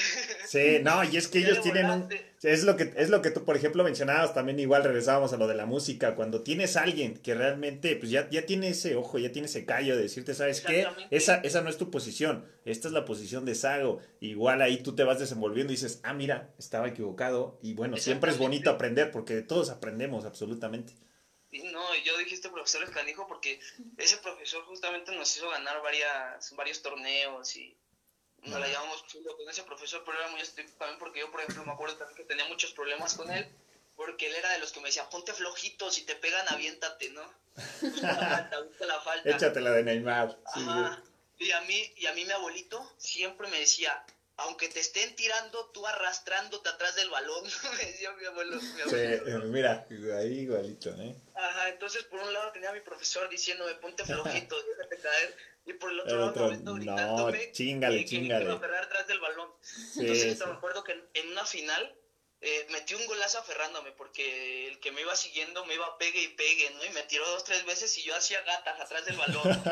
Sí, no, y es que Ya ellos de tienen un... volante. Es lo que, es lo que tú, por ejemplo, mencionabas, también igual regresábamos a lo de la música, cuando tienes a alguien que realmente, pues ya, ya tiene ese ojo, ya tiene ese callo de decirte, ¿sabes qué? Esa, Exactamente. esa no es tu posición, esta es la posición de Sago. Igual ahí tú te vas desenvolviendo y dices, ah, mira, estaba equivocado. Y bueno, siempre es bonito Exactamente. aprender, porque de todos aprendemos, absolutamente. Y no, yo dije este profesor es canijo porque ese profesor justamente nos hizo ganar varias, varios torneos y nos la Nah, llevamos chulo con ese profesor, pero era muy estricto también porque yo, por ejemplo, me acuerdo también que tenía muchos problemas con él, porque él era de los que me decía, ponte flojito, si te pegan, aviéntate, ¿no? Busca la falta, busca la falta. échatela de Neymar. Sí, sí. Ajá. Y a mí, y a mí mi abuelito siempre me decía, aunque te estén tirando, tú arrastrándote atrás del balón, me decía mi abuelo, mi Sí, abuelito, eh, ¿no? mira, ahí igualito, ¿eh? Ajá, entonces por un lado tenía a mi profesor diciéndome, ponte flojito, déjate caer, y por el otro El lado mi otro, abuelito no, gritándome chingale, que, que me iba a chingale. aferrar atrás del balón. Entonces Sí, hasta me sí. acuerdo que en, en una final eh, metí un golazo aferrándome, porque el que me iba siguiendo me iba pegue y pegue, ¿no? Y me tiró dos, tres veces y yo hacía gatas atrás del balón, ¿no?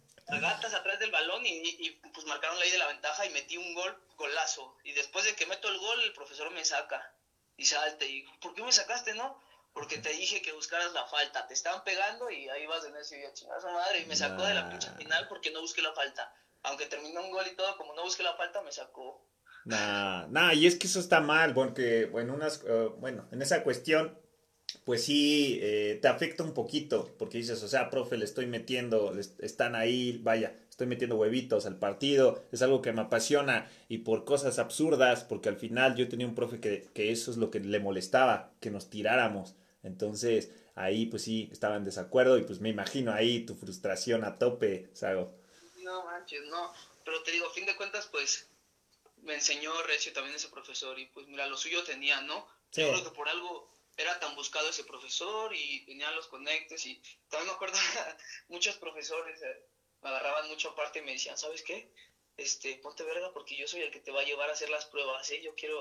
A gatas atrás del balón y, y, y, pues marcaron la ley de la ventaja y metí un gol, golazo. Y después de que meto el gol, el profesor me saca y salte. Y, ¿por qué me sacaste, no? Porque te dije que buscaras la falta. Te estaban pegando y ahí vas de necio y a chingar a su madre. Y me sacó de la pinche Nah, final porque no busqué la falta. Aunque terminó un gol y todo, como no busqué la falta, me sacó. nah, nah, y es que eso está mal, porque, bueno, unas, eh, bueno, en esa cuestión, pues sí, eh, te afecta un poquito, porque dices, o sea, profe, le estoy metiendo, les- están ahí, vaya, estoy metiendo huevitos al partido, es algo que me apasiona, y por cosas absurdas, porque al final yo tenía un profe que, que eso es lo que le molestaba, que nos tiráramos, entonces ahí pues sí, estaba en desacuerdo, y pues me imagino ahí tu frustración a tope, Sago. No manches, no. Pero te digo, a fin de cuentas, pues me enseñó recio también ese profesor y pues mira, lo suyo tenía, ¿no? Sí, Yo creo que por algo era tan buscado ese profesor y tenía los conectes y también me acuerdo muchos profesores eh, me agarraban mucho aparte y me decían, ¿sabes qué? Este, ponte verga porque yo soy el que te va a llevar a hacer las pruebas, ¿eh? Yo quiero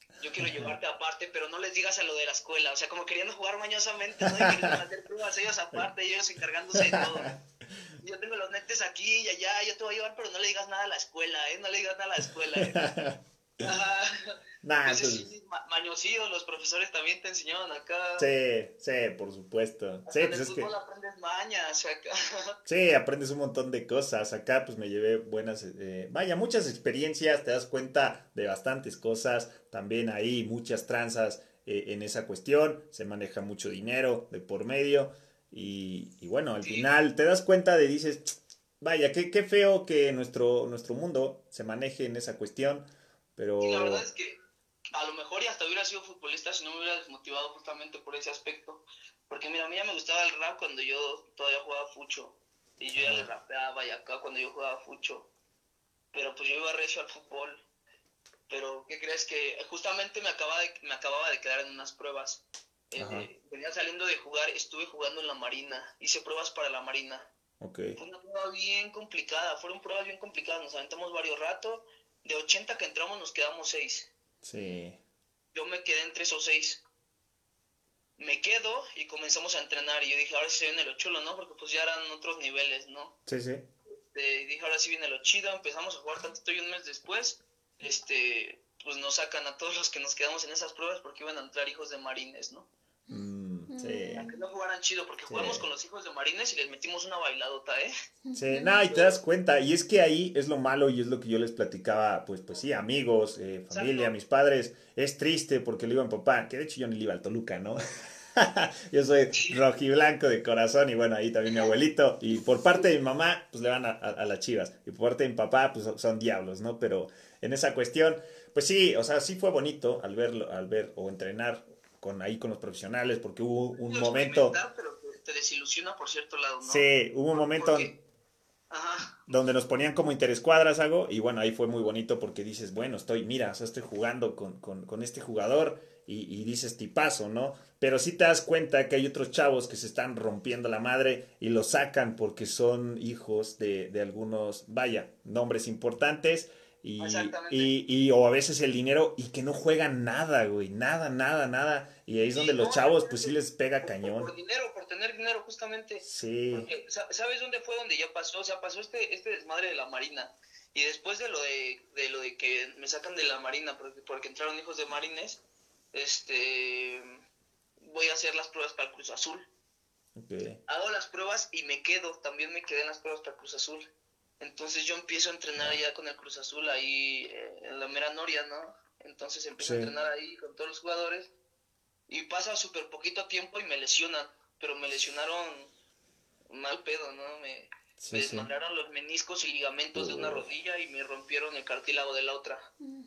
yo quiero llevarte aparte, pero no les digas a lo de la escuela, o sea, como queriendo jugar mañosamente, ¿no? Y queriendo hacer pruebas ellos aparte, y ellos encargándose de todo. Yo tengo los netes aquí y allá, yo te voy a llevar, pero no le digas nada a la escuela, ¿eh? No le digas nada a la escuela, ¿eh? Ajá. Nah, Entonces, pues, sí, ma mañosillos, los profesores también te enseñaban acá. sí, sí, por supuesto. Sí, Hasta en pues el es fútbol que, aprendes mañas acá. sí, aprendes un montón de cosas. Acá pues me llevé buenas, eh, vaya, muchas experiencias, te das cuenta de bastantes cosas. También hay muchas tranzas eh, en esa cuestión, se maneja mucho dinero de por medio. Y, y bueno, al Sí, final te das cuenta de, dices, vaya, qué, qué feo que nuestro, nuestro mundo se maneje en esa cuestión, y la verdad pero es que a lo mejor y hasta hubiera sido futbolista si no me hubiera desmotivado justamente por ese aspecto. Porque mira, a mí ya me gustaba el rap cuando yo todavía jugaba fucho. Y yo ya le ajá, rapeaba y acá cuando yo jugaba fucho. Pero pues yo iba recio al fútbol. Pero ¿qué crees? Que justamente me acababa de, me acababa de quedar en unas pruebas. ajá, Eh, venía saliendo de jugar, estuve jugando en la Marina. Hice pruebas para la Marina. ok, Fue una prueba bien complicada, fueron pruebas bien complicadas, nos aventamos varios ratos. De ochenta que entramos nos quedamos seis. sí, Yo me quedé entre esos seis. Me quedo y comenzamos a entrenar y yo dije, ahora sí se viene lo chulo, ¿no? Porque pues ya eran otros niveles, ¿no? sí, sí. Este, dije, ahora sí viene lo chido, empezamos a jugar tantito y un mes después, este, pues nos sacan a todos los que nos quedamos en esas pruebas porque iban a entrar hijos de marines, ¿no? Mm, A sí, que no jugaran chido, porque sí. jugamos con los hijos de marines y les metimos una bailadota, ¿eh? Sí, no, y te das cuenta, y es que ahí es lo malo y es lo que yo les platicaba, pues, pues sí, amigos, eh, familia, Exacto. mis padres, es triste porque le digo a mi papá, que de hecho yo ni le iba al Toluca, ¿no? Yo soy rojiblanco de corazón y bueno, ahí también mi abuelito, y por parte de mi mamá, pues le van a, a, a las Chivas, y por parte de mi papá, pues son diablos, ¿no? Pero en esa cuestión, pues sí, o sea, sí fue bonito al verlo, al ver o entrenar con ahí con los profesionales, porque hubo un Quiero momento, experimentar, pero te, te desilusiona por cierto lado, ¿no? sí, hubo un Por- momento Porque, ajá, donde nos ponían como interescuadras algo y bueno, ahí fue muy bonito porque dices, bueno, estoy, mira, o sea, estoy jugando con, con, con este jugador y, y dices tipazo, ¿no? Pero sí te das cuenta que hay otros chavos que se están rompiendo la madre y lo sacan porque son hijos de, de algunos, vaya, nombres importantes y, exactamente. y, y o a veces el dinero y que no juegan nada, güey, nada, nada, nada. Y ahí es donde Sí, los no, chavos pues sí exactamente. les pega Por, por, cañón. por dinero, por tener dinero, justamente. Sí, Porque, sa- ¿sabes dónde fue donde ya pasó? O sea, pasó este, este desmadre de la Marina. Y después de lo de, de lo de que me sacan de la Marina porque, porque entraron hijos de marines, este, voy a hacer las pruebas para el Cruz Azul. ok. Hago las pruebas y me quedo, también me quedé en las pruebas para Cruz Azul. Entonces yo empiezo a entrenar Ah, ya con el Cruz Azul ahí eh, en la mera Noria, ¿no? Entonces empiezo a sí. entrenar ahí con todos los jugadores y pasa súper poquito tiempo y me lesionan, pero me lesionaron mal pedo, ¿no? Me, me Sí, sí. desmadraron los meniscos y ligamentos de una Uy, rodilla y me rompieron el cartílago de la otra.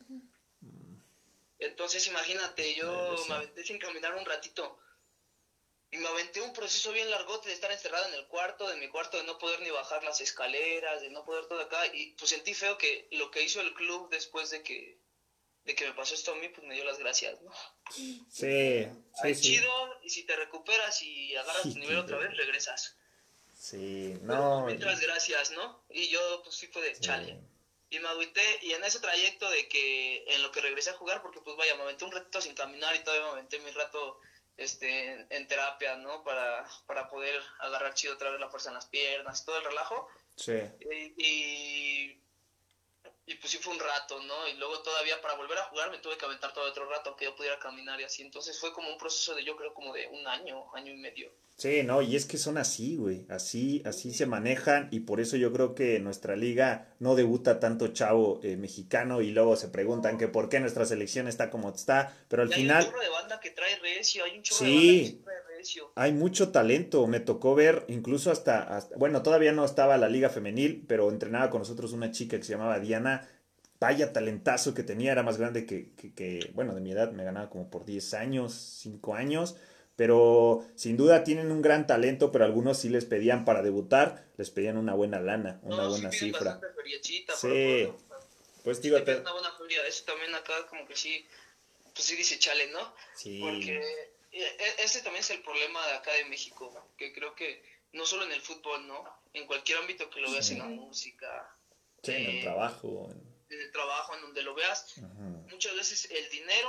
Entonces imagínate, vaya yo me lesión. aventé sin caminar un ratito. Y me aventé un proceso bien largote de estar encerrado en el cuarto, de mi cuarto, de no poder ni bajar las escaleras, de no poder todo acá. Y pues sentí feo que lo que hizo el club después de que, de que me pasó esto a mí, pues me dio las gracias, ¿no? Sí, sí, Ay, sí. chido, y si te recuperas y agarras tu nivel otra Híjole. vez, regresas. Sí, Pero no, también tras y- gracias, ¿no? Y yo pues sí fue de sí, chale. Y me agüité, y en ese trayecto de que en lo que regresé a jugar, porque pues vaya, me aventé un ratito sin caminar y todavía me aventé mi rato este, en, en terapia, ¿no? Para, para poder agarrar chido otra vez la fuerza en las piernas, todo el relajo. sí, Y, y, y pues sí fue un rato, ¿no? Y luego todavía para volver a jugar me tuve que aventar todo otro rato, aunque yo pudiera caminar y así. Entonces fue como un proceso de yo creo como de un año, año y medio. sí, no, y es que son así, güey, así, así se Sí. manejan y por eso yo creo que nuestra liga no debuta tanto chavo eh, mexicano y luego se preguntan que No. por qué nuestra selección está como está, pero al Y hay un final, chorro de banda que trae recio, hay un chorro de banda que sí sí, trae recio. hay mucho talento, me tocó ver incluso hasta, hasta, bueno, todavía no estaba la liga femenil, pero entrenaba con nosotros una chica que se llamaba Diana, vaya talentazo que tenía, era más grande que, que, que, bueno, de mi edad, me ganaba como por diez años, cinco años, pero sin duda tienen un gran talento, pero algunos sí les pedían para debutar, les pedían una buena lana, una No, sí buena piden cifra. bastante feriechita para poder Sí, debutar. pues Sí digo, te piden te- una buena feria, eso también acá como que sí, pues sí dice chale, ¿no? Porque sí, e- e- ese también es el problema de acá de México, que creo que no solo en el fútbol, ¿no? En cualquier ámbito que lo veas, en la sí, música, sí, en el eh, trabajo. en- en el trabajo, en donde lo veas, Ujú. muchas veces el dinero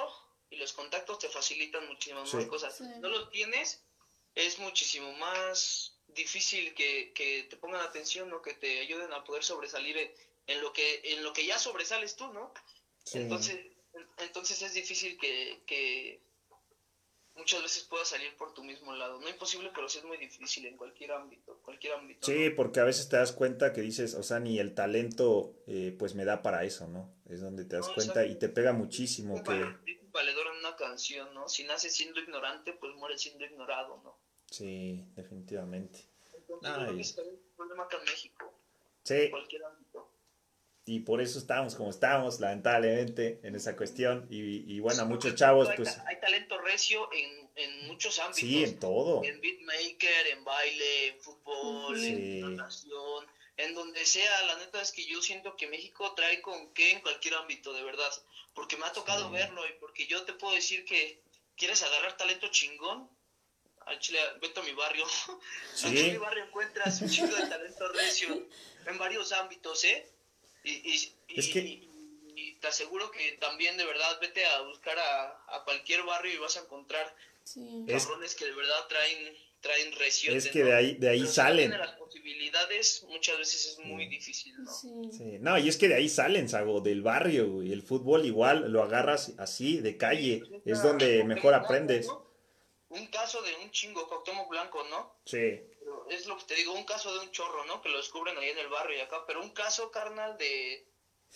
y los contactos te facilitan muchísimas Sí. más cosas. Sí. No lo tienes, es muchísimo más difícil que, que te pongan atención o que te ayuden a poder sobresalir en, en lo que en lo que ya sobresales tú, ¿no? Sí. Entonces, entonces es difícil que, que muchas veces puedas salir por tu mismo lado. No imposible, pero sí es muy difícil en cualquier ámbito, cualquier ámbito, Sí, ¿no? porque a veces te das cuenta que dices, o sea, ni el talento eh, pues me da para eso, ¿no? Es donde te das No, cuenta exacto. y te pega muchísimo Un que, val- un valedor en una canción, ¿no? Si naces siendo ignorante, pues mueres siendo ignorado, ¿no? sí, definitivamente. Entonces yo creo que Ay, ese también es un problema acá en México, en sí, cualquier ámbito. y por eso estamos como estamos, lamentablemente, en esa cuestión. Y, y bueno, a Porque muchos en México chavos, hay, pues ta- hay talento recio en, en muchos sí, ámbitos, en todo. en beatmaker, en baile, en fútbol, Ujú. en Sí, natación, en donde sea. La neta es que yo siento que México trae con qué en cualquier ámbito, de verdad, porque me ha tocado sí, verlo y porque yo te puedo decir que quieres agarrar talento chingón, al chile, vete a mi barrio. Aquí en mi sí. barrio encuentras un chingo de talento recio en varios ámbitos, ¿eh? Y, y, Es que, y, y te aseguro que también de verdad vete a buscar a, a cualquier barrio y vas a encontrar Sí. es, cabrones que de verdad traen, traen es reciote, que de ¿no? ahí, de ahí Pero si no tiene salen. las posibilidades, muchas veces es muy Sí. difícil, ¿no? Sí. Sí, no, y es que de ahí salen, Sago, del barrio, güey. El fútbol igual lo agarras así, de Sí, calle. pues Es está donde mejor Cuauhtémoc Blanco, aprendes. ¿no? Un caso de un chingo, Cuauhtémoc Blanco, ¿no? Sí, Pero es lo que te digo, un caso de un chorro, ¿no? Que lo descubren ahí en el barrio y acá, pero un caso, carnal, de,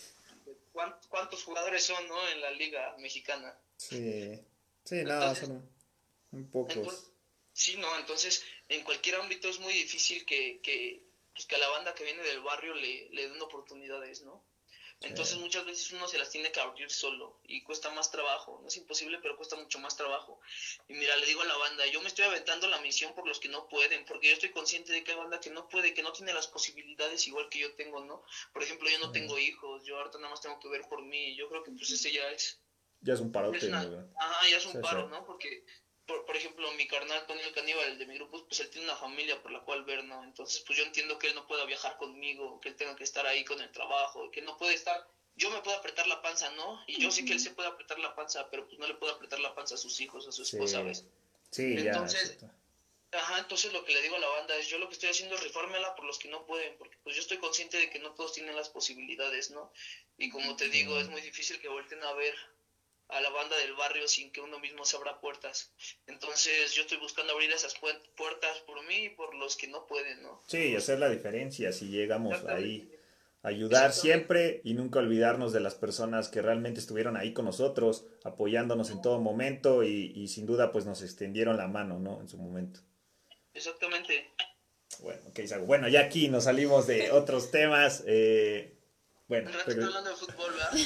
de cuán- cuántos jugadores son, ¿no? En la liga mexicana. sí, sí, no, Entonces, son muy entonces, pocos. sí, ¿no? Entonces, en cualquier ámbito es muy difícil que, que, pues, que a la banda que viene del barrio le, le den oportunidades, ¿no? Sí, Entonces muchas veces uno se las tiene que abrir solo y cuesta más trabajo, no es imposible, pero cuesta mucho más trabajo. Y mira, le digo a la banda, yo me estoy aventando la misión por los que no pueden, porque yo estoy consciente de que hay banda que no puede, que no tiene las posibilidades igual que yo tengo, ¿no? Por ejemplo, yo sí. no tengo hijos, yo ahorita nada más tengo que ver por mí, yo creo que pues ese ya es, Ya es un ya es parote una, muy grande. ajá, ya es Sí, un sí. paro, ¿no? Porque, por, por ejemplo, mi carnal Tony el Caníbal, el de mi grupo, pues él tiene una familia por la cual ver, ¿no? Entonces, pues yo entiendo que él no pueda viajar conmigo, que él tenga que estar ahí con el trabajo, que no puede estar, yo me puedo apretar la panza, ¿no? Y yo sé que él se puede apretar la panza, pero pues no le puede apretar la panza a sus hijos, a su esposa, Sí, ¿ves? sí, ya, Entonces, exacto. ajá, entonces lo que le digo a la banda es, yo lo que estoy haciendo es rifármela por los que no pueden, porque pues yo estoy consciente de que no todos tienen las posibilidades, ¿no? Y como te Sí, digo, es muy difícil que volten a ver a la banda del barrio sin que uno mismo se abra puertas. Entonces yo estoy buscando abrir esas puertas por mí y por los que no pueden, ¿no? Por sí, los... hacer la diferencia si llegamos ahí. Exactamente, Ayudar exactamente. siempre y nunca olvidarnos de las personas que realmente estuvieron ahí con nosotros, apoyándonos en todo No, momento y, y sin duda pues nos extendieron la mano, ¿no? En su momento. exactamente. Bueno, ok, Sago. Bueno, ya aquí nos salimos de otros temas. eh, bueno, Un ratito pero... hablando de fútbol, ¿verdad?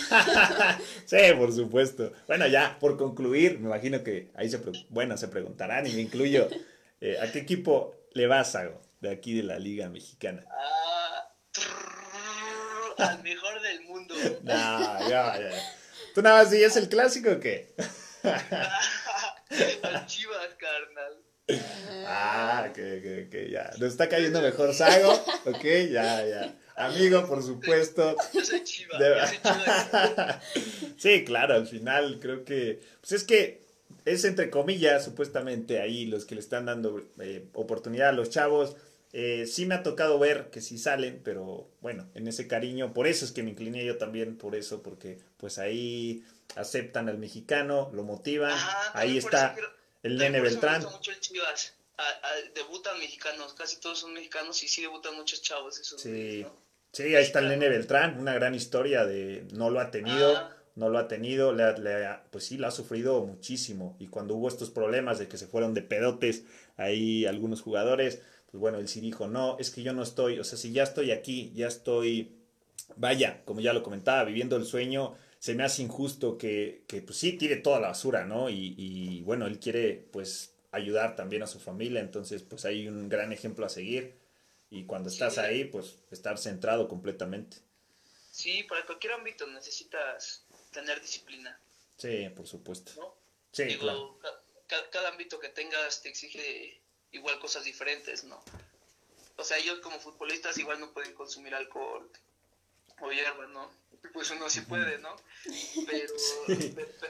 Sí, por supuesto. Bueno, ya, por concluir, me imagino que ahí se, pre- bueno, se preguntarán y me incluyo, eh, ¿a qué equipo le vas, Sago, de aquí de la Liga Mexicana? Ah, trrr, al mejor del mundo. Nah, ya, ya. ¿Tú nada más sigues el clásico o qué? Al Chivas, carnal. Ah, Ah, que, que, que ya. Nos está Yo cayendo soy, mejor Sago, ok, ya, ya. Amigo, por supuesto. yo soy Chiva, de- yo soy Chiva de corazón. Sí, claro, al final creo que. Pues es que es entre comillas, supuestamente ahí los que le están dando eh, oportunidad a los chavos. Eh, sí me ha tocado ver que sí salen, pero bueno, en ese cariño, por eso es que me incliné yo también por eso, porque pues ahí aceptan al mexicano, lo motivan, Ajá, ahí también por eso está quiero, el también nene por eso me gusta Beltrán. mucho el Chivas. A, a, debutan mexicanos, casi todos son mexicanos y sí debutan muchos chavos esos güeyes, Sí, ¿no? sí, ahí está el Nene Mexicanos. Beltrán, una gran historia de no lo ha tenido, Ah, no lo ha tenido, le ha- le ha- pues sí, lo ha sufrido muchísimo. Y cuando hubo estos problemas de que se fueron de pedotes ahí algunos jugadores, pues bueno, él sí dijo, no, es que yo no estoy, o sea, si ya estoy aquí, ya estoy, vaya, como ya lo comentaba, viviendo el sueño, se me hace injusto que, que pues sí, tire toda la basura, ¿no? Y, y bueno, él quiere pues ayudar también a su familia, entonces pues hay un gran ejemplo a seguir. Y cuando estás sí, ahí, pues estar centrado completamente. sí, para cualquier ámbito necesitas tener disciplina, Sí, por supuesto. ¿no? Sí, claro. Digo, ca- ca- cada ámbito que tengas te exige igual cosas diferentes, ¿no? O sea, ellos como futbolistas igual no pueden consumir alcohol o hierba, ¿no? Pues uno sí puede, ¿no? Pero, Sí. pe- pe-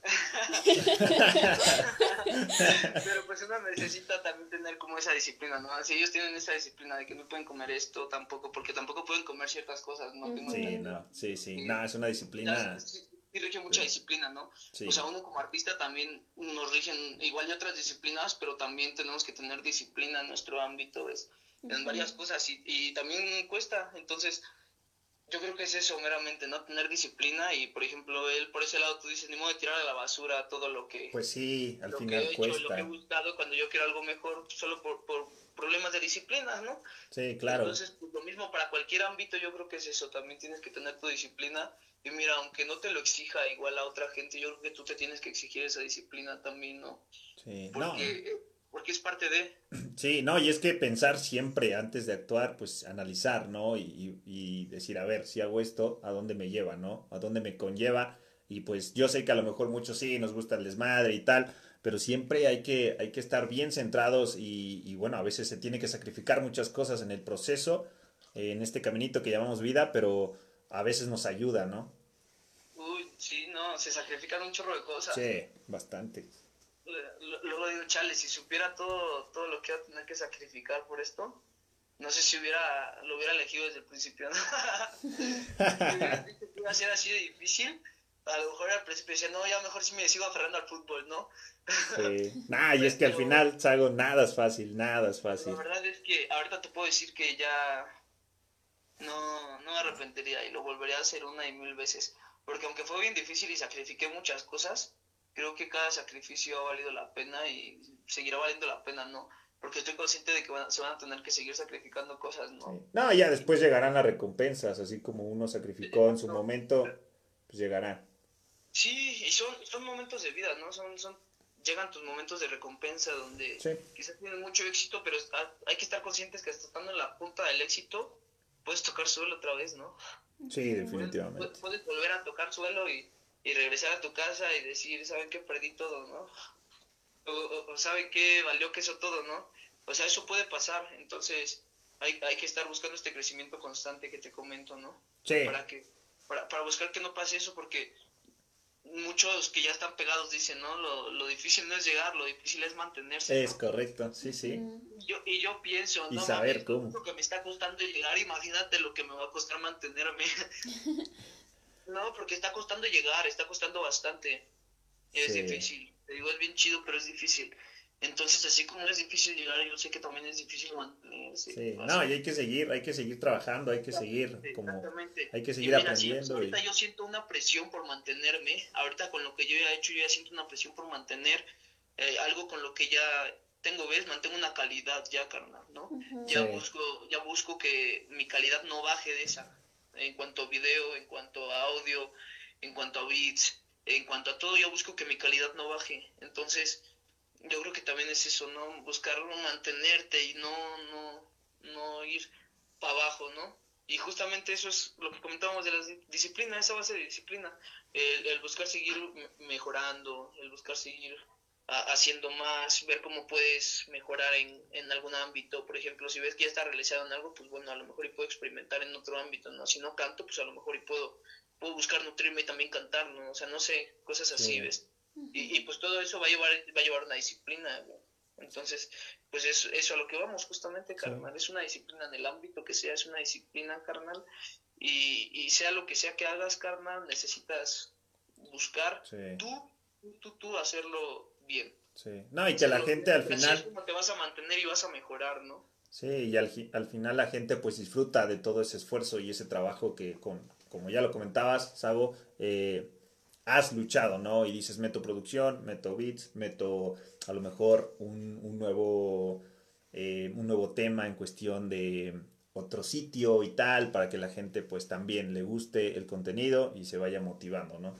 Pero pues uno necesita también tener como esa disciplina, ¿no? Si ellos tienen esa disciplina de que no pueden comer esto tampoco, porque tampoco pueden comer ciertas cosas, ¿no? Tengo Sí, entendido. no, sí, sí, Y no, es una ya, disciplina. sí, sí rige mucha Sí, disciplina, ¿no? sí, O sea, uno como artista también nos rigen igual de otras disciplinas, pero también tenemos que tener disciplina en nuestro ámbito, es en varias cosas y, y también cuesta, entonces yo creo que es eso meramente, ¿no? Tener disciplina y, por ejemplo, él por ese lado tú dices, ni modo de tirar a la basura todo lo que, pues sí, al lo que final he hecho, lo que he cuesta. buscado cuando yo quiero algo mejor, solo por, por problemas de disciplina, ¿no? Sí, claro. Entonces, pues, lo mismo para cualquier ámbito, yo creo que es eso, también tienes que tener tu disciplina. Y mira, aunque no te lo exija igual a otra gente, yo creo que tú te tienes que exigir esa disciplina también, ¿no? Sí, no, Porque, porque es parte de... sí, no, y es que pensar siempre antes de actuar, pues analizar, ¿no? Y, y- y decir, a ver, si hago esto, ¿a dónde me lleva, ¿no? ¿A dónde me conlleva? Y pues yo sé que a lo mejor muchos sí nos gusta el desmadre y tal, pero siempre hay que, hay que estar bien centrados y, y bueno, a veces se tiene que sacrificar muchas cosas en el proceso, eh, en este caminito que llamamos vida, pero a veces nos ayuda, ¿no? Uy, sí, no, se sacrifican un chorro de cosas. Sí, bastante. L- Luego digo, chale, si supiera todo, todo lo que iba a tener que sacrificar por esto, no sé si hubiera, lo hubiera elegido desde el principio, ¿no? Si me hubieran dicho que iba a ser así de difícil, a lo mejor al principio decía, no, ya mejor si me sigo aferrando al fútbol, ¿no? Sí. Nah, y es que al Pero, final, Sago, nada es fácil, nada es pero la fácil. verdad es que ahorita te puedo decir que ya no, no me arrepentiría y lo volvería a hacer una y mil veces. Porque aunque fue bien difícil y sacrifiqué muchas cosas, creo que cada sacrificio ha valido la pena y seguirá valiendo la pena, ¿no? Porque estoy consciente de que van- se van a tener que seguir sacrificando cosas, Sí. ¿no? No, ya Y, después llegarán las recompensas, así como uno sacrificó en su exacto. momento, pues llegarán. Sí, y son, son momentos de vida, ¿no? Son, son, llegan tus momentos de recompensa donde Sí, quizás tienes mucho éxito, pero está- hay que estar conscientes que hasta estando en la punta del éxito, puedes tocar suelo otra vez, ¿no? sí, Puedes, pu- definitivamente. puedes volver a tocar suelo y, y regresar a tu casa y decir, ¿saben qué? Perdí todo, ¿no? O, o, o ¿saben qué? Valió que eso todo, ¿no? O sea, eso puede pasar, entonces hay, hay que estar buscando este crecimiento constante que te comento, ¿no? Sí, Para que, para, para buscar que no pase eso, porque muchos que ya están pegados dicen, ¿no? Lo, lo difícil no es llegar, lo difícil es mantenerse, es ¿no? correcto, sí, sí. Y yo, y yo pienso, Y no saber mames, lo cómo. único que me está costando llegar, imagínate lo que me va a costar mantenerme. No, porque está costando llegar, está costando bastante. Es Sí, difícil. Te digo, es bien chido, pero es difícil. Entonces, así como es difícil llegar, yo sé que también es difícil mantenerse. sí. No, y Así. hay que seguir, hay que seguir trabajando, hay que seguir Exactamente, como, exactamente. hay que Y seguir mira, si, si aprendiendo ahorita y yo siento una presión por mantenerme, ahorita con lo que yo ya he hecho, yo ya siento una presión por mantener eh, algo con lo que ya tengo, ¿ves? Mantengo una calidad ya, carnal, ¿no? Ya sí, busco, ya busco que mi calidad no baje de esa, en cuanto a video, en cuanto a audio, en cuanto a beats, en cuanto a todo, yo busco que mi calidad no baje. Entonces, yo creo que también es eso, ¿no? Buscar mantenerte y no, no, no ir para abajo, ¿no? Y justamente eso es lo que comentábamos de la disciplina, esa base de disciplina, el, el buscar seguir mejorando, el buscar seguir a, haciendo más, ver cómo puedes mejorar en, en algún ámbito, por ejemplo, si ves que ya está realizado en algo, pues bueno, a lo mejor y puedo experimentar en otro ámbito, ¿no? Si no canto, pues a lo mejor y puedo, puedo buscar nutrirme y también cantar, ¿no? O sea, no sé, cosas así, sí, ¿ves? Y, y pues todo eso va a llevar, va a llevar una disciplina, ¿no? Entonces, pues es eso a lo que vamos justamente, sí, carnal. Es una disciplina en el ámbito que sea, es una disciplina, carnal. Y, y sea lo que sea que hagas, carnal, necesitas buscar sí, tú, tú, tú, tú hacerlo bien. sí. No, y que la Hacerlo gente bien, al porque así es final, como te vas a mantener y vas a mejorar, ¿no? sí, y al, gi- al final la gente pues disfruta de todo ese esfuerzo y ese trabajo que, con, como ya lo comentabas, Sabo, eh, has luchado, ¿no? Y dices, meto producción, meto beats, meto a lo mejor un, un nuevo, eh, un nuevo tema en cuestión de otro sitio y tal, para que la gente pues también le guste el contenido y se vaya motivando, ¿no?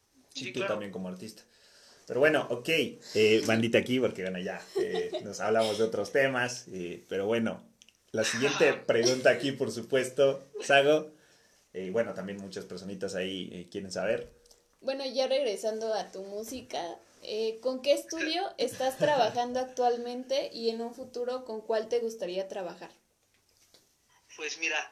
Y Sí, tú claro. también como artista. Pero bueno, ok, eh, bandita aquí, porque bueno, ya eh, nos hablamos de otros temas, eh, pero bueno, la siguiente pregunta aquí, por supuesto, Sago, y eh, bueno, también muchas personitas ahí eh, quieren saber. Bueno, ya regresando a tu música, eh, ¿con qué estudio estás trabajando actualmente y en un futuro con cuál te gustaría trabajar? Pues mira,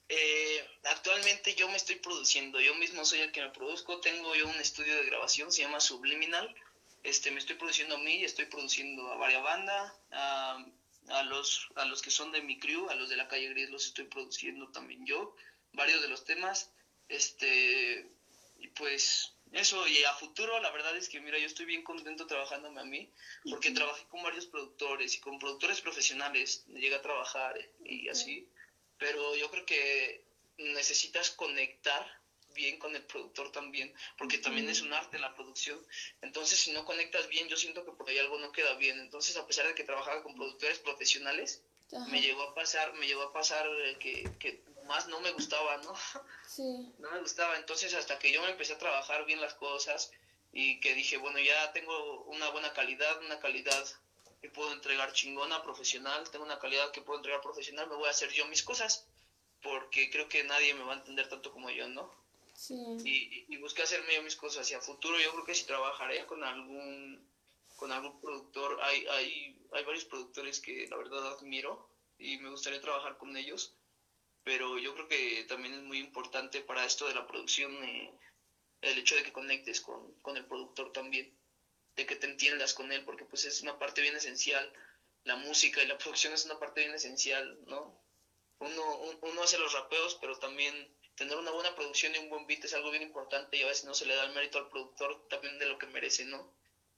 Eh, actualmente yo me estoy produciendo, yo mismo soy el que me produzco, tengo yo un estudio de grabación, se llama Subliminal, este, me estoy produciendo a mí, estoy produciendo a varias bandas, a, a, los, a los que son de mi crew, a los de la calle Gris los estoy produciendo también yo, varios de los temas, este, y pues eso, y a futuro la verdad es que mira, yo estoy bien contento trabajándome a mí, porque trabajé con varios productores y con productores profesionales, llegué a trabajar y así, pero yo creo que necesitas conectar bien con el productor también, porque también es un arte la producción. Entonces, si no conectas bien, yo siento que por ahí algo no queda bien. Entonces, a pesar de que trabajaba con productores profesionales, Ajá. me llegó a pasar, me llegó a pasar eh, que, que más no me gustaba, ¿no? Sí. No me gustaba. Entonces, hasta que yo me empecé a trabajar bien las cosas y que dije, bueno, ya tengo una buena calidad, una calidad que puedo entregar chingona, profesional, tengo una calidad que puedo entregar profesional, me voy a hacer yo mis cosas, porque creo que nadie me va a entender tanto como yo, ¿no? Sí. Y, y busqué hacerme yo mis cosas, y a futuro yo creo que si trabajaré con algún con algún productor, hay, hay, hay varios productores que la verdad admiro y me gustaría trabajar con ellos, pero yo creo que también es muy importante para esto de la producción eh, el hecho de que conectes con, con el productor también, de que te entiendas con él, porque pues es una parte bien esencial, la música y la producción es una parte bien esencial, ¿no? Uno, un- uno hace los rapeos, pero también tener una buena producción y un buen beat es algo bien importante y a veces no se le da el mérito al productor también de lo que merece, ¿no?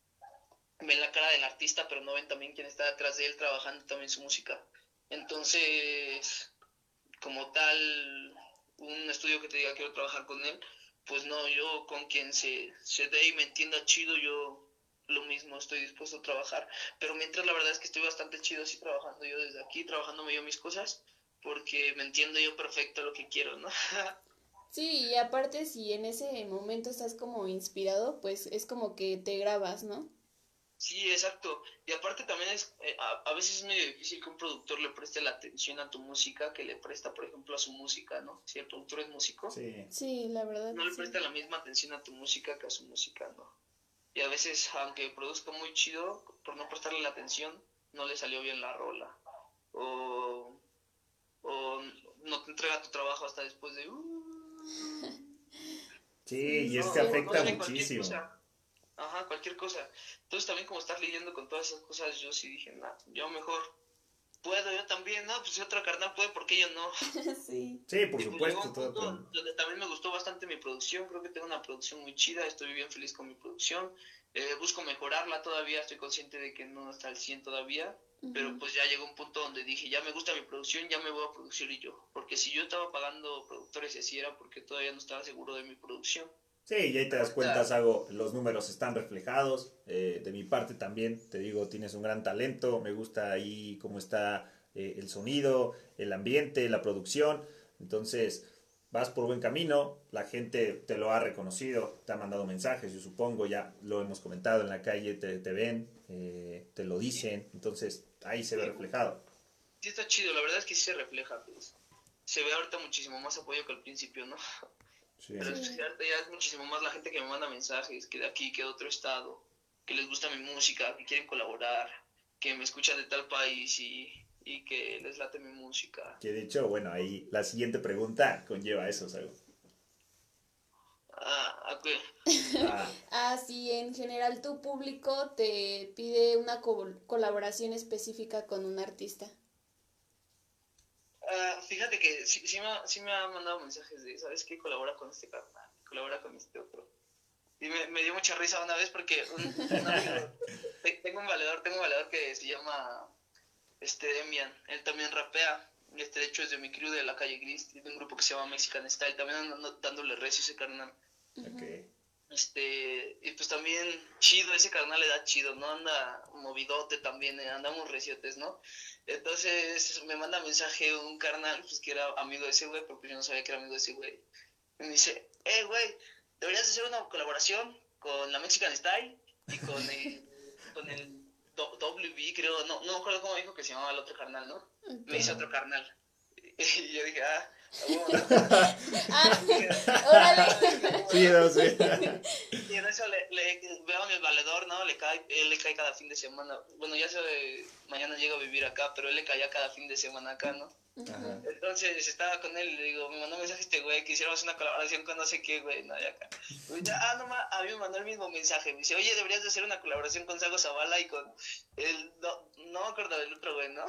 Ven la cara del artista, pero no ven también quién está detrás de él trabajando también su música. Entonces, como tal, un estudio que te diga quiero trabajar con él, pues no, yo con quien se, se dé y me entienda chido, yo lo mismo estoy dispuesto a trabajar. Pero mientras la verdad es que estoy bastante chido así trabajando yo desde aquí, trabajándome yo mis cosas, porque me entiendo yo perfecto lo que quiero, ¿no? Sí, y aparte si en ese momento estás como inspirado, pues es como que te grabas, ¿no? Sí, exacto. Y aparte también es, eh, a, a veces es medio difícil que un productor le preste la atención a tu música que le presta, por ejemplo, a su música, ¿no? Si el productor es músico, Sí. Sí, la verdad, no le sí. presta la misma atención a tu música que a su música, ¿no? Y a veces, aunque produzca muy chido, por no prestarle la atención, no le salió bien la rola. O, o no te entrega tu trabajo hasta después de... "Uh", Sí, Sí, y sí, es no, que sí. o no afecta sé, cualquier muchísimo. cosa. Ajá, cualquier cosa. Entonces también como estar lidiando con todas esas cosas, yo sí dije, nah, yo mejor puedo, yo también, no, pues si otro carnal puede, ¿por qué yo no? Sí. Sí, por Y pues llegó supuesto, un todo punto aprende. donde también me gustó bastante mi producción, creo que tengo una producción muy chida, estoy bien feliz con mi producción, eh, busco mejorarla todavía, estoy consciente de que no está al cien todavía, pero Ujú. pues ya llegó un punto donde dije, ya me gusta mi producción, ya me voy a producir yo, porque si yo estaba pagando productores y así era porque todavía no estaba seguro de mi producción. Sí, y ahí te Pero das cuenta, ahorita, Sago, los números están reflejados. Eh, de mi parte también, te digo, tienes un gran talento. Me gusta ahí cómo está eh, el sonido, el ambiente, la producción. Entonces, vas por buen camino. La gente te lo ha reconocido, te ha mandado mensajes, yo supongo, ya lo hemos comentado en la calle, te, te ven, eh, te lo sí, dicen. Entonces, ahí se ve sí, reflejado. sí está chido, la verdad es que sí se refleja, pues. Se ve ahorita muchísimo más apoyo que al principio, ¿no? Sí. Pero es Sí. que ahorita ya es muchísimo más la gente que me manda mensajes, que de aquí, que de otro estado, que les gusta mi música, que quieren colaborar, que me escuchan de tal país y, y que les late mi música. Que de hecho, bueno, ahí la siguiente pregunta conlleva eso, Sago. Ah, ok. Ah, Ah, sí, en general tu público te pide una co- colaboración específica con un artista. Ah, fíjate que sí, sí, me, ha- sí me ha mandado mensajes de, ¿sabes qué? Colabora con este carnal, colabora con este otro. Y me, me dio mucha risa una vez porque un, un amigo, te- tengo un valedor, tengo un valedor que se llama este Demian, él también rapea. Este, de hecho, es de mi crew de la calle Gris, de un grupo que se llama Mexican Style. También ando dándole recio a ese carnal. ok. Ujú. Este, y pues también chido, ese carnal le da chido, ¿no? Anda movidote también, eh, andamos reciotes, ¿no? Entonces me manda mensaje un carnal, pues que era amigo de ese güey, porque yo no sabía que era amigo de ese güey. Y me dice, eh, güey, deberías hacer una colaboración con la Mexican Style y con el, con el Do- W B, creo, no, no me acuerdo cómo dijo que se llamaba el otro carnal, ¿no? Me Ok. dice Ajá. otro carnal. Y yo dije, ah, bueno, Ah, órale. Sí, no sé. y en eso le, le veo en el valedor, ¿no? Le cae, él le cae cada fin de semana. Bueno, ya sé, mañana llego a vivir acá, pero él le caía cada fin de semana acá, ¿no? Ajá. Entonces estaba con él y le digo, me mandó un mensaje este güey que hiciéramos una colaboración con no sé qué, güey, no, ya acá. Y ya, ah, no, ma, a mí me mandó el mismo mensaje, me dice, oye, deberías de hacer una colaboración con Sago Zavala y con el, no, no me acuerdo del otro güey, ¿no?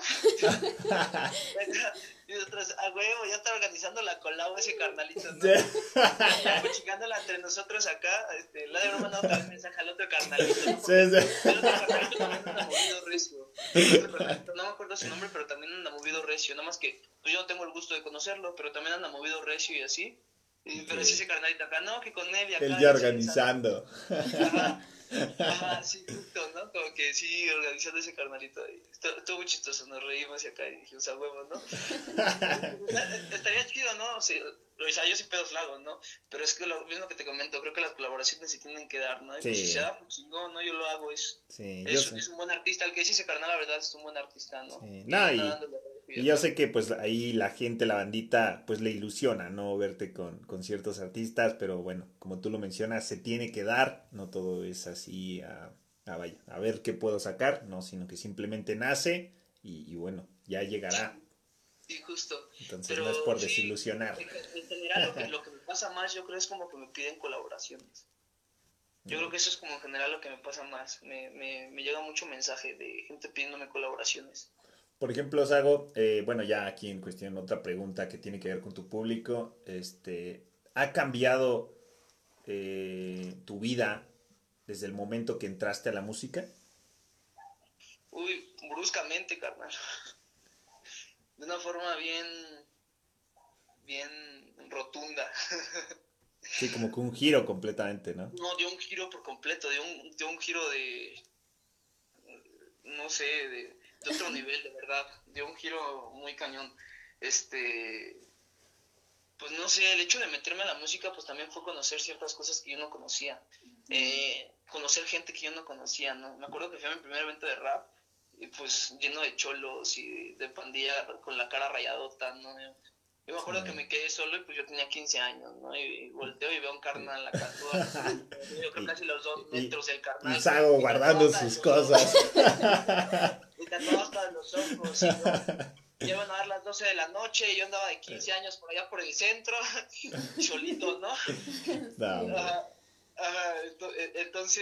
Y nosotros, a huevo, ya está organizando la colabo ese carnalito, ¿no? Ya estamos chingándola entre nosotros acá, este, le habrá mandado también mensaje al otro carnalito, ¿no? Sí, sí. El otro carnalito también anda movido recio. El otro carnalito, no me acuerdo su nombre, pero también anda movido recio, nada más que pues yo no tengo el gusto de conocerlo, pero también anda movido recio y así. Y, pero sí ese carnalito acá, no, que con él y acá. Él y ya así, organizando. Ajá, ajá, sí, justo, ¿no? Como que sí, organizando ese carnalito. Y estuvo, estuvo muy chistoso, nos reímos y acá y dijimos, a huevo, ¿no? Estaría chido, ¿no? O sea, o sea, yo sí pedos la hago, ¿no? Pero es que lo mismo que te comento, creo que las colaboraciones se tienen que dar, ¿no? Y Sí. pues si se da, pues chingón, ¿no? Yo lo hago, es, Sí, yo es, sé. es un buen artista. El que dice ese carnal, la verdad, es un buen artista, ¿no? Sí. Y No, anda y, dándole y yo sé que pues ahí la gente, la bandita, pues le ilusiona, ¿no? Verte con, con ciertos artistas, pero bueno, como tú lo mencionas, se tiene que dar, no todo es así a, a vaya, a ver qué puedo sacar, no, sino que simplemente nace y, y bueno, ya llegará. Sí, justo. Entonces Pero no es por sí, desilusionar. en, en general lo que, lo que me pasa más, yo creo, es como que me piden colaboraciones. Yo creo que eso es como en general lo que me pasa más. Me, me, me llega mucho mensaje de gente pidiéndome colaboraciones. Por ejemplo, Sago, eh, bueno, ya aquí en cuestión otra pregunta que tiene que ver con tu público, este, ¿ha cambiado eh, tu vida desde el momento que entraste a la música? Uy, bruscamente, carnal. De una forma bien, bien rotunda. Sí, como que un giro completamente, ¿no? No, dio un giro por completo, dio un, dio un giro de, no sé, de, de otro nivel, de verdad. Dio un giro muy cañón. Este, pues no sé, el hecho de meterme a la música, pues también fue conocer ciertas cosas que yo no conocía. Eh, conocer gente que yo no conocía, ¿no? Me acuerdo que fui a mi primer evento de rap, y pues lleno de cholos y de pandilla con la cara rayadota, ¿no? Yo, yo me acuerdo Sí. que me quedé solo y pues yo tenía quince años, ¿no? Y, y volteo y veo a un carnal acá, todo, yo creo Y, casi los dos y, metros del y carnal. Sago Y guardando tatuado hasta sus los cosas. ojos, y tatuado hasta los ojos, y yo... Ya iban a dar las doce de la noche y yo andaba de quince años por allá por el centro, solito, ¿no? No, hombre. Ajá, ajá, ento- e- entonces...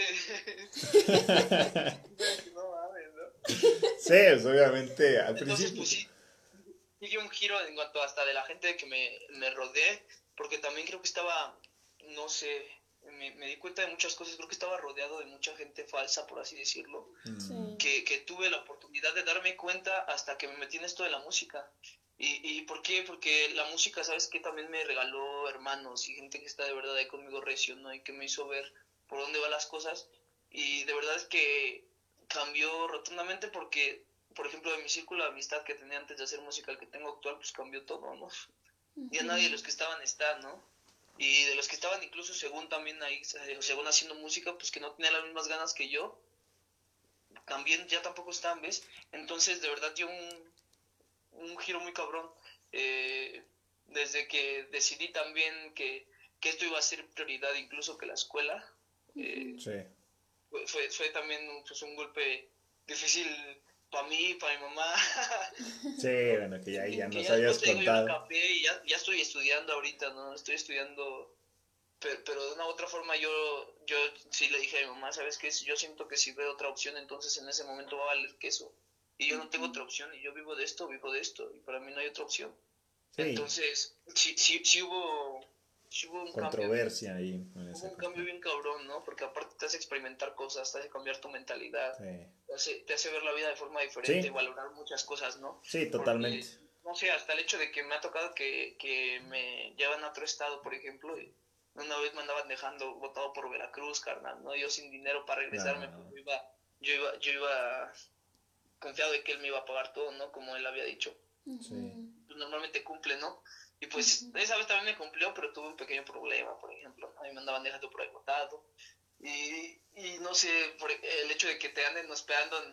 no mames, ¿no? Sí, pues, obviamente, al Entonces, principio. pues sí, sigue un giro en cuanto hasta de la gente que me, me rodeé, porque también creo que estaba, no sé, me, me di cuenta de muchas cosas, creo que estaba rodeado de mucha gente falsa, por así decirlo, Sí. que, que tuve la oportunidad de darme cuenta hasta que me metí en esto de la música. ¿Y, y por qué? Porque la música, ¿sabes qué? También me regaló hermanos y gente que está de verdad ahí conmigo recio, ¿no? Y que me hizo ver por dónde van las cosas. Y de verdad es que cambió rotundamente porque, por ejemplo, de mi círculo de amistad que tenía antes de hacer música, el que tengo actual, pues cambió todo, ¿no? Ya nadie de los que estaban está, ¿no? Y de los que estaban incluso según también ahí, según haciendo música, pues que no tenía las mismas ganas que yo, también ya tampoco están, ¿ves? Entonces, de verdad, dio un, un giro muy cabrón. Eh, desde que decidí también que, que esto iba a ser prioridad incluso que la escuela, eh, Sí. fue, fue, fue también pues, un golpe difícil para mí, para mi mamá. Sí, bueno, que ya, que, ya que nos ya después habías te digo, yo me contado. capé y ya, ya estoy estudiando ahorita, ¿no? Estoy estudiando, pero, pero de una u otra forma yo, yo sí le dije a mi mamá, ¿sabes qué? Yo siento que si veo otra opción, entonces en ese momento va a valer queso. Y yo no tengo otra opción, y yo vivo de esto, vivo de esto, y para mí no hay otra opción. Sí, Entonces, sí, sí, sí hubo, sí hubo un cambio, controversia ahí en hubo esa un cambio cuestión. bien cabrón, ¿no? Porque aparte te hace experimentar cosas, te hace cambiar tu mentalidad, Sí, te hace, te hace ver la vida de forma diferente y sí, valorar muchas cosas, ¿no? sí, Porque, totalmente. no sé, hasta el hecho de que me ha tocado que, que me llevan a otro estado, por ejemplo, y una vez me andaban dejando botado por Veracruz, carnal, ¿no? Yo sin dinero para regresarme, pues No, yo iba, yo iba, yo iba confiado de que él me iba a pagar todo, ¿no? Como él había dicho. sí. Pues normalmente cumple, ¿no? Y pues esa vez también me cumplió, pero tuve un pequeño problema, por ejemplo. A mí me andaban dejando por ahí botado. Y, y no sé, por el hecho de que te anden hospedando en,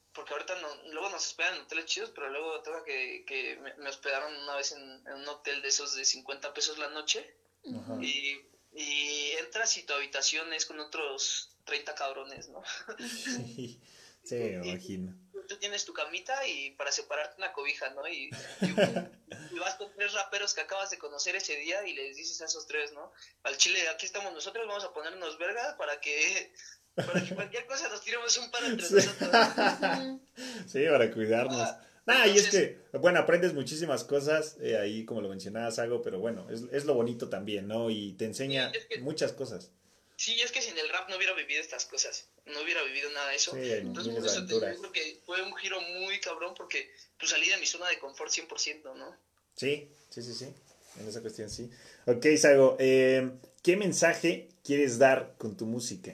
porque ahorita no, luego nos hospedan en hoteles chidos, pero luego toca que, que me, me hospedaron una vez en, en un hotel de esos de cincuenta pesos la noche. Ajá. Y, y entras y tu habitación es con otros treinta cabrones, ¿no? Sí, sí, me imagino. Y tú tienes tu camita y para separarte una cobija, ¿no? Y, y, y vas con tres raperos que acabas de conocer ese día y les dices a esos tres, ¿no? Al chile, aquí estamos nosotros, vamos a ponernos verga para que, para que cualquier cosa nos tiremos un paro entre Sí. nosotros. Sí, para cuidarnos. Ah, Nah, y es entonces, que, bueno, aprendes muchísimas cosas, eh, ahí como lo mencionabas, algo, pero bueno, es, es lo bonito también, ¿no? Y te sí, enseña es que, muchas cosas. sí, es que sin el rap no hubiera vivido estas cosas, no hubiera vivido nada de Sí, eso. hay Entonces, miles por de eso te digo, aventuras. yo creo que fue un giro muy cabrón porque pues, salí de mi zona de confort cien por ciento, ¿no? Sí, sí, sí, sí. En esa cuestión sí. Ok, Sago, eh, ¿qué mensaje quieres dar con tu música?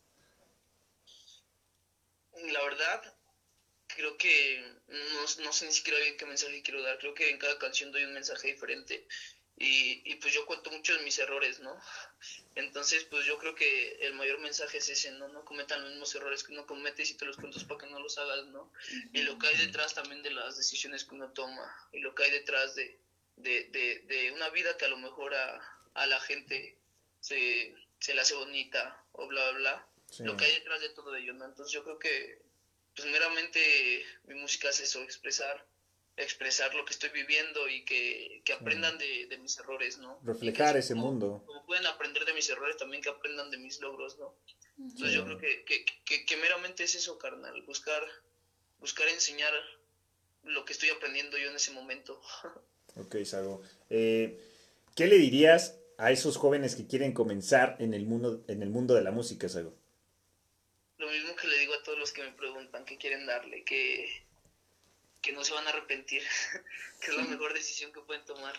La verdad, creo que no, no sé ni siquiera bien qué mensaje quiero dar. Creo que en cada canción doy un mensaje diferente. Y, y pues yo cuento mucho de mis errores, ¿no? Entonces, pues yo creo que el mayor mensaje es ese, ¿no? No cometan los mismos errores que uno comete y si te los cuentas para que no los hagas, ¿no? Y lo que hay detrás también de las decisiones que uno toma y lo que hay detrás de, de, de, de una vida que a lo mejor a, a la gente se, se le hace bonita o bla, bla, bla. Sí, Lo que hay detrás de todo ello, ¿no? Entonces yo creo que pues meramente mi música es eso, expresar expresar lo que estoy viviendo y que, que sí. aprendan de, de mis errores, ¿no? Y que Reflejar así ese como, mundo. como pueden aprender de mis errores, también que aprendan de mis logros, ¿no? Entonces Sí. yo creo que, que, que, que meramente es eso, carnal, buscar, buscar enseñar lo que estoy aprendiendo yo en ese momento. Ok, Sago. Eh, ¿qué le dirías a esos jóvenes que quieren comenzar en el mundo, en el mundo de la música, Sago? Lo mismo que le digo a todos los que me preguntan qué quieren darle, que, que no se van a arrepentir, que es la mejor decisión que pueden tomar.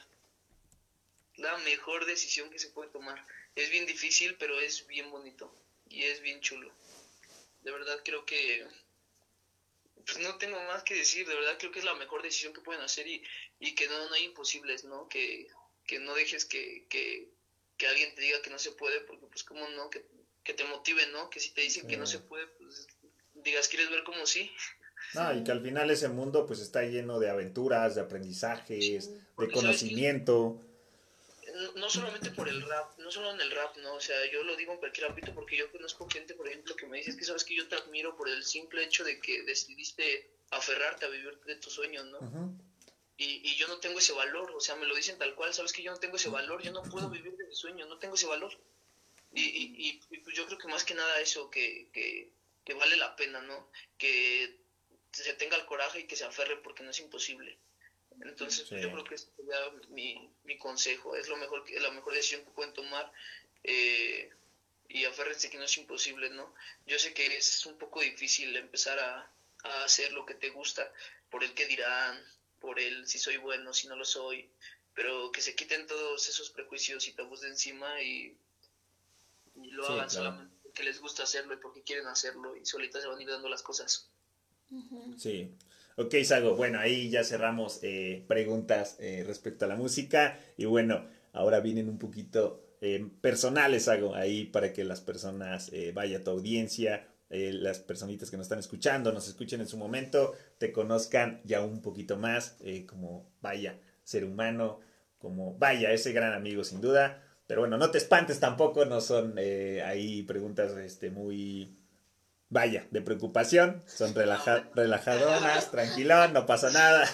La mejor decisión que se puede tomar. Es bien difícil, pero es bien bonito y es bien chulo. De verdad creo que pues no tengo más que decir, de verdad creo que es la mejor decisión que pueden hacer y, y que no, no hay imposibles, ¿no? Que, que no dejes que, que, que alguien te diga que no se puede, porque pues cómo no, que, que te motive, ¿no? Que si te dicen Sí. que no se puede, pues digas, ¿quieres ver cómo sí? No, y que al final ese mundo pues está lleno de aventuras, de aprendizajes, de Porque sabes que conocimiento. no, no solamente por el rap, no solo en el rap, no, o sea, yo lo digo en cualquier ámbito porque yo conozco gente, por ejemplo, que me dice, es que sabes que yo te admiro por el simple hecho de que decidiste aferrarte a vivir de tu sueño, ¿no? Ujú. Y, y yo no tengo ese valor, o sea, me lo dicen tal cual, sabes que yo no tengo ese valor, yo no puedo vivir de mi sueño, no tengo ese valor. Y, y, y, y pues yo creo que más que nada eso, que, que, que vale la pena, ¿no? Que se tenga el coraje y que se aferre porque no es imposible. Entonces, pues, yo Sí. creo que ese sería mi, mi consejo, es lo mejor que, la mejor decisión que pueden tomar. Eh, y aférrense que no es imposible, ¿no? Yo sé que es un poco difícil empezar a, a hacer lo que te gusta por el que dirán, por el si soy bueno, si no lo soy, pero que se quiten todos esos prejuicios y tabús de encima y, y lo Sí, hagan claro. solamente porque les gusta hacerlo y porque quieren hacerlo y solitas se van a ir dando las cosas. Sí. Ok, Sago. Bueno, ahí ya cerramos eh, preguntas eh, respecto a la música. Y bueno, ahora vienen un poquito eh, personales, Sago, ahí para que las personas, eh, vaya tu audiencia, eh, las personitas que nos están escuchando, nos escuchen en su momento, te conozcan ya un poquito más, eh, como vaya ser humano, como vaya ese gran amigo sin duda. Pero bueno, no te espantes tampoco, no son eh, ahí preguntas este, muy vaya, de preocupación, son No, relaja bueno. relajadonas, tranquilón, no pasa nada.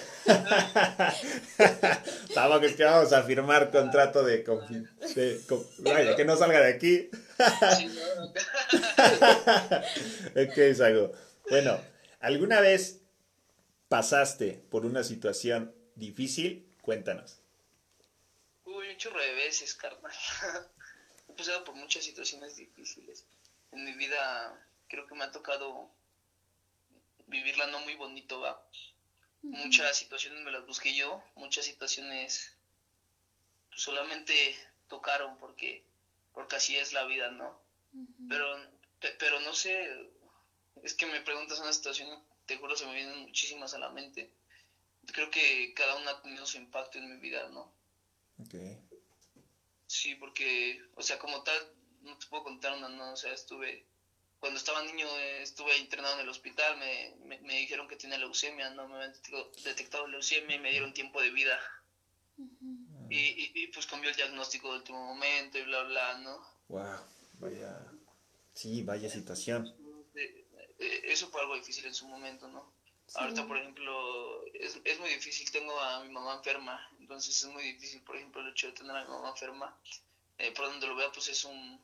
Tampoco es que vamos a firmar contrato de, confi de con vaya, que no salga de aquí. Sí, no. Ok, Sago. Bueno, ¿alguna vez pasaste por una situación difícil? Cuéntanos. Uy, un chorro de veces, carnal. He pasado por muchas situaciones difíciles. En mi vida creo que me ha tocado vivirla no muy bonito, va. Muchas situaciones me las busqué yo, muchas situaciones pues, solamente tocaron porque, porque así es la vida, ¿no? Pero, pe- pero no sé, es que me preguntas una situación, te juro se me vienen muchísimas a la mente. Creo que cada una ha tenido su impacto en mi vida, ¿no? Ok. Sí, porque, o sea, como tal, no te puedo contar una, no, o sea, estuve cuando estaba niño eh, estuve internado en el hospital, me, me, me dijeron que tenía leucemia, no me habían detectado leucemia y me dieron tiempo de vida. Uh-huh. Y, y, y pues cambió el diagnóstico de último momento y bla, bla, ¿no? Wow, vaya, sí, vaya situación. Eh, eh, eso fue algo difícil en su momento, ¿no? Sí. Ahorita, por ejemplo, es, es muy difícil, tengo a mi mamá enferma, entonces es muy difícil, por ejemplo, el hecho de tener a mi mamá enferma, eh, por donde lo vea, pues es un,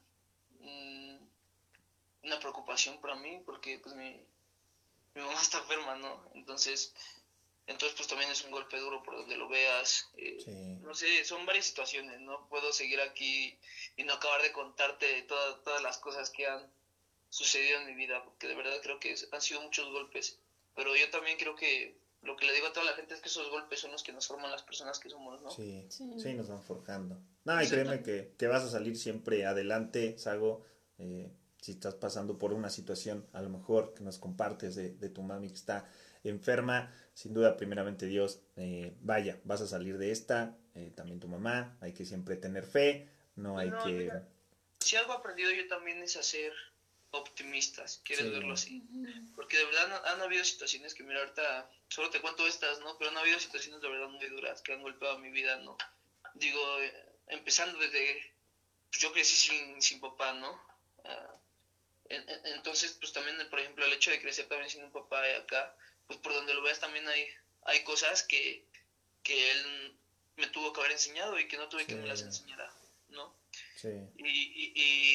un una preocupación para mí, porque pues mi, mi mamá está enferma, ¿no? Entonces, entonces pues también es un golpe duro por donde lo veas. Eh, sí. No sé, son varias situaciones, no puedo seguir aquí y no acabar de contarte toda, todas las cosas que han sucedido en mi vida, porque de verdad creo que han sido muchos golpes, pero yo también creo que lo que le digo a toda la gente es que esos golpes son los que nos forman las personas que somos, ¿no? Sí, sí, sí nos van forjando. No, y créeme que, que vas a salir siempre adelante, Sago. Eh, si estás pasando por una situación, a lo mejor que nos compartes de, de tu mami que está enferma, sin duda, primeramente Dios, eh, vaya, vas a salir de esta, eh, también tu mamá, hay que siempre tener fe, no hay no, que... Mira, si algo he aprendido yo también es a ser optimistas, quieres sí. verlo así, porque de verdad han, han habido situaciones que, mira, ahorita solo te cuento estas, ¿no? Pero han habido situaciones de verdad muy duras que han golpeado mi vida, ¿no? Digo, eh, empezando desde, pues yo crecí sin, sin papá, ¿no? Uh, Entonces, pues también, por ejemplo, el hecho de crecer también sin un papá acá, pues por donde lo veas también hay, hay cosas que, que él me tuvo que haber enseñado y que no tuve sí. que me las enseñara, ¿no? Sí. Y, y,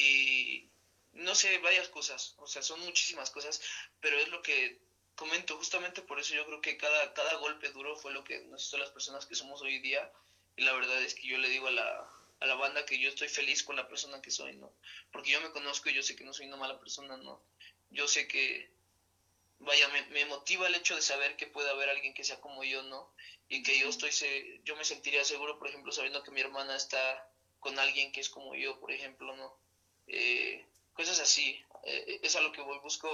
y no sé, varias cosas, o sea, son muchísimas cosas, pero es lo que comento, justamente por eso yo creo que cada, cada golpe duro fue lo que nos hizo las personas que somos hoy día, y la verdad es que yo le digo a la... a la banda que yo estoy feliz con la persona que soy, ¿no? Porque yo me conozco y yo sé que no soy una mala persona, ¿no? Yo sé que, vaya, me, me motiva el hecho de saber que puede haber alguien que sea como yo, ¿no? Y que yo estoy, se, yo me sentiría seguro, por ejemplo, sabiendo que mi hermana está con alguien que es como yo, por ejemplo, ¿no? Eh, cosas así, eh, es a lo que voy, busco,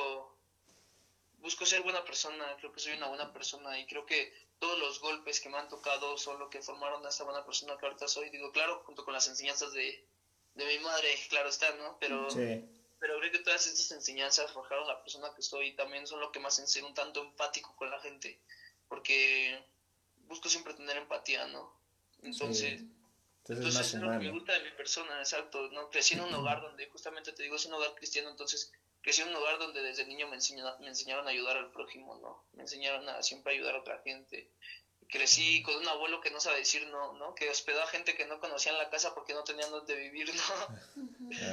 busco ser buena persona, creo que soy una buena persona y creo que todos los golpes que me han tocado son lo que formaron a esta buena persona que ahorita soy. Digo, claro, junto con las enseñanzas de, de mi madre, claro está, ¿no? Pero, sí. pero creo que todas estas enseñanzas forjaron la persona que soy y también son lo que me hacen ser un tanto empático con la gente. Porque busco siempre tener empatía, ¿no? Entonces, sí. entonces, entonces es, es lo que me gusta de mi persona, exacto, ¿no? Crecí en un hogar donde, justamente te digo, es un hogar cristiano, entonces... crecí en un lugar donde desde niño me, enseña, me enseñaron a ayudar al prójimo, ¿no? Me enseñaron a siempre ayudar a otra gente. Crecí con un abuelo que no sabe decir no, ¿no? Que hospedó a gente que no conocía en la casa porque no tenían dónde vivir, ¿no?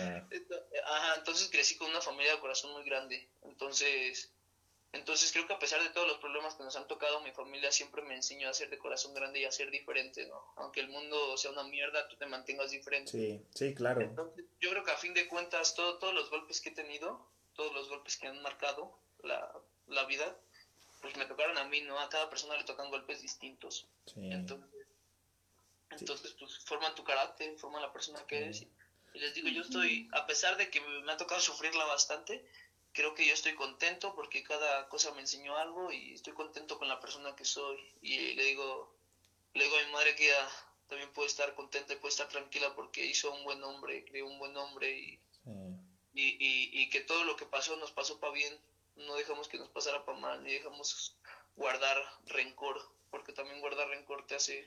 Ajá, entonces crecí con una familia de corazón muy grande. Entonces, entonces creo que a pesar de todos los problemas que nos han tocado, mi familia siempre me enseñó a ser de corazón grande y a ser diferente, ¿no? Aunque el mundo sea una mierda, tú te mantengas diferente. Sí, sí, claro. Entonces, yo creo que a fin de cuentas, todo, todos los golpes que he tenido, todos los golpes que han marcado la, la vida, pues me tocaron a mí, ¿no? A cada persona le tocan golpes distintos. Sí. Entonces, entonces pues forman tu carácter, forman la persona que eres. Y, y les digo, yo estoy, a pesar de que me ha tocado sufrirla bastante, creo que yo estoy contento porque cada cosa me enseñó algo y estoy contento con la persona que soy. Y le digo, le digo a mi madre que ella también puede estar contenta y puede estar tranquila porque hizo un buen hombre, creó un buen hombre y... Sí. Y, y, y que todo lo que pasó nos pasó para bien, no dejamos que nos pasara para mal, ni dejamos guardar rencor, porque también guardar rencor te hace,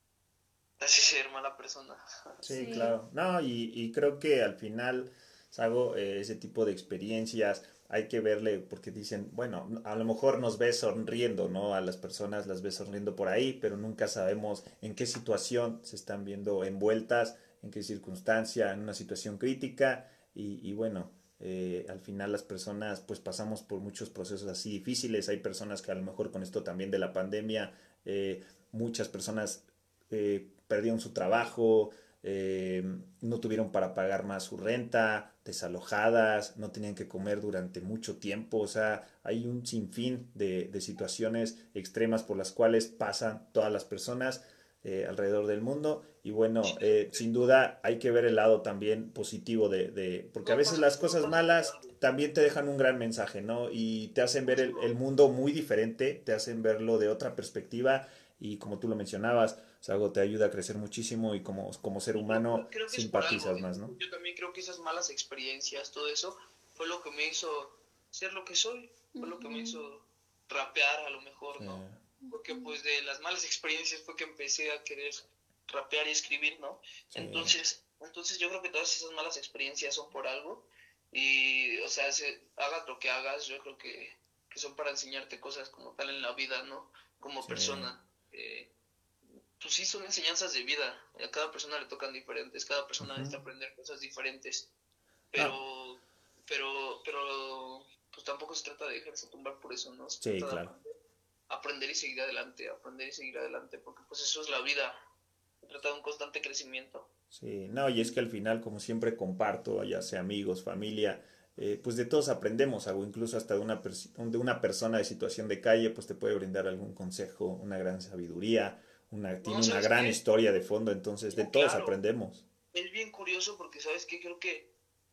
te hace ser mala persona. Sí, sí. Claro. No, y, y creo que al final, Sago, eh, ese tipo de experiencias hay que verle, porque dicen, bueno, a lo mejor nos ves sonriendo, ¿no? A las personas las ves sonriendo por ahí, pero nunca sabemos en qué situación se están viendo envueltas, en qué circunstancia, en una situación crítica. Y, y bueno, eh, al final las personas pues pasamos por muchos procesos así difíciles. Hay personas que a lo mejor con esto también de la pandemia, eh, muchas personas eh, perdieron su trabajo, eh, no tuvieron para pagar más su renta, desalojadas, no tenían que comer durante mucho tiempo. O sea, hay un sinfín de, de situaciones extremas por las cuales pasan todas las personas eh, alrededor del mundo. Y bueno, eh, sin duda hay que ver el lado también positivo de, de... porque a veces las cosas malas también te dejan un gran mensaje, ¿no? Y te hacen ver el, el mundo muy diferente, te hacen verlo de otra perspectiva y como tú lo mencionabas, o sea, algo te ayuda a crecer muchísimo y como, como ser humano creo que simpatizas algo, más, ¿no? Yo también creo que esas malas experiencias, todo eso, fue lo que me hizo ser lo que soy, fue lo que me hizo rapear a lo mejor, ¿no? Yeah. Porque pues de las malas experiencias fue que empecé a querer rapear y escribir, ¿no? Sí. Entonces, entonces yo creo que todas esas malas experiencias son por algo y, o sea, se, hagas lo que hagas, yo creo que, que son para enseñarte cosas como tal en la vida, ¿no? Como Sí. persona. Eh, pues sí, son enseñanzas de vida, a cada persona le tocan diferentes, cada persona Ujú. necesita aprender cosas diferentes, pero, pero, pero, pues tampoco se trata de dejarse tumbar por eso, ¿no? Se Sí, trata de claro. aprender, aprender y seguir adelante, aprender y seguir adelante, porque pues eso es la vida, se trata de un constante crecimiento. Sí, no, y es que al final, como siempre comparto, ya sea amigos, familia, eh, pues de todos aprendemos algo, incluso hasta de una, pers- de una persona de situación de calle, pues te puede brindar algún consejo, una gran sabiduría, una, No, tiene una ¿sabes gran qué? historia de fondo, entonces de No, todos claro, aprendemos. es bien curioso porque, ¿sabes qué? Creo que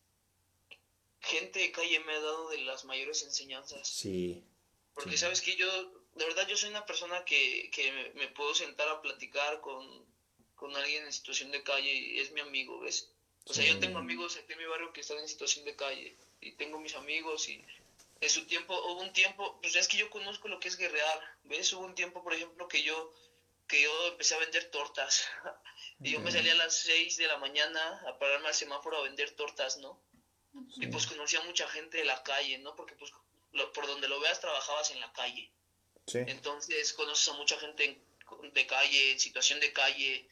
gente de calle me ha dado de las mayores enseñanzas. Sí, Porque sí, sabes que yo, de verdad, yo soy una persona que, que me, me puedo sentar a platicar con, con alguien en situación de calle y es mi amigo, ¿ves? O sea, yo tengo sí, amigos aquí en mi barrio que están en situación de calle y tengo mis amigos y en su tiempo, hubo un tiempo, pues es que yo conozco lo que es guerrear, ¿ves? Hubo un tiempo, por ejemplo, que yo, que yo empecé a vender tortas y yo me ya, salía a las seis de la mañana a pararme al semáforo a vender tortas, ¿no? Y sí, pues conocía a mucha gente de la calle, ¿no? Porque pues lo, por donde lo veas trabajabas en la calle. sí, Entonces conoces a mucha gente en- de calle, en situación de calle,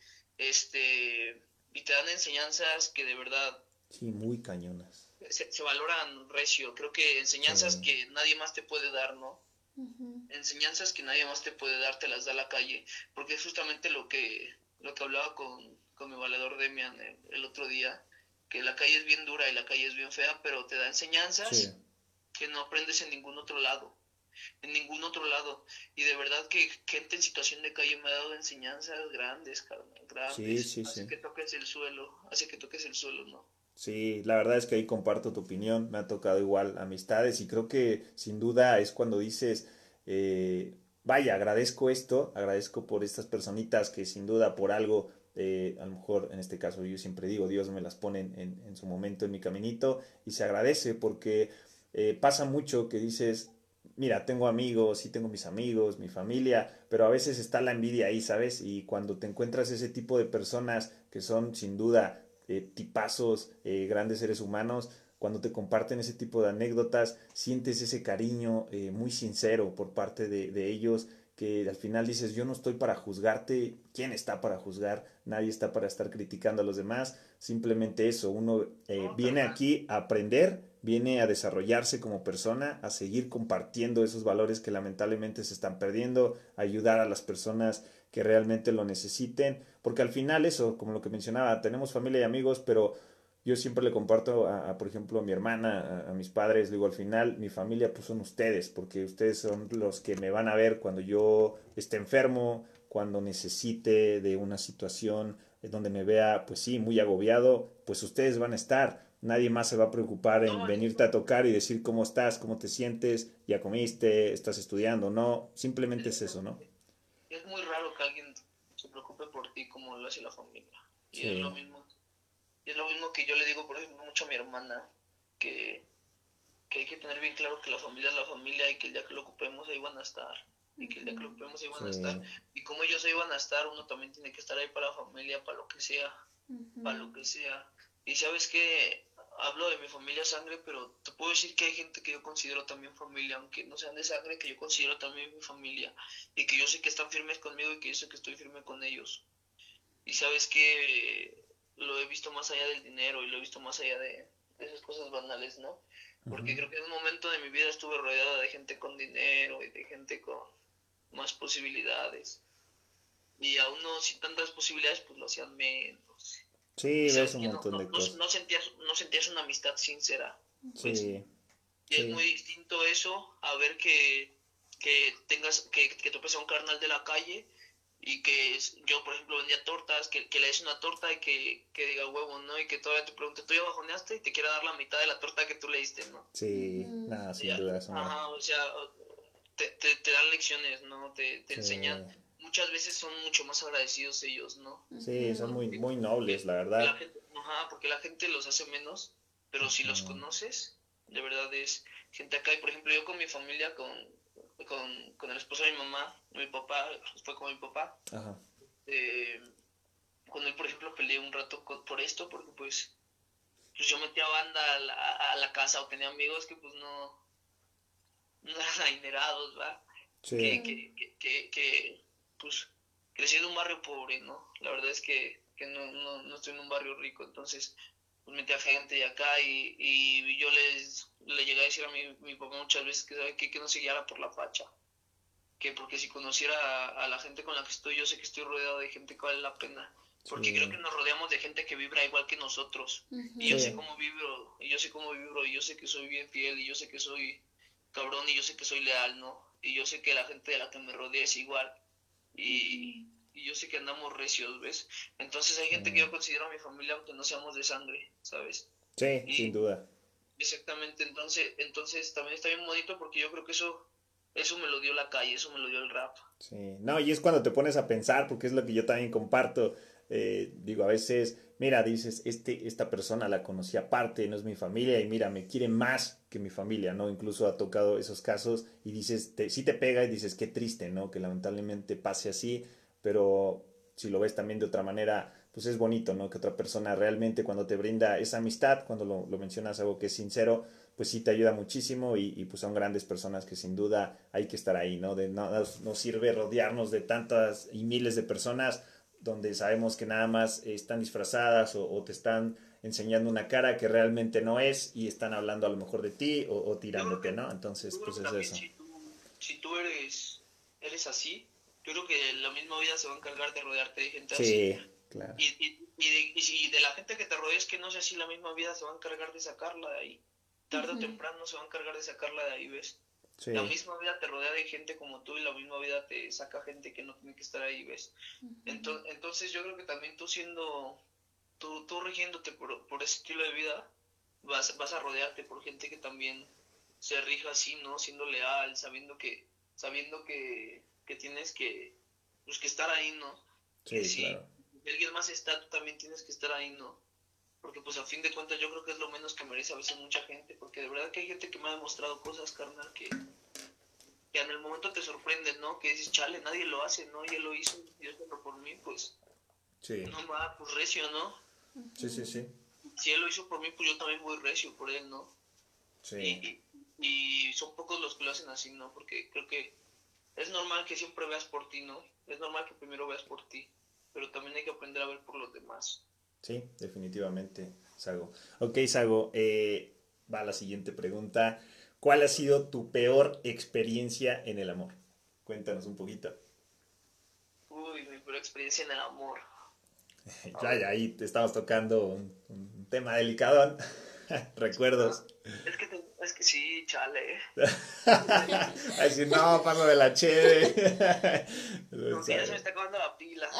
este, y te dan enseñanzas que de verdad sí, muy cañonas. se, se valoran recio. Creo que Sí, enseñanzas que nadie más te puede dar, ¿no? Enseñanzas que nadie más te puede dar, te las da la calle, porque es justamente lo que, lo que hablaba con, con mi valedor Demian el, el otro día, que la calle es bien dura y la calle es bien fea, pero te da sí, enseñanzas que no aprendes en ningún otro lado, en ningún otro lado. Y de verdad que gente en situación de calle me ha dado enseñanzas grandes, carnal, sí, grandes. sí, Hace sí. que toques el suelo, hace que toques el suelo, ¿no? Sí, la verdad es que ahí comparto tu opinión, me ha tocado igual amistades y creo que sin duda es cuando dices, eh, vaya, agradezco esto, agradezco por estas personitas que sin duda por algo, eh, a lo mejor en este caso yo siempre digo, Dios me las pone en, en- en su momento en mi caminito y se agradece porque eh, pasa mucho que dices, mira, tengo amigos, sí tengo mis amigos, mi familia, pero a veces está la envidia ahí, ¿sabes? Y cuando te encuentras ese tipo de personas que son sin duda eh, tipazos, eh, grandes seres humanos, cuando te comparten ese tipo de anécdotas, sientes ese cariño eh, muy sincero por parte de, de ellos, que al final dices, yo no estoy para juzgarte, ¿quién está para juzgar? Nadie está para estar criticando a los demás, simplemente eso, uno eh, No, viene carnal. aquí a aprender, viene a desarrollarse como persona, a seguir compartiendo esos valores que lamentablemente se están perdiendo, a ayudar a las personas que realmente lo necesiten, porque al final eso, como lo que mencionaba, tenemos familia y amigos, pero yo siempre le comparto a, a por ejemplo, a mi hermana, a, a, mis padres, digo, al final mi familia pues son ustedes, porque ustedes son los que me van a ver cuando yo esté enfermo, cuando necesite de una situación donde me vea, pues sí, muy agobiado, pues ustedes van a estar. Nadie más se va a preocupar en No, es, venirte a tocar y decir cómo estás, cómo te sientes, ya comiste, estás estudiando, no, simplemente es eso, ¿no? exactamente. Es muy raro que alguien se preocupe por ti como lo hace la familia. Y es lo Sí, mismo, y es lo mismo que yo le digo, por ejemplo, mucho a mi hermana, que, que hay que tener bien claro que la familia es la familia y que el día que lo ocupemos ahí van a estar. Y que el día que lo ocupemos ahí van a estar. sí, Y como ellos ahí van a estar, uno también tiene que estar ahí para la familia, para lo que sea, para lo que sea. Y sabes que hablo de mi familia sangre, pero te puedo decir que hay gente que yo considero también familia, aunque no sean de sangre, que yo considero también mi familia. Y que yo sé que están firmes conmigo y que yo sé que estoy firme con ellos. Y sabes que lo he visto más allá del dinero y lo he visto más allá de, de esas cosas banales, ¿no? Porque ujú, creo que en un momento de mi vida estuve rodeada de gente con dinero y de gente con más posibilidades. Y a uno sin tantas posibilidades, pues lo hacían menos. Y sí, ves sabes un que no, montón no, de no, cosas. no sentías, no sentías una amistad sincera, ¿ves? Sí, Y es muy sí, distinto eso a ver que, que tengas, que, que topes a un carnal de la calle y que es- yo, por ejemplo, vendía tortas, que, que le des una torta y que, que diga huevo, ¿no? Y que todavía te pregunte, ¿tú ya bajoneaste? Y te quiera dar la mitad de la torta que tú le diste, ¿no? sí, nada, sin Ya, duda, eso no. ajá, o sea, te, te, te dan lecciones, ¿no? Te, te Sí, enseñan. Muchas veces son mucho más agradecidos ellos, ¿no? sí, son muy, Porque, muy nobles, porque, la porque la verdad. gente, ajá, porque la gente los hace menos, pero si los Ujú, conoces, de verdad es gente acá. Y por ejemplo, yo con mi familia, con, con, con el esposo de mi mamá, mi papá, fue con mi papá, Ajá. eh, con él, por ejemplo, peleé un rato con, por esto, porque pues, pues yo metía banda a la, a la casa o tenía amigos que pues no, no eran adinerados, ¿va? Que, Sí. que, que, que, que, pues crecí en un barrio pobre, ¿no? La verdad es que, que no, no, no estoy en un barrio rico, entonces pues metía gente de acá y, y yo les le llegué a decir a mi, mi papá muchas veces que, ¿sabe qué? Que no se guiara por la facha, que porque si conociera a, a la gente con la que estoy, yo sé que estoy rodeado de gente que vale la pena, porque creo Sí. que nos rodeamos de gente que vibra igual que nosotros, y yo sé Sí. cómo vibro, y yo sé cómo vibro, y yo sé que soy bien fiel, y yo sé que soy cabrón, y yo sé que soy leal, ¿no? Y yo sé que la gente de la que me rodea es igual, y, y yo sé que andamos recios, ¿ves? Entonces hay gente que yo Sí. considero mi familia aunque no seamos de sangre, ¿sabes? Sí, sin Y duda. exactamente, entonces, entonces también está bien bonito porque yo creo que eso, eso me lo dio la calle, eso me lo dio el rap. Sí, no, y es cuando te pones a pensar, porque es lo que yo también comparto. Eh, digo, a veces, mira, dices, este, esta persona la conocí aparte, no es mi familia, y mira, me quiere más que mi familia, ¿no? Incluso ha tocado esos casos y dices, te, sí te pega y dices, qué triste, ¿no? Que lamentablemente pase así, pero si lo ves también de otra manera, pues es bonito, ¿no? Que otra persona realmente cuando te brinda esa amistad, cuando lo, lo mencionas algo que es sincero, pues sí te ayuda muchísimo y, y, pues son grandes personas que sin duda hay que estar ahí, ¿no? De, no nos, nos sirve rodearnos de tantas y miles de personas donde sabemos que nada más están disfrazadas o, o te están enseñando una cara que realmente no es y están hablando a lo mejor de ti o, o Yo creo tirándote, que, ¿no? Entonces, yo creo pues que es también eso. si tú, si tú eres, eres así, yo creo que la misma vida se va a encargar de rodearte de gente así. Sí, claro. Y, y, y, de, y si de la gente que te rodees que no sea así, la misma vida se va a encargar de sacarla de ahí. Tarde o temprano se va a encargar de sacarla de ahí, ¿ves? La Sí, misma vida te rodea de gente como tú y la misma vida te saca gente que no tiene que estar ahí, ¿ves? Entonces, entonces yo creo que también tú siendo, tú, tú rigiéndote por, por ese estilo de vida, vas, vas a rodearte por gente que también se rija así, ¿no? Siendo leal, sabiendo que, sabiendo que, que tienes que, pues que estar ahí, ¿no? Que sí, si claro. alguien más está, tú también tienes que estar ahí, ¿no? Porque pues a fin de cuentas yo creo que es lo menos que merece a veces mucha gente, porque de verdad que hay gente que me ha demostrado cosas, carnal, que, que en el momento te sorprenden, ¿no? Que dices, chale, nadie lo hace, ¿no? Y él lo hizo, y hacerlo por mí, pues, Sí, no va, pues recio, ¿no? sí, sí, sí. Si él lo hizo por mí, pues yo también voy recio por él, ¿no? Y, Sí, y, y son pocos los que lo hacen así, ¿no? Porque creo que es normal que siempre veas por ti, ¿no? Es normal que primero veas por ti, pero también hay que aprender a ver por los demás. sí, definitivamente, Sago. Ok, Sago, eh, va la siguiente pregunta. ¿Cuál ha sido tu peor experiencia en el amor? Cuéntanos un poquito. Uy, mi peor experiencia en el amor. A Ya, ver. ya ahí te estamos tocando un, un tema delicado. Ah, Recuerdos. es que, te- es que sí, chale. ¿Eh? A decir, no, paso de la chévere. Como que ya se me está acabando la pila.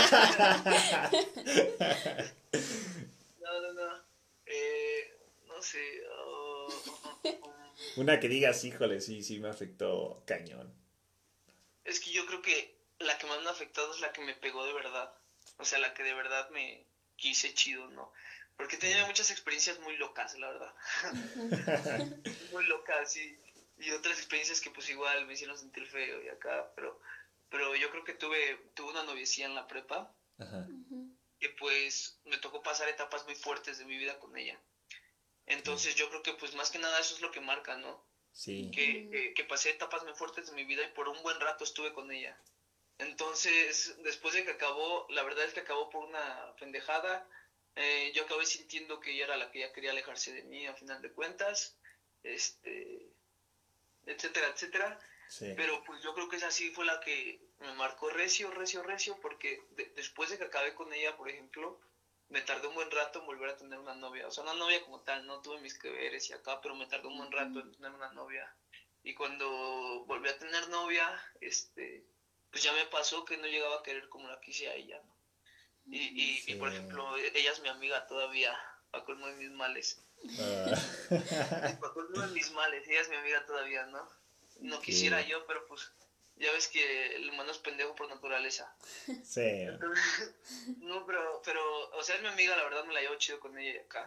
No, no, no. Eh, no sé. oh, oh, oh, oh. Una que digas, híjole, sí, sí me afectó cañón. Es que yo creo que la que más me ha afectado es la que me pegó de verdad. O sea, la que de verdad me quise chido, ¿no? Porque he tenido muchas experiencias muy locas, la verdad. Muy locas, y, y otras experiencias que pues igual me hicieron sentir feo y acá, pero, pero yo creo que tuve, tuve una noviecilla en la prepa Ajá, que pues me tocó pasar etapas muy fuertes de mi vida con ella. ok. Entonces yo creo que pues más que nada eso es lo que marca, ¿no? Sí, Que, que, que pasé etapas muy fuertes de mi vida y por un buen rato estuve con ella. Entonces, después de que acabó, la verdad es que acabó por una pendejada. Eh, yo acabé sintiendo que ella era la que ya quería alejarse de mí a final de cuentas, este, etcétera, etcétera. sí. Pero pues yo creo que esa sí fue la que me marcó recio, recio, recio, porque de- después de que acabé con ella, por ejemplo, me tardé un buen rato en volver a tener una novia. O sea, una novia como tal, no tuve mis que veres y acá, pero me tardé un buen rato en tener una novia. Y cuando volví a tener novia, este, pues ya me pasó que no llegaba a querer como la quise a ella, ¿no? Y, y, y Sí. por ejemplo, ella es mi amiga todavía, para colmo de mis males. Ah, Y para colmo de mis males, ella es mi amiga todavía, ¿no? No quisiera ok. yo, pero pues ya ves que el humano es pendejo por naturaleza. Sí. Entonces, no, pero, pero, o sea, es mi amiga, la verdad me la llevo chido con ella y acá.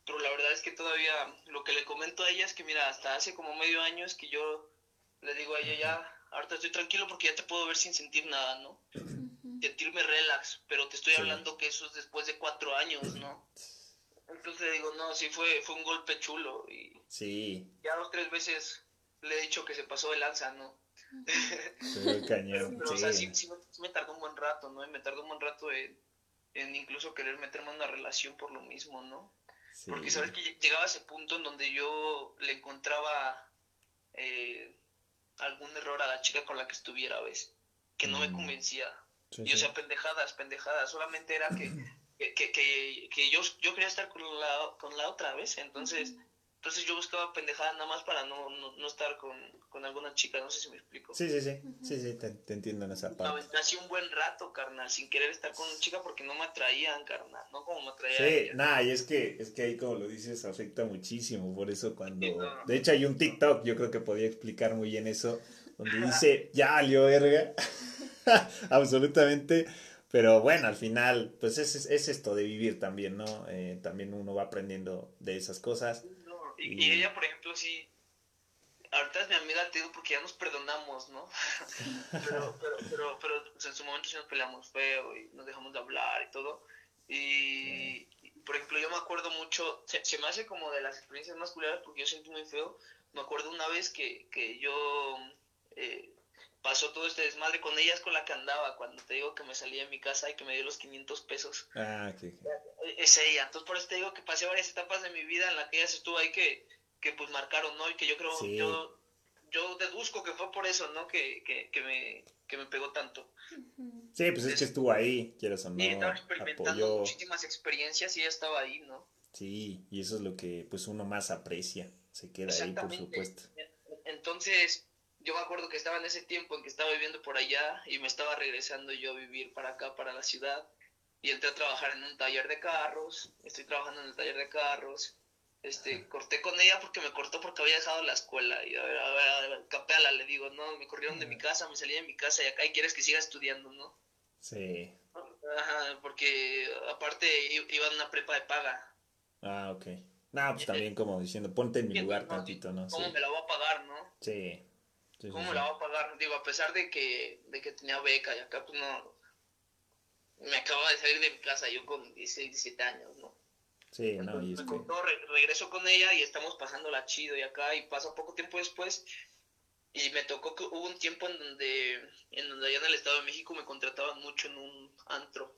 pero la verdad es que todavía lo que le comento a ella es que, mira, hasta hace como medio año es que yo le digo a ella, ya, ahorita estoy tranquilo porque ya te puedo ver sin sentir nada, ¿no? Sentirme relax, pero te estoy Sí. hablando que eso es después de cuatro años, ¿no? Entonces le digo, no, sí fue, fue un golpe chulo y Sí, ya dos, tres veces le he dicho que se pasó de lanza, ¿no? estuvo cañón, Pero, o sea, sí, sí, sí, me, sí me tardó un buen rato, ¿no? Y me tardó un buen rato en, en incluso querer meterme en una relación por lo mismo, ¿no? Porque sabes sí. que lle- llegaba a ese punto en donde yo le encontraba eh, algún error a la chica con la que estuviera, ¿ves? Que no me Mm, convencía. sí, Y o sí. sea, pendejadas, pendejadas. Solamente era que, que, que, que, que yo, yo quería estar con la, con la otra, ¿ves? Entonces, entonces yo buscaba pendejadas nada más para no, no, no estar con, con alguna chica, no sé si me explico. Sí, sí, sí, sí, sí, te, te entiendo en esa Me parte. aventé así un buen rato, carnal, sin querer estar con una chica porque no me atraían, carnal, no como me atraía Sí, ella. nada, y es que, es que ahí como lo dices afecta muchísimo, por eso Sí, cuando... no. De hecho hay un TikTok, yo creo que podía explicar muy bien eso, donde dice, ya valió verga, absolutamente, pero bueno, al final, pues es, es esto de vivir también, ¿no? Eh, también uno va aprendiendo de esas cosas No, y, y y... ella, por ejemplo, sí, ahorita es mi amiga, te digo, porque ya nos perdonamos, ¿no? pero, pero, pero, pero o sea, en su momento sí nos peleamos feo y nos dejamos de hablar y todo. eh, Y, y, por ejemplo, yo me acuerdo mucho, se, se me hace como de las experiencias más culeras porque yo sentí muy feo. Me acuerdo una vez que, que yo eh, pasó todo este desmadre con ella, es con la que andaba, cuando te digo que me salí de mi casa y que me dio los quinientos pesos. ah, que... Es ella. Entonces, por eso te digo que pasé varias etapas de mi vida en la que ella se estuvo ahí que, que pues marcaron, ¿no? Y que yo creo, Sí, yo, yo deduzco que fue por eso, ¿no? Que, que, que me, que me pegó tanto. sí, pues es que Es, estuvo ahí, quieras o y estaba no, experimentando apoyó, muchísimas experiencias y ella estaba ahí, ¿no? sí, y eso es lo que pues uno más aprecia, se queda ahí, por Exactamente. supuesto. Entonces, yo me acuerdo que estaba en ese tiempo en que estaba viviendo por allá y me estaba regresando yo a vivir para acá, para la ciudad. Y entré a trabajar en un taller de carros. Estoy trabajando en el taller de carros. Este, corté con ella porque me cortó porque había dejado la escuela. Y a ver, a ver, a ver, capela, le digo, no, me corrieron de mi casa, me salí de mi casa y acá y quieres que siga estudiando, ¿no? Sí, Ajá, porque aparte i- iba en una prepa de paga. ah, ok. Nada, pues Eh, también como diciendo, ponte en mi sí, entonces, lugar no, sí, tantito, ¿no? ¿cómo Sí, me la voy a pagar, no? sí, sí, sí, ¿Cómo me la sí. voy a pagar? Digo, a pesar de que, de que tenía beca y acá, pues no, me acababa de salir de mi casa yo con dieciséis diecisiete años, ¿no? Sí, no, y Entonces es me que... cortó, re- regreso con ella y estamos pasándola chido y acá, y pasa poco tiempo después, y me tocó que hubo un tiempo en donde, en donde allá en el Estado de México me contrataban mucho en un antro,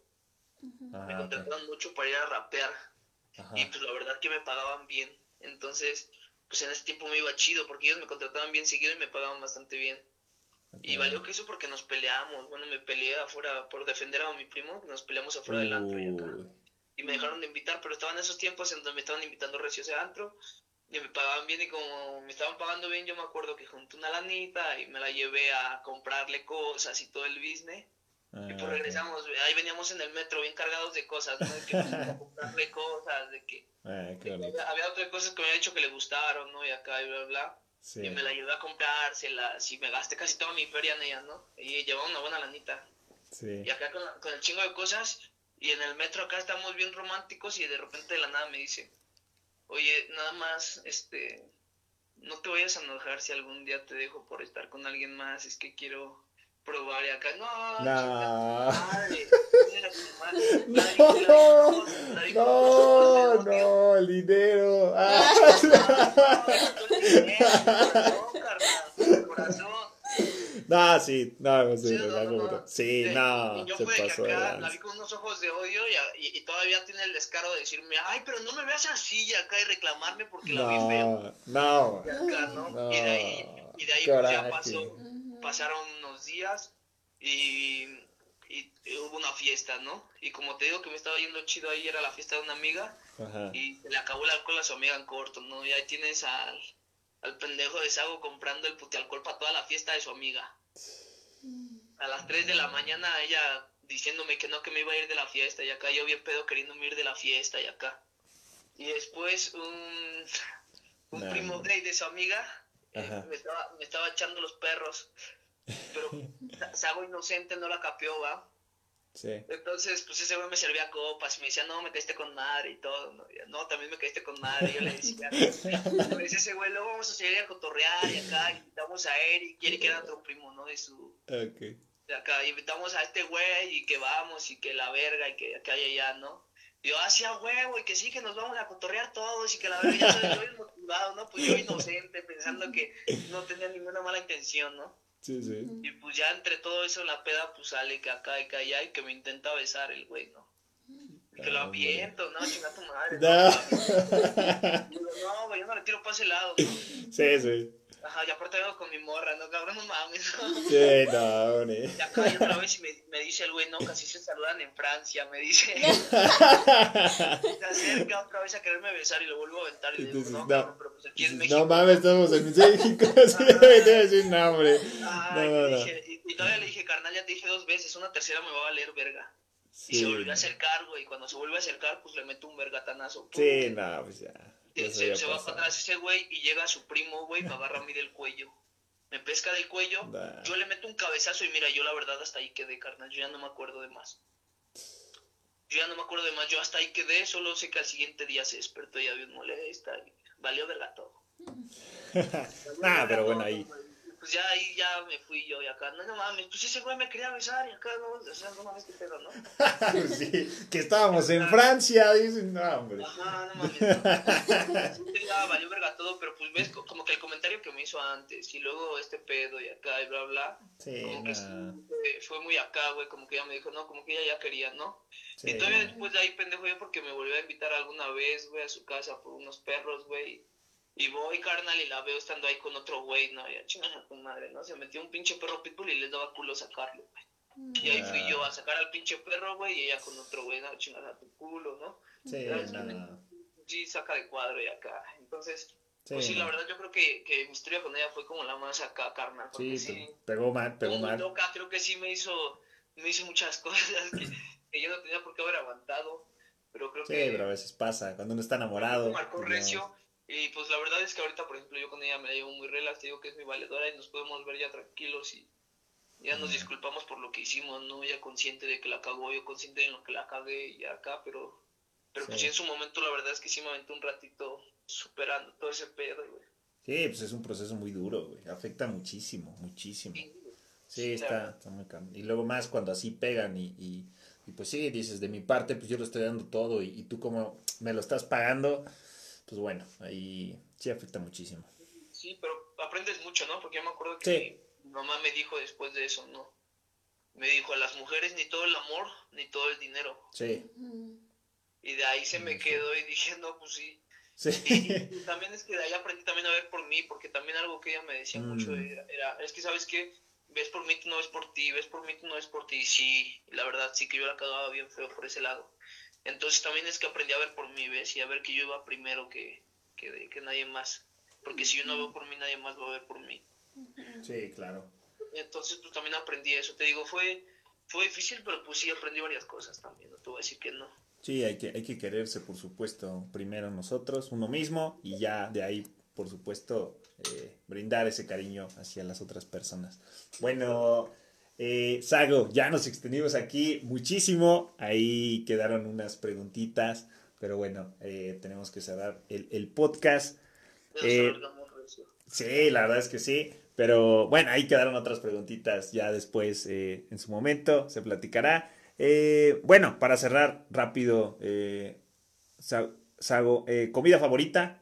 me Ah, ok. contrataban mucho para ir a rapear, y Ajá, pues la verdad que me pagaban bien, entonces, pues en ese tiempo me iba chido, porque ellos me contrataban bien seguido y me pagaban bastante bien. ok. Y valió que eso porque nos peleamos. Bueno, me peleé afuera por defender a mi primo. Nos peleamos afuera del antro y acá. Uy, Y me dejaron de invitar, pero estaban esos tiempos en donde me estaban invitando recios de antro. Y me pagaban bien. Y como me estaban pagando bien, yo me acuerdo que junté una lanita y me la llevé a comprarle cosas y todo el business. Y pues ah, ok. regresamos. Ahí veníamos en el metro bien cargados de cosas, ¿no? De que fuimos a comprarle cosas, de que, Ah, qué de que bonito. había, había otras cosas que me había dicho que le gustaron, ¿no? Y acá y bla, bla. Y Sí, me la ayudé a comprárselas y me gasté casi toda mi feria en ella, ¿no? Y llevaba una buena lanita. Y sí. acá con, con el chingo de cosas, y en el metro acá estamos bien románticos y de repente de la nada me dice, oye, nada más, este, no te vayas a enojar si algún día te dejo por estar con alguien más, es que quiero probar y acá, no, chinga tu No, madre, chinga tu madre. La vi, la vi con no, ojos, la vi con unos ojos de no, odio. no, el dinero. Ah. No, no, deja tú el dinero, mi corazón, carnal, mi corazón. No, sí, no, no Sí, se no, no, relaja, bro. no. Sí, De- y, y no, yo se fue de que pasó de acá la vi lanza. con unos ojos de odio y, a- y- y todavía tiene el descaro de decirme, ay, pero no me veas así y acá y reclamarme porque la vi feo. No, no, Y acá, ¿no? Y de ahí, no, y de ahí pues ya coraje. pasó, pasaron unos días y, y- y hubo una fiesta, ¿no? Y como te digo que me estaba yendo chido ahí, era la fiesta de una amiga Ajá. y se le acabó el alcohol a su amiga en corto, ¿no? Y ahí tienes al, al pendejo de Sago comprando el putialcohol para toda la fiesta de su amiga. A las tres de la mañana ella diciéndome que no, que me iba a ir de la fiesta y acá yo bien pedo queriéndome ir de la fiesta y acá. Y después un, un No, primo no. gay de su amiga eh, Ajá. me, estaba, me estaba echando los perros, pero Sago inocente no la capió, va. Sí. Entonces, pues ese güey me servía copas y me decía, no, me caíste con madre y todo. No, y, no también me caíste con madre. Y yo le decía, me decía ese güey, luego vamos a salir a cotorrear y acá invitamos a Eric. Y Eric era otro primo, ¿no? De su... Ok. De acá, invitamos a este güey y que vamos y que la verga y que acá y allá, ¿no? Y yo hacía huevo y que sí, que nos vamos a cotorrear todos y que la verga, ya sabes, yo desmotivado, ¿no? Pues yo inocente, pensando que no tenía ninguna mala intención, ¿no? Sí, sí. Y pues ya entre todo eso en la peda, pues sale que acá y que allá y que me intenta besar el güey, ¿no? Y que lo aviento, ¿no? Chinga tu madre, ¿no? No. Y digo, no, güey, yo no le tiro para ese lado, ¿no? Sí, sí. Ajá, y aparte vengo con mi morra, ¿no? Cabrón, no mames, ¿no? Sí, no, güey. Y acá y otra vez me, me dice el güey, no, casi se saludan en Francia, me dice. Se acerca otra vez a quererme besar y lo vuelvo a aventar y le digo, Entonces, no, no. cabrón, pero pues aquí en México. No mames, estamos en México. Sí, te voy a decir nombre. Ay, No, le no. dije, y, y todavía le dije, carnal, ya te dije dos veces, una tercera me va a valer verga. Sí, Y se volvió no. a acercar, güey, y cuando se vuelve a acercar, pues le meto un vergatanazo. ¡Pum! Sí, no, pues ya. Se, Eso se, ya se va pasó. para atrás ese güey y llega su primo, güey, me agarra a mí del cuello. Me pesca del cuello, Nah. yo le meto un cabezazo y mira, yo la verdad hasta ahí quedé, carnal, yo ya no me acuerdo de más. Yo ya no me acuerdo de más, yo hasta ahí quedé, solo sé que al siguiente día se despertó ya bien molesta y valió verga todo. Nah, pero bueno, ahí. Pues ya ahí ya me fui yo y acá, no, no mames, pues ese güey me quería besar y acá no, o sea, no mames qué pedo, ¿no? Sí, que estábamos en Francia, dicen, no, hombre. Ajá, no mames, no. Ya valió verga todo, pero pues ves co- como que el comentario que me hizo antes y luego este pedo y acá y bla bla, Sí, como que sí, nah. fue, fue muy acá, güey, como que ella me dijo, no, como que ella ya quería, ¿no? Sí, Y todavía nah. después de ahí pendejo yo porque me volvió a invitar alguna vez, güey, a su casa por unos perros, güey. Y voy, carnal, y la veo estando ahí con otro güey, ¿no? Y a chingar a tu madre, ¿no? Se metió un pinche perro pitbull y les daba culo sacarlo, güey. Y ahí fui yo a sacar al pinche perro, güey, y ella con otro güey, no, chingas a tu culo, ¿no? Sí, Ya ves que nah. sí saca de cuadro y acá. Entonces, Sí, pues sí, la nah. verdad yo creo que, que mi historia con ella fue como la más acá, carnal, porque Sí, sí, pe- pegó mal, fue pegó muy mal. loca, creo que sí me hizo, me hizo muchas cosas que, que yo no tenía por qué haber aguantado, pero creo Sí, que pero a veces pasa, cuando uno está me enamorado, marcó pues recio. no. Y pues la verdad es que ahorita, por ejemplo, yo con ella me la llevo muy relax, te digo que es mi valedora y nos podemos ver ya tranquilos y ya nos Mm. disculpamos por lo que hicimos, ¿no? Ella consciente de que la cagó, yo consciente de lo que la cagué y acá, pero, pero pues sí en Sí. su momento la verdad es que sí me aventé un ratito superando todo ese pedo, güey. Sí, pues es un proceso muy duro, güey. Afecta muchísimo, muchísimo. Sí, Sí, sí, la está, verdad. está muy cabrón. Y luego más cuando así pegan y, y, y pues sí, dices, de mi parte, pues yo lo estoy dando todo y, y tú como me lo estás pagando, pues bueno, ahí sí afecta muchísimo. Sí, pero aprendes mucho, ¿no? Porque yo me acuerdo que Sí, mi mamá me dijo después de eso, ¿no? Me dijo, a las mujeres ni todo el amor, ni todo el dinero. sí, Y de ahí se me sí, quedó y dije, no, pues sí. sí. Y, y- y también es que de ahí aprendí también a ver por mí, porque también algo que ella me decía mucho Mm, era, era, es que sabes que ves por mí, tú no ves por ti, ves por mí, tú no ves por ti. Y sí, la verdad sí que yo la cagaba bien feo por ese lado. Entonces también es que aprendí a ver por mí, ¿ves? Y a ver que yo iba primero que, que, de- que nadie más. Porque si yo no veo por mí, nadie más va a ver por mí. sí, claro. Entonces pues también aprendí eso. Te digo, fue, fue difícil, pero pues sí aprendí varias cosas también. No te voy a decir que no. Sí, hay que, hay que quererse, por supuesto, primero nosotros, uno mismo, y ya de ahí, por supuesto, eh, brindar ese cariño hacia las otras personas. Bueno, eh, Sago, ya nos extendimos aquí muchísimo, ahí quedaron unas preguntitas, pero bueno, eh, tenemos que cerrar el, el podcast. Ya nos Eh, alargamos recio. Sí, la verdad es que sí. Pero bueno, ahí quedaron otras preguntitas. Ya después, eh, en su momento, se platicará. Eh, bueno, para cerrar rápido, eh, Sa- Sago, eh, ¿comida favorita?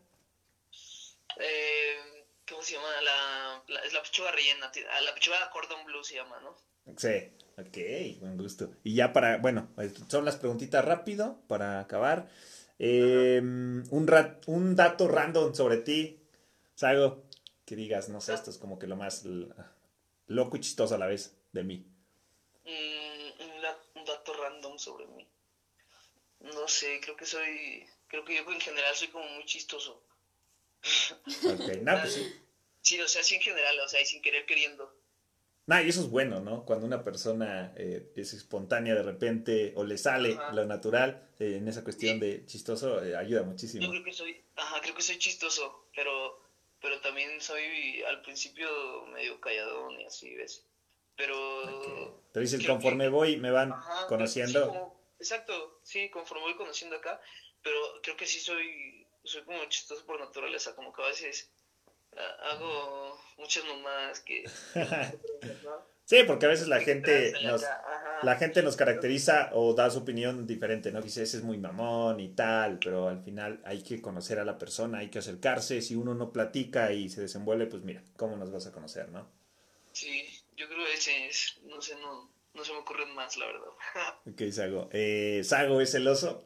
Eh, ¿Cómo se llama? La, la, es la pechuga rellena, ti- ah, la pechuga cordon bleu se llama, ¿no? Sí, ok, buen gusto. Y ya para, bueno, eh, son las preguntitas rápido para acabar. Ajá. Eh, un, ra- un dato random sobre ti, Sago, que digas, no sé, esto es como que lo más l- loco y chistoso a la vez de mí. Mm, un, da- un dato random sobre mí. No sé, creo que soy, creo que yo en general soy como muy chistoso. Ok, nada, pues sí. Sí, o sea, sí en general, o sea, y sin querer queriendo. Nah, y eso es bueno, ¿no? Cuando una persona eh, es espontánea de repente o le sale Ajá. lo natural, eh, en esa cuestión Sí, de chistoso, eh, ayuda yo muchísimo. creo que soy, ajá, creo que soy chistoso, pero, pero también soy al principio medio calladón y así, ¿ves? pero... Okay. Pero dices, creo conforme que, voy, me van ajá, conociendo. sí, como, exacto, sí, conforme voy conociendo acá, pero creo que sí soy, soy como chistoso por naturaleza, como que a veces ah, hago muchas mamadas que, que no sé, ¿no? Sí, porque a veces la De que gente tranza y nos, acá, la ajá. gente nos caracteriza o da su opinión diferente, ¿no? Dice, ese es muy mamón y tal, pero al final hay que conocer a la persona, hay que acercarse. Si uno no platica y se desenvuelve, pues mira, ¿cómo nos vas a conocer, no? Sí, yo creo que ese es, no sé, no, no se me ocurren más, la verdad. Ok, Sago. Eh, ¿Sago es celoso?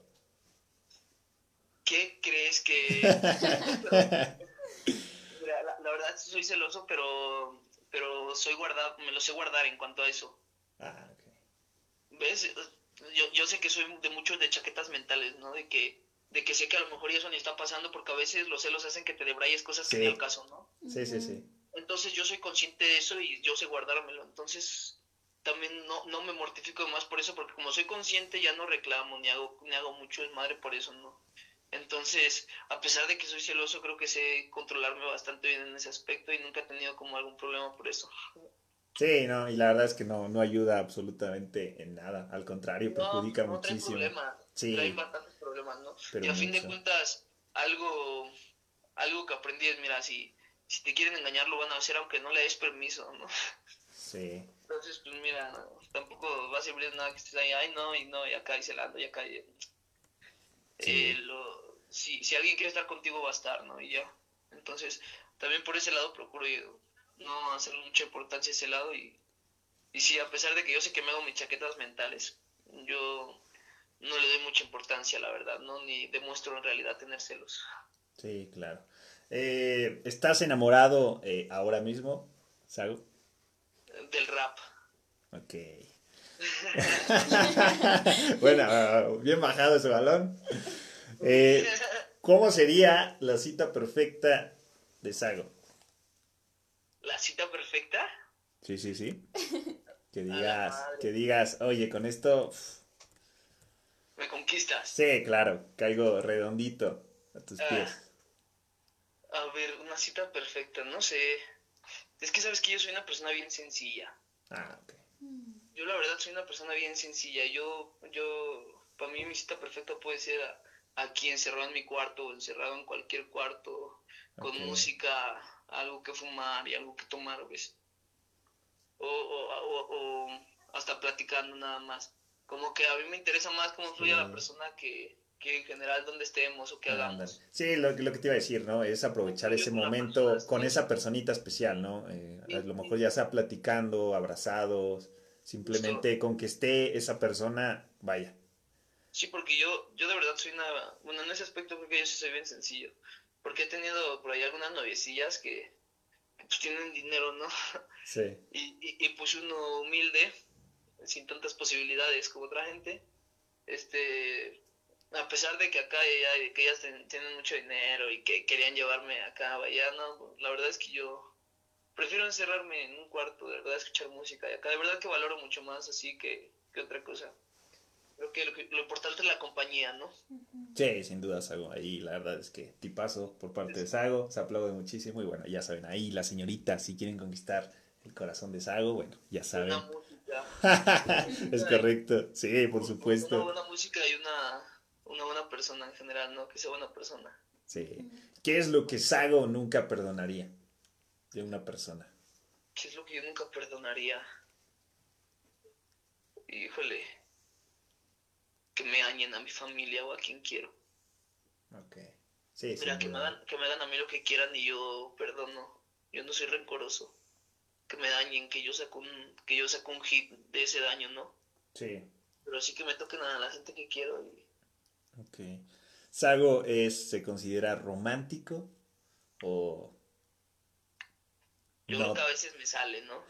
¿Qué crees que...? Pero, mira, la, la verdad sí soy celoso, pero, pero soy guardado, me lo sé guardar en cuanto a eso. Ah, ok. ¿Ves? Yo, yo sé que soy de muchos de chaquetas mentales, ¿no? De que, de que sé que a lo mejor eso ni está pasando porque a veces los celos hacen que te debrayes cosas que ni al Sí, caso, ¿no? sí, sí, sí. Entonces yo soy consciente de eso y yo sé guardármelo. Entonces también no, no me mortifico más por eso porque como soy consciente ya no reclamo ni hago, ni hago mucho desmadre por eso, ¿no? Entonces, a pesar de que soy celoso, creo que sé controlarme bastante bien en ese aspecto y nunca he tenido como algún problema por eso. Sí, no, y la verdad es que no, no ayuda absolutamente en nada. Al contrario, No, perjudica no trae muchísimo. problemas, traen Sí, bastantes problemas, ¿no? Y pero a fin de mucho. cuentas, algo, algo que aprendí es, mira, si, si te quieren engañar lo van a hacer aunque no le des permiso, ¿no? Sí, Entonces, pues mira, no, tampoco va a servir de nada que estés ahí, ay no, y no, y acá y celando, y acá y... Eh, sí. lo, si, si alguien quiere estar contigo va a estar, ¿no? Y ya. Entonces, también por ese lado procuro yo no hacerle mucha importancia a ese lado y, y sí, a pesar de que yo sé que me hago mis chaquetas mentales, yo no le doy mucha importancia, la verdad, ¿no? Ni demuestro en realidad tener celos. Sí, claro. Eh, ¿estás enamorado eh, ahora mismo, Sago? Del rap. Ok. Bueno, bien bajado ese balón. Eh, ¿cómo sería la cita perfecta de Sago? La cita perfecta Sí, sí, sí. Que a la digas, madre. que digas, oye, con esto, pf, Me conquistas. sí, claro, caigo redondito a tus Ah, pies. a ver, una cita perfecta, no sé. Es que sabes que yo soy una persona bien sencilla. Ah, ok. Yo la verdad soy una persona bien sencilla. Yo, yo, para mí mi cita perfecta puede ser a- aquí encerrado en mi cuarto o encerrado en cualquier cuarto con Ok. música, algo que fumar y algo que tomar, ¿ves? O, o, o, o hasta platicando nada más. Como que a mí me interesa más cómo fluye la Sí. persona que, que en general dónde estemos o qué Ándale. hagamos. Sí, lo, que- lo que te iba a decir, ¿no? Es Cómo aprovechar fluyo ese con la persona, momento con sí, esa personita especial, ¿no? Eh, a sí, lo mejor sí, ya sea platicando, abrazados, justo. simplemente con que esté esa persona, vaya. Sí, porque yo, yo de verdad soy una, bueno, en ese aspecto creo que yo sí soy bien sencillo, porque he tenido por ahí algunas noviecillas que, que, pues tienen dinero, ¿no? Sí. Y, y, y pues uno humilde, sin tantas posibilidades como otra gente, este, a pesar de que acá ya, que ellas ten- tienen mucho dinero y que querían llevarme acá, vaya, no, la verdad es que yo prefiero encerrarme en un cuarto, de verdad, escuchar música y acá, de verdad que valoro mucho más así que, que otra cosa. Creo que lo, que lo importante es la compañía, ¿no? Sí, sin duda Sago. Ahí la verdad es que tipazo por parte de Sago, se aplaude muchísimo y bueno, ya saben, ahí las señoritas si quieren conquistar el corazón de Sago, bueno, ya Buena saben. música, buena Es música y correcto, sí, por una supuesto. buena música y una, una buena persona en general, ¿no? Que sea buena persona. Sí. ¿Qué es lo que Sago nunca perdonaría de una persona? ¿Qué es lo que yo nunca perdonaría? Híjole, que me dañen a mi familia o a quien quiero. Ok. Sí, Mira, sin que me duda. hagan, que me hagan a mí lo que quieran y yo perdono. Yo no soy rencoroso. Que me dañen, que yo saco un, que yo saco un hit de ese daño, ¿no? Sí. Pero sí que me toquen a la gente que quiero y Ok. ¿Sago es, se considera romántico o yo creo que a no? veces me sale, ¿no?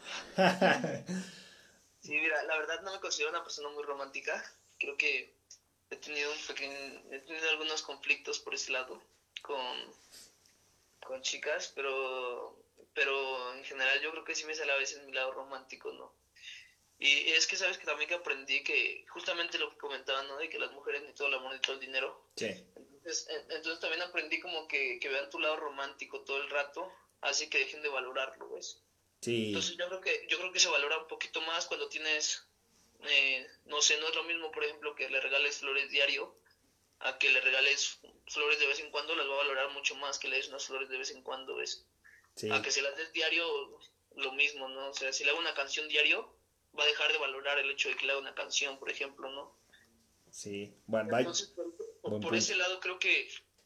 Sí, mira, la verdad no me considero una persona muy romántica. Creo que he tenido un pequeño, he tenido algunos conflictos por ese lado con, con chicas, pero, pero en general yo creo que sí me sale a veces mi lado romántico, ¿no? Y es que sabes que también que aprendí que justamente lo que comentaban, ¿no? De que las mujeres ni todo el amor ni todo el dinero. Sí. Entonces, en- entonces también aprendí como que, que vean tu lado romántico todo el rato, así que dejen de valorarlo, ¿ves? Sí. Entonces yo creo que, yo creo que se valora un poquito más cuando tienes, eh, no sé, no es lo mismo, por ejemplo, que le regales flores diario a que le regales flores de vez en cuando, las va a valorar mucho más que le des unas flores de vez en cuando, ¿ves? A Sí, que se las des diario, lo mismo, ¿no? O sea, si le hago una canción diario, va a dejar de valorar el hecho de que le haga una canción, por ejemplo, ¿no? sí. Bueno, vaya, Entonces, por, por, buen por punto. ese lado creo que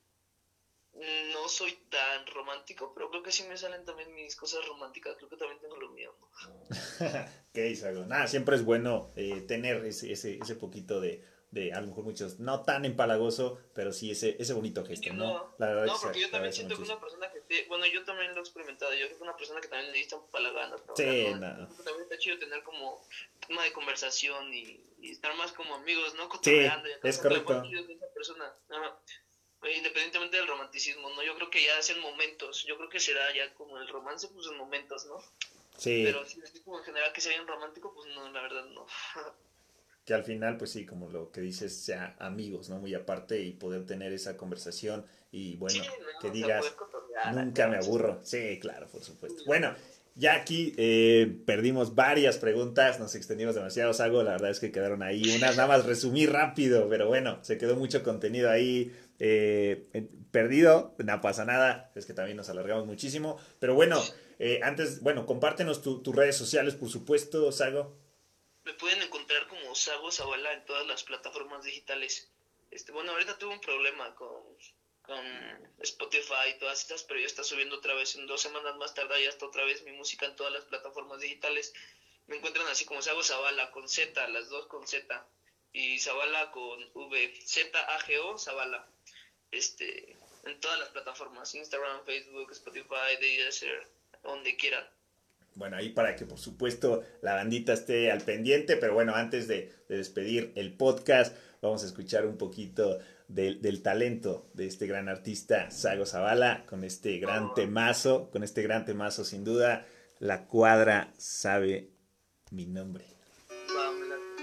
no soy tan romántico, pero creo que sí me salen también mis cosas románticas, creo que también tengo lo mío, ¿no? ¿Qué hizo algo? Nada, siempre es bueno eh, tener ese, ese, ese poquito de, de, a lo mejor muchos, no tan empalagoso, pero sí ese, ese bonito Sí, gesto, ¿no? no, La verdad que no, se porque yo también agradece siento que muchísimo. una persona que te, bueno, yo también lo he experimentado, yo creo que una persona que también le dista un palagán a trabajar, Sí, ¿no? no. Entonces también está chido tener como tema de conversación y, y estar más como amigos, ¿no? Sí, Cotorreando y acá es sacando más correcto. chido de esa persona. Ajá. Eh, Independientemente del romanticismo, ¿no? Yo creo que ya hacen momentos, yo creo que será ya como el romance, pues en momentos, ¿no? Sí, Pero así, así como en general que sea bien romántico, pues no, la verdad no. que al final, pues sí, como lo que dices, sea amigos, ¿no? Muy aparte y poder tener esa conversación y Sí, bueno, que no, o sea, poder digas, cotorrear nunca me acá, chido. aburro. Sí, claro, por Sí, supuesto. no, Bueno, no. ya aquí eh, perdimos varias preguntas, nos extendimos demasiado, Sago, la verdad es que quedaron ahí unas, nada más resumí rápido, pero bueno, se quedó mucho contenido ahí eh, perdido, no pasa nada, es que también nos alargamos muchísimo, pero bueno, eh, antes, bueno, compártenos tu- tus redes sociales, por supuesto, Sago. Me pueden encontrar como Sago Zavala en todas las plataformas digitales. Este, bueno, ahorita tuve un problema con, con Spotify y todas estas, pero ya está subiendo otra vez. En dos semanas más tarde ya está otra vez mi música en todas las plataformas digitales. Me encuentran así como Sago Zavala con Z, las dos con Z. Y Zavala con V. Z-A-G-O, Zavala. Este, en todas las plataformas. Instagram, Facebook, Spotify, Deezer, donde quieran. Bueno, ahí para que por supuesto la bandita esté al pendiente, pero bueno, antes de, de despedir el podcast, vamos a escuchar un poquito del, del talento de este gran artista, Sago Zavala, con este gran Oh, temazo, con este gran temazo sin duda, La Cuadra sabe mi nombre. va, me late.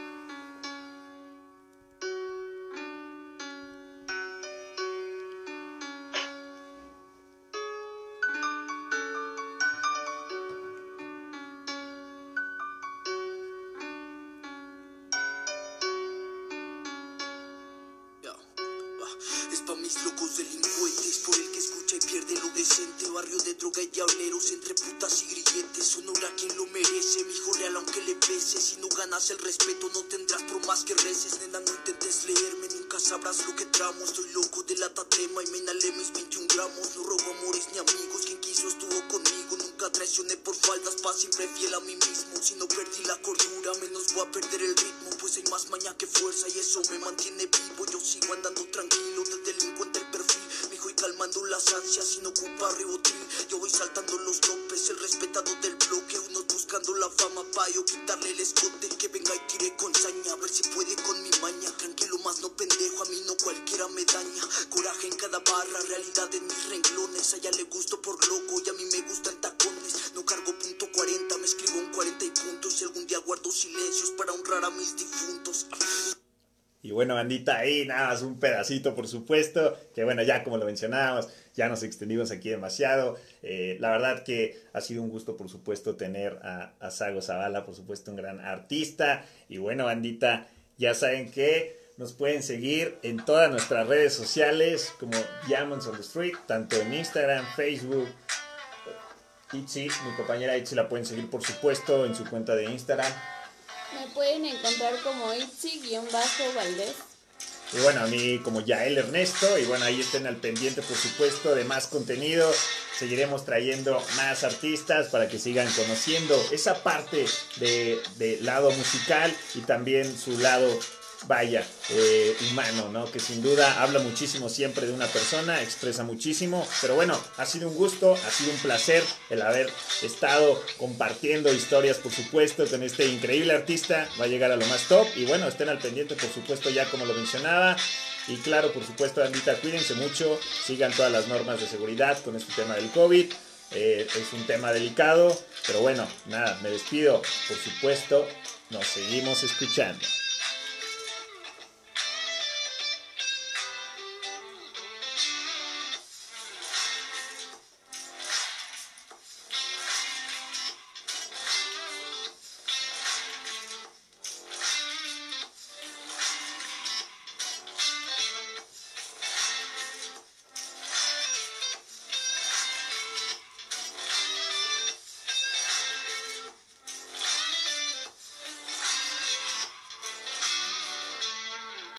Ya, va. Es pa' mis locos delincuentes, por el que escucha y pierde lo decente. Barrio de droga y diableros, entre putas y grilletes. Honor a quien lo merece, mi hijo real aunque le pese. Si no ganas el respeto no tendrás por más que reces. Nena, no intentes leerme, nunca sabrás lo que tramo. Estoy loco de la tatema y me inhalé mis veintiún gramos. No robo amores ni amigos, quien quiso estuvo conmigo. Nunca traicioné por faldas, pa' siempre fiel a mí mismo. Si no perdí la cordura, menos voy a perder el ritmo. Pues hay más maña que fuerza y eso me mantiene vivo. Yo sigo andando tranquilo, de delincuente el perfil. Mijo y calmando las ansias sin ocupar ribotril. Yo voy saltando los topes, el respetado del bloque. Unos buscando la fama pa' yo quitarle el escote. Que venga y tire con saña, a ver si puede con mi maña. Tranquilo más no pendejo, a mí no cualquiera me daña. Coraje en cada barra, realidad en mis renglones. A ella le gusto por loco y a mí me gustan tacones. No cargo punto cuarenta, me escribo un cuarenta y puntos. Y algún día guardo silencios para honrar a mis difuntos. Y bueno, bandita, ahí nada más un pedacito, por supuesto, que bueno, ya como lo mencionábamos, ya nos extendimos aquí demasiado. Eh, la verdad que ha sido un gusto, por supuesto, tener a, a Sago Zavala, por supuesto, un gran artista. Y bueno, bandita, ya saben que nos pueden seguir en todas nuestras redes sociales como Diamonds on the Street, tanto en Instagram, Facebook. Itzy, mi compañera Itzy la pueden seguir, por supuesto, en su cuenta de Instagram. Me pueden encontrar como Itzy-Valdés. Y bueno, a mí como Yael Ernesto. Y bueno, ahí estén al pendiente, por supuesto, de más contenido. Seguiremos trayendo más artistas para que sigan conociendo esa parte de, de lado musical y también su lado, vaya, eh, humano, ¿no? Que sin duda habla muchísimo siempre de una persona, expresa muchísimo. Pero bueno, ha sido un gusto, ha sido un placer el haber estado compartiendo historias, por supuesto, con este increíble artista. Va a llegar a lo más top. Y bueno, estén al pendiente, por supuesto, ya como lo mencionaba. Y claro, por supuesto, bandita, cuídense mucho, sigan todas las normas de seguridad con este tema del COVID. Eh, es un tema delicado, pero bueno, nada, me despido. Por supuesto, nos seguimos escuchando.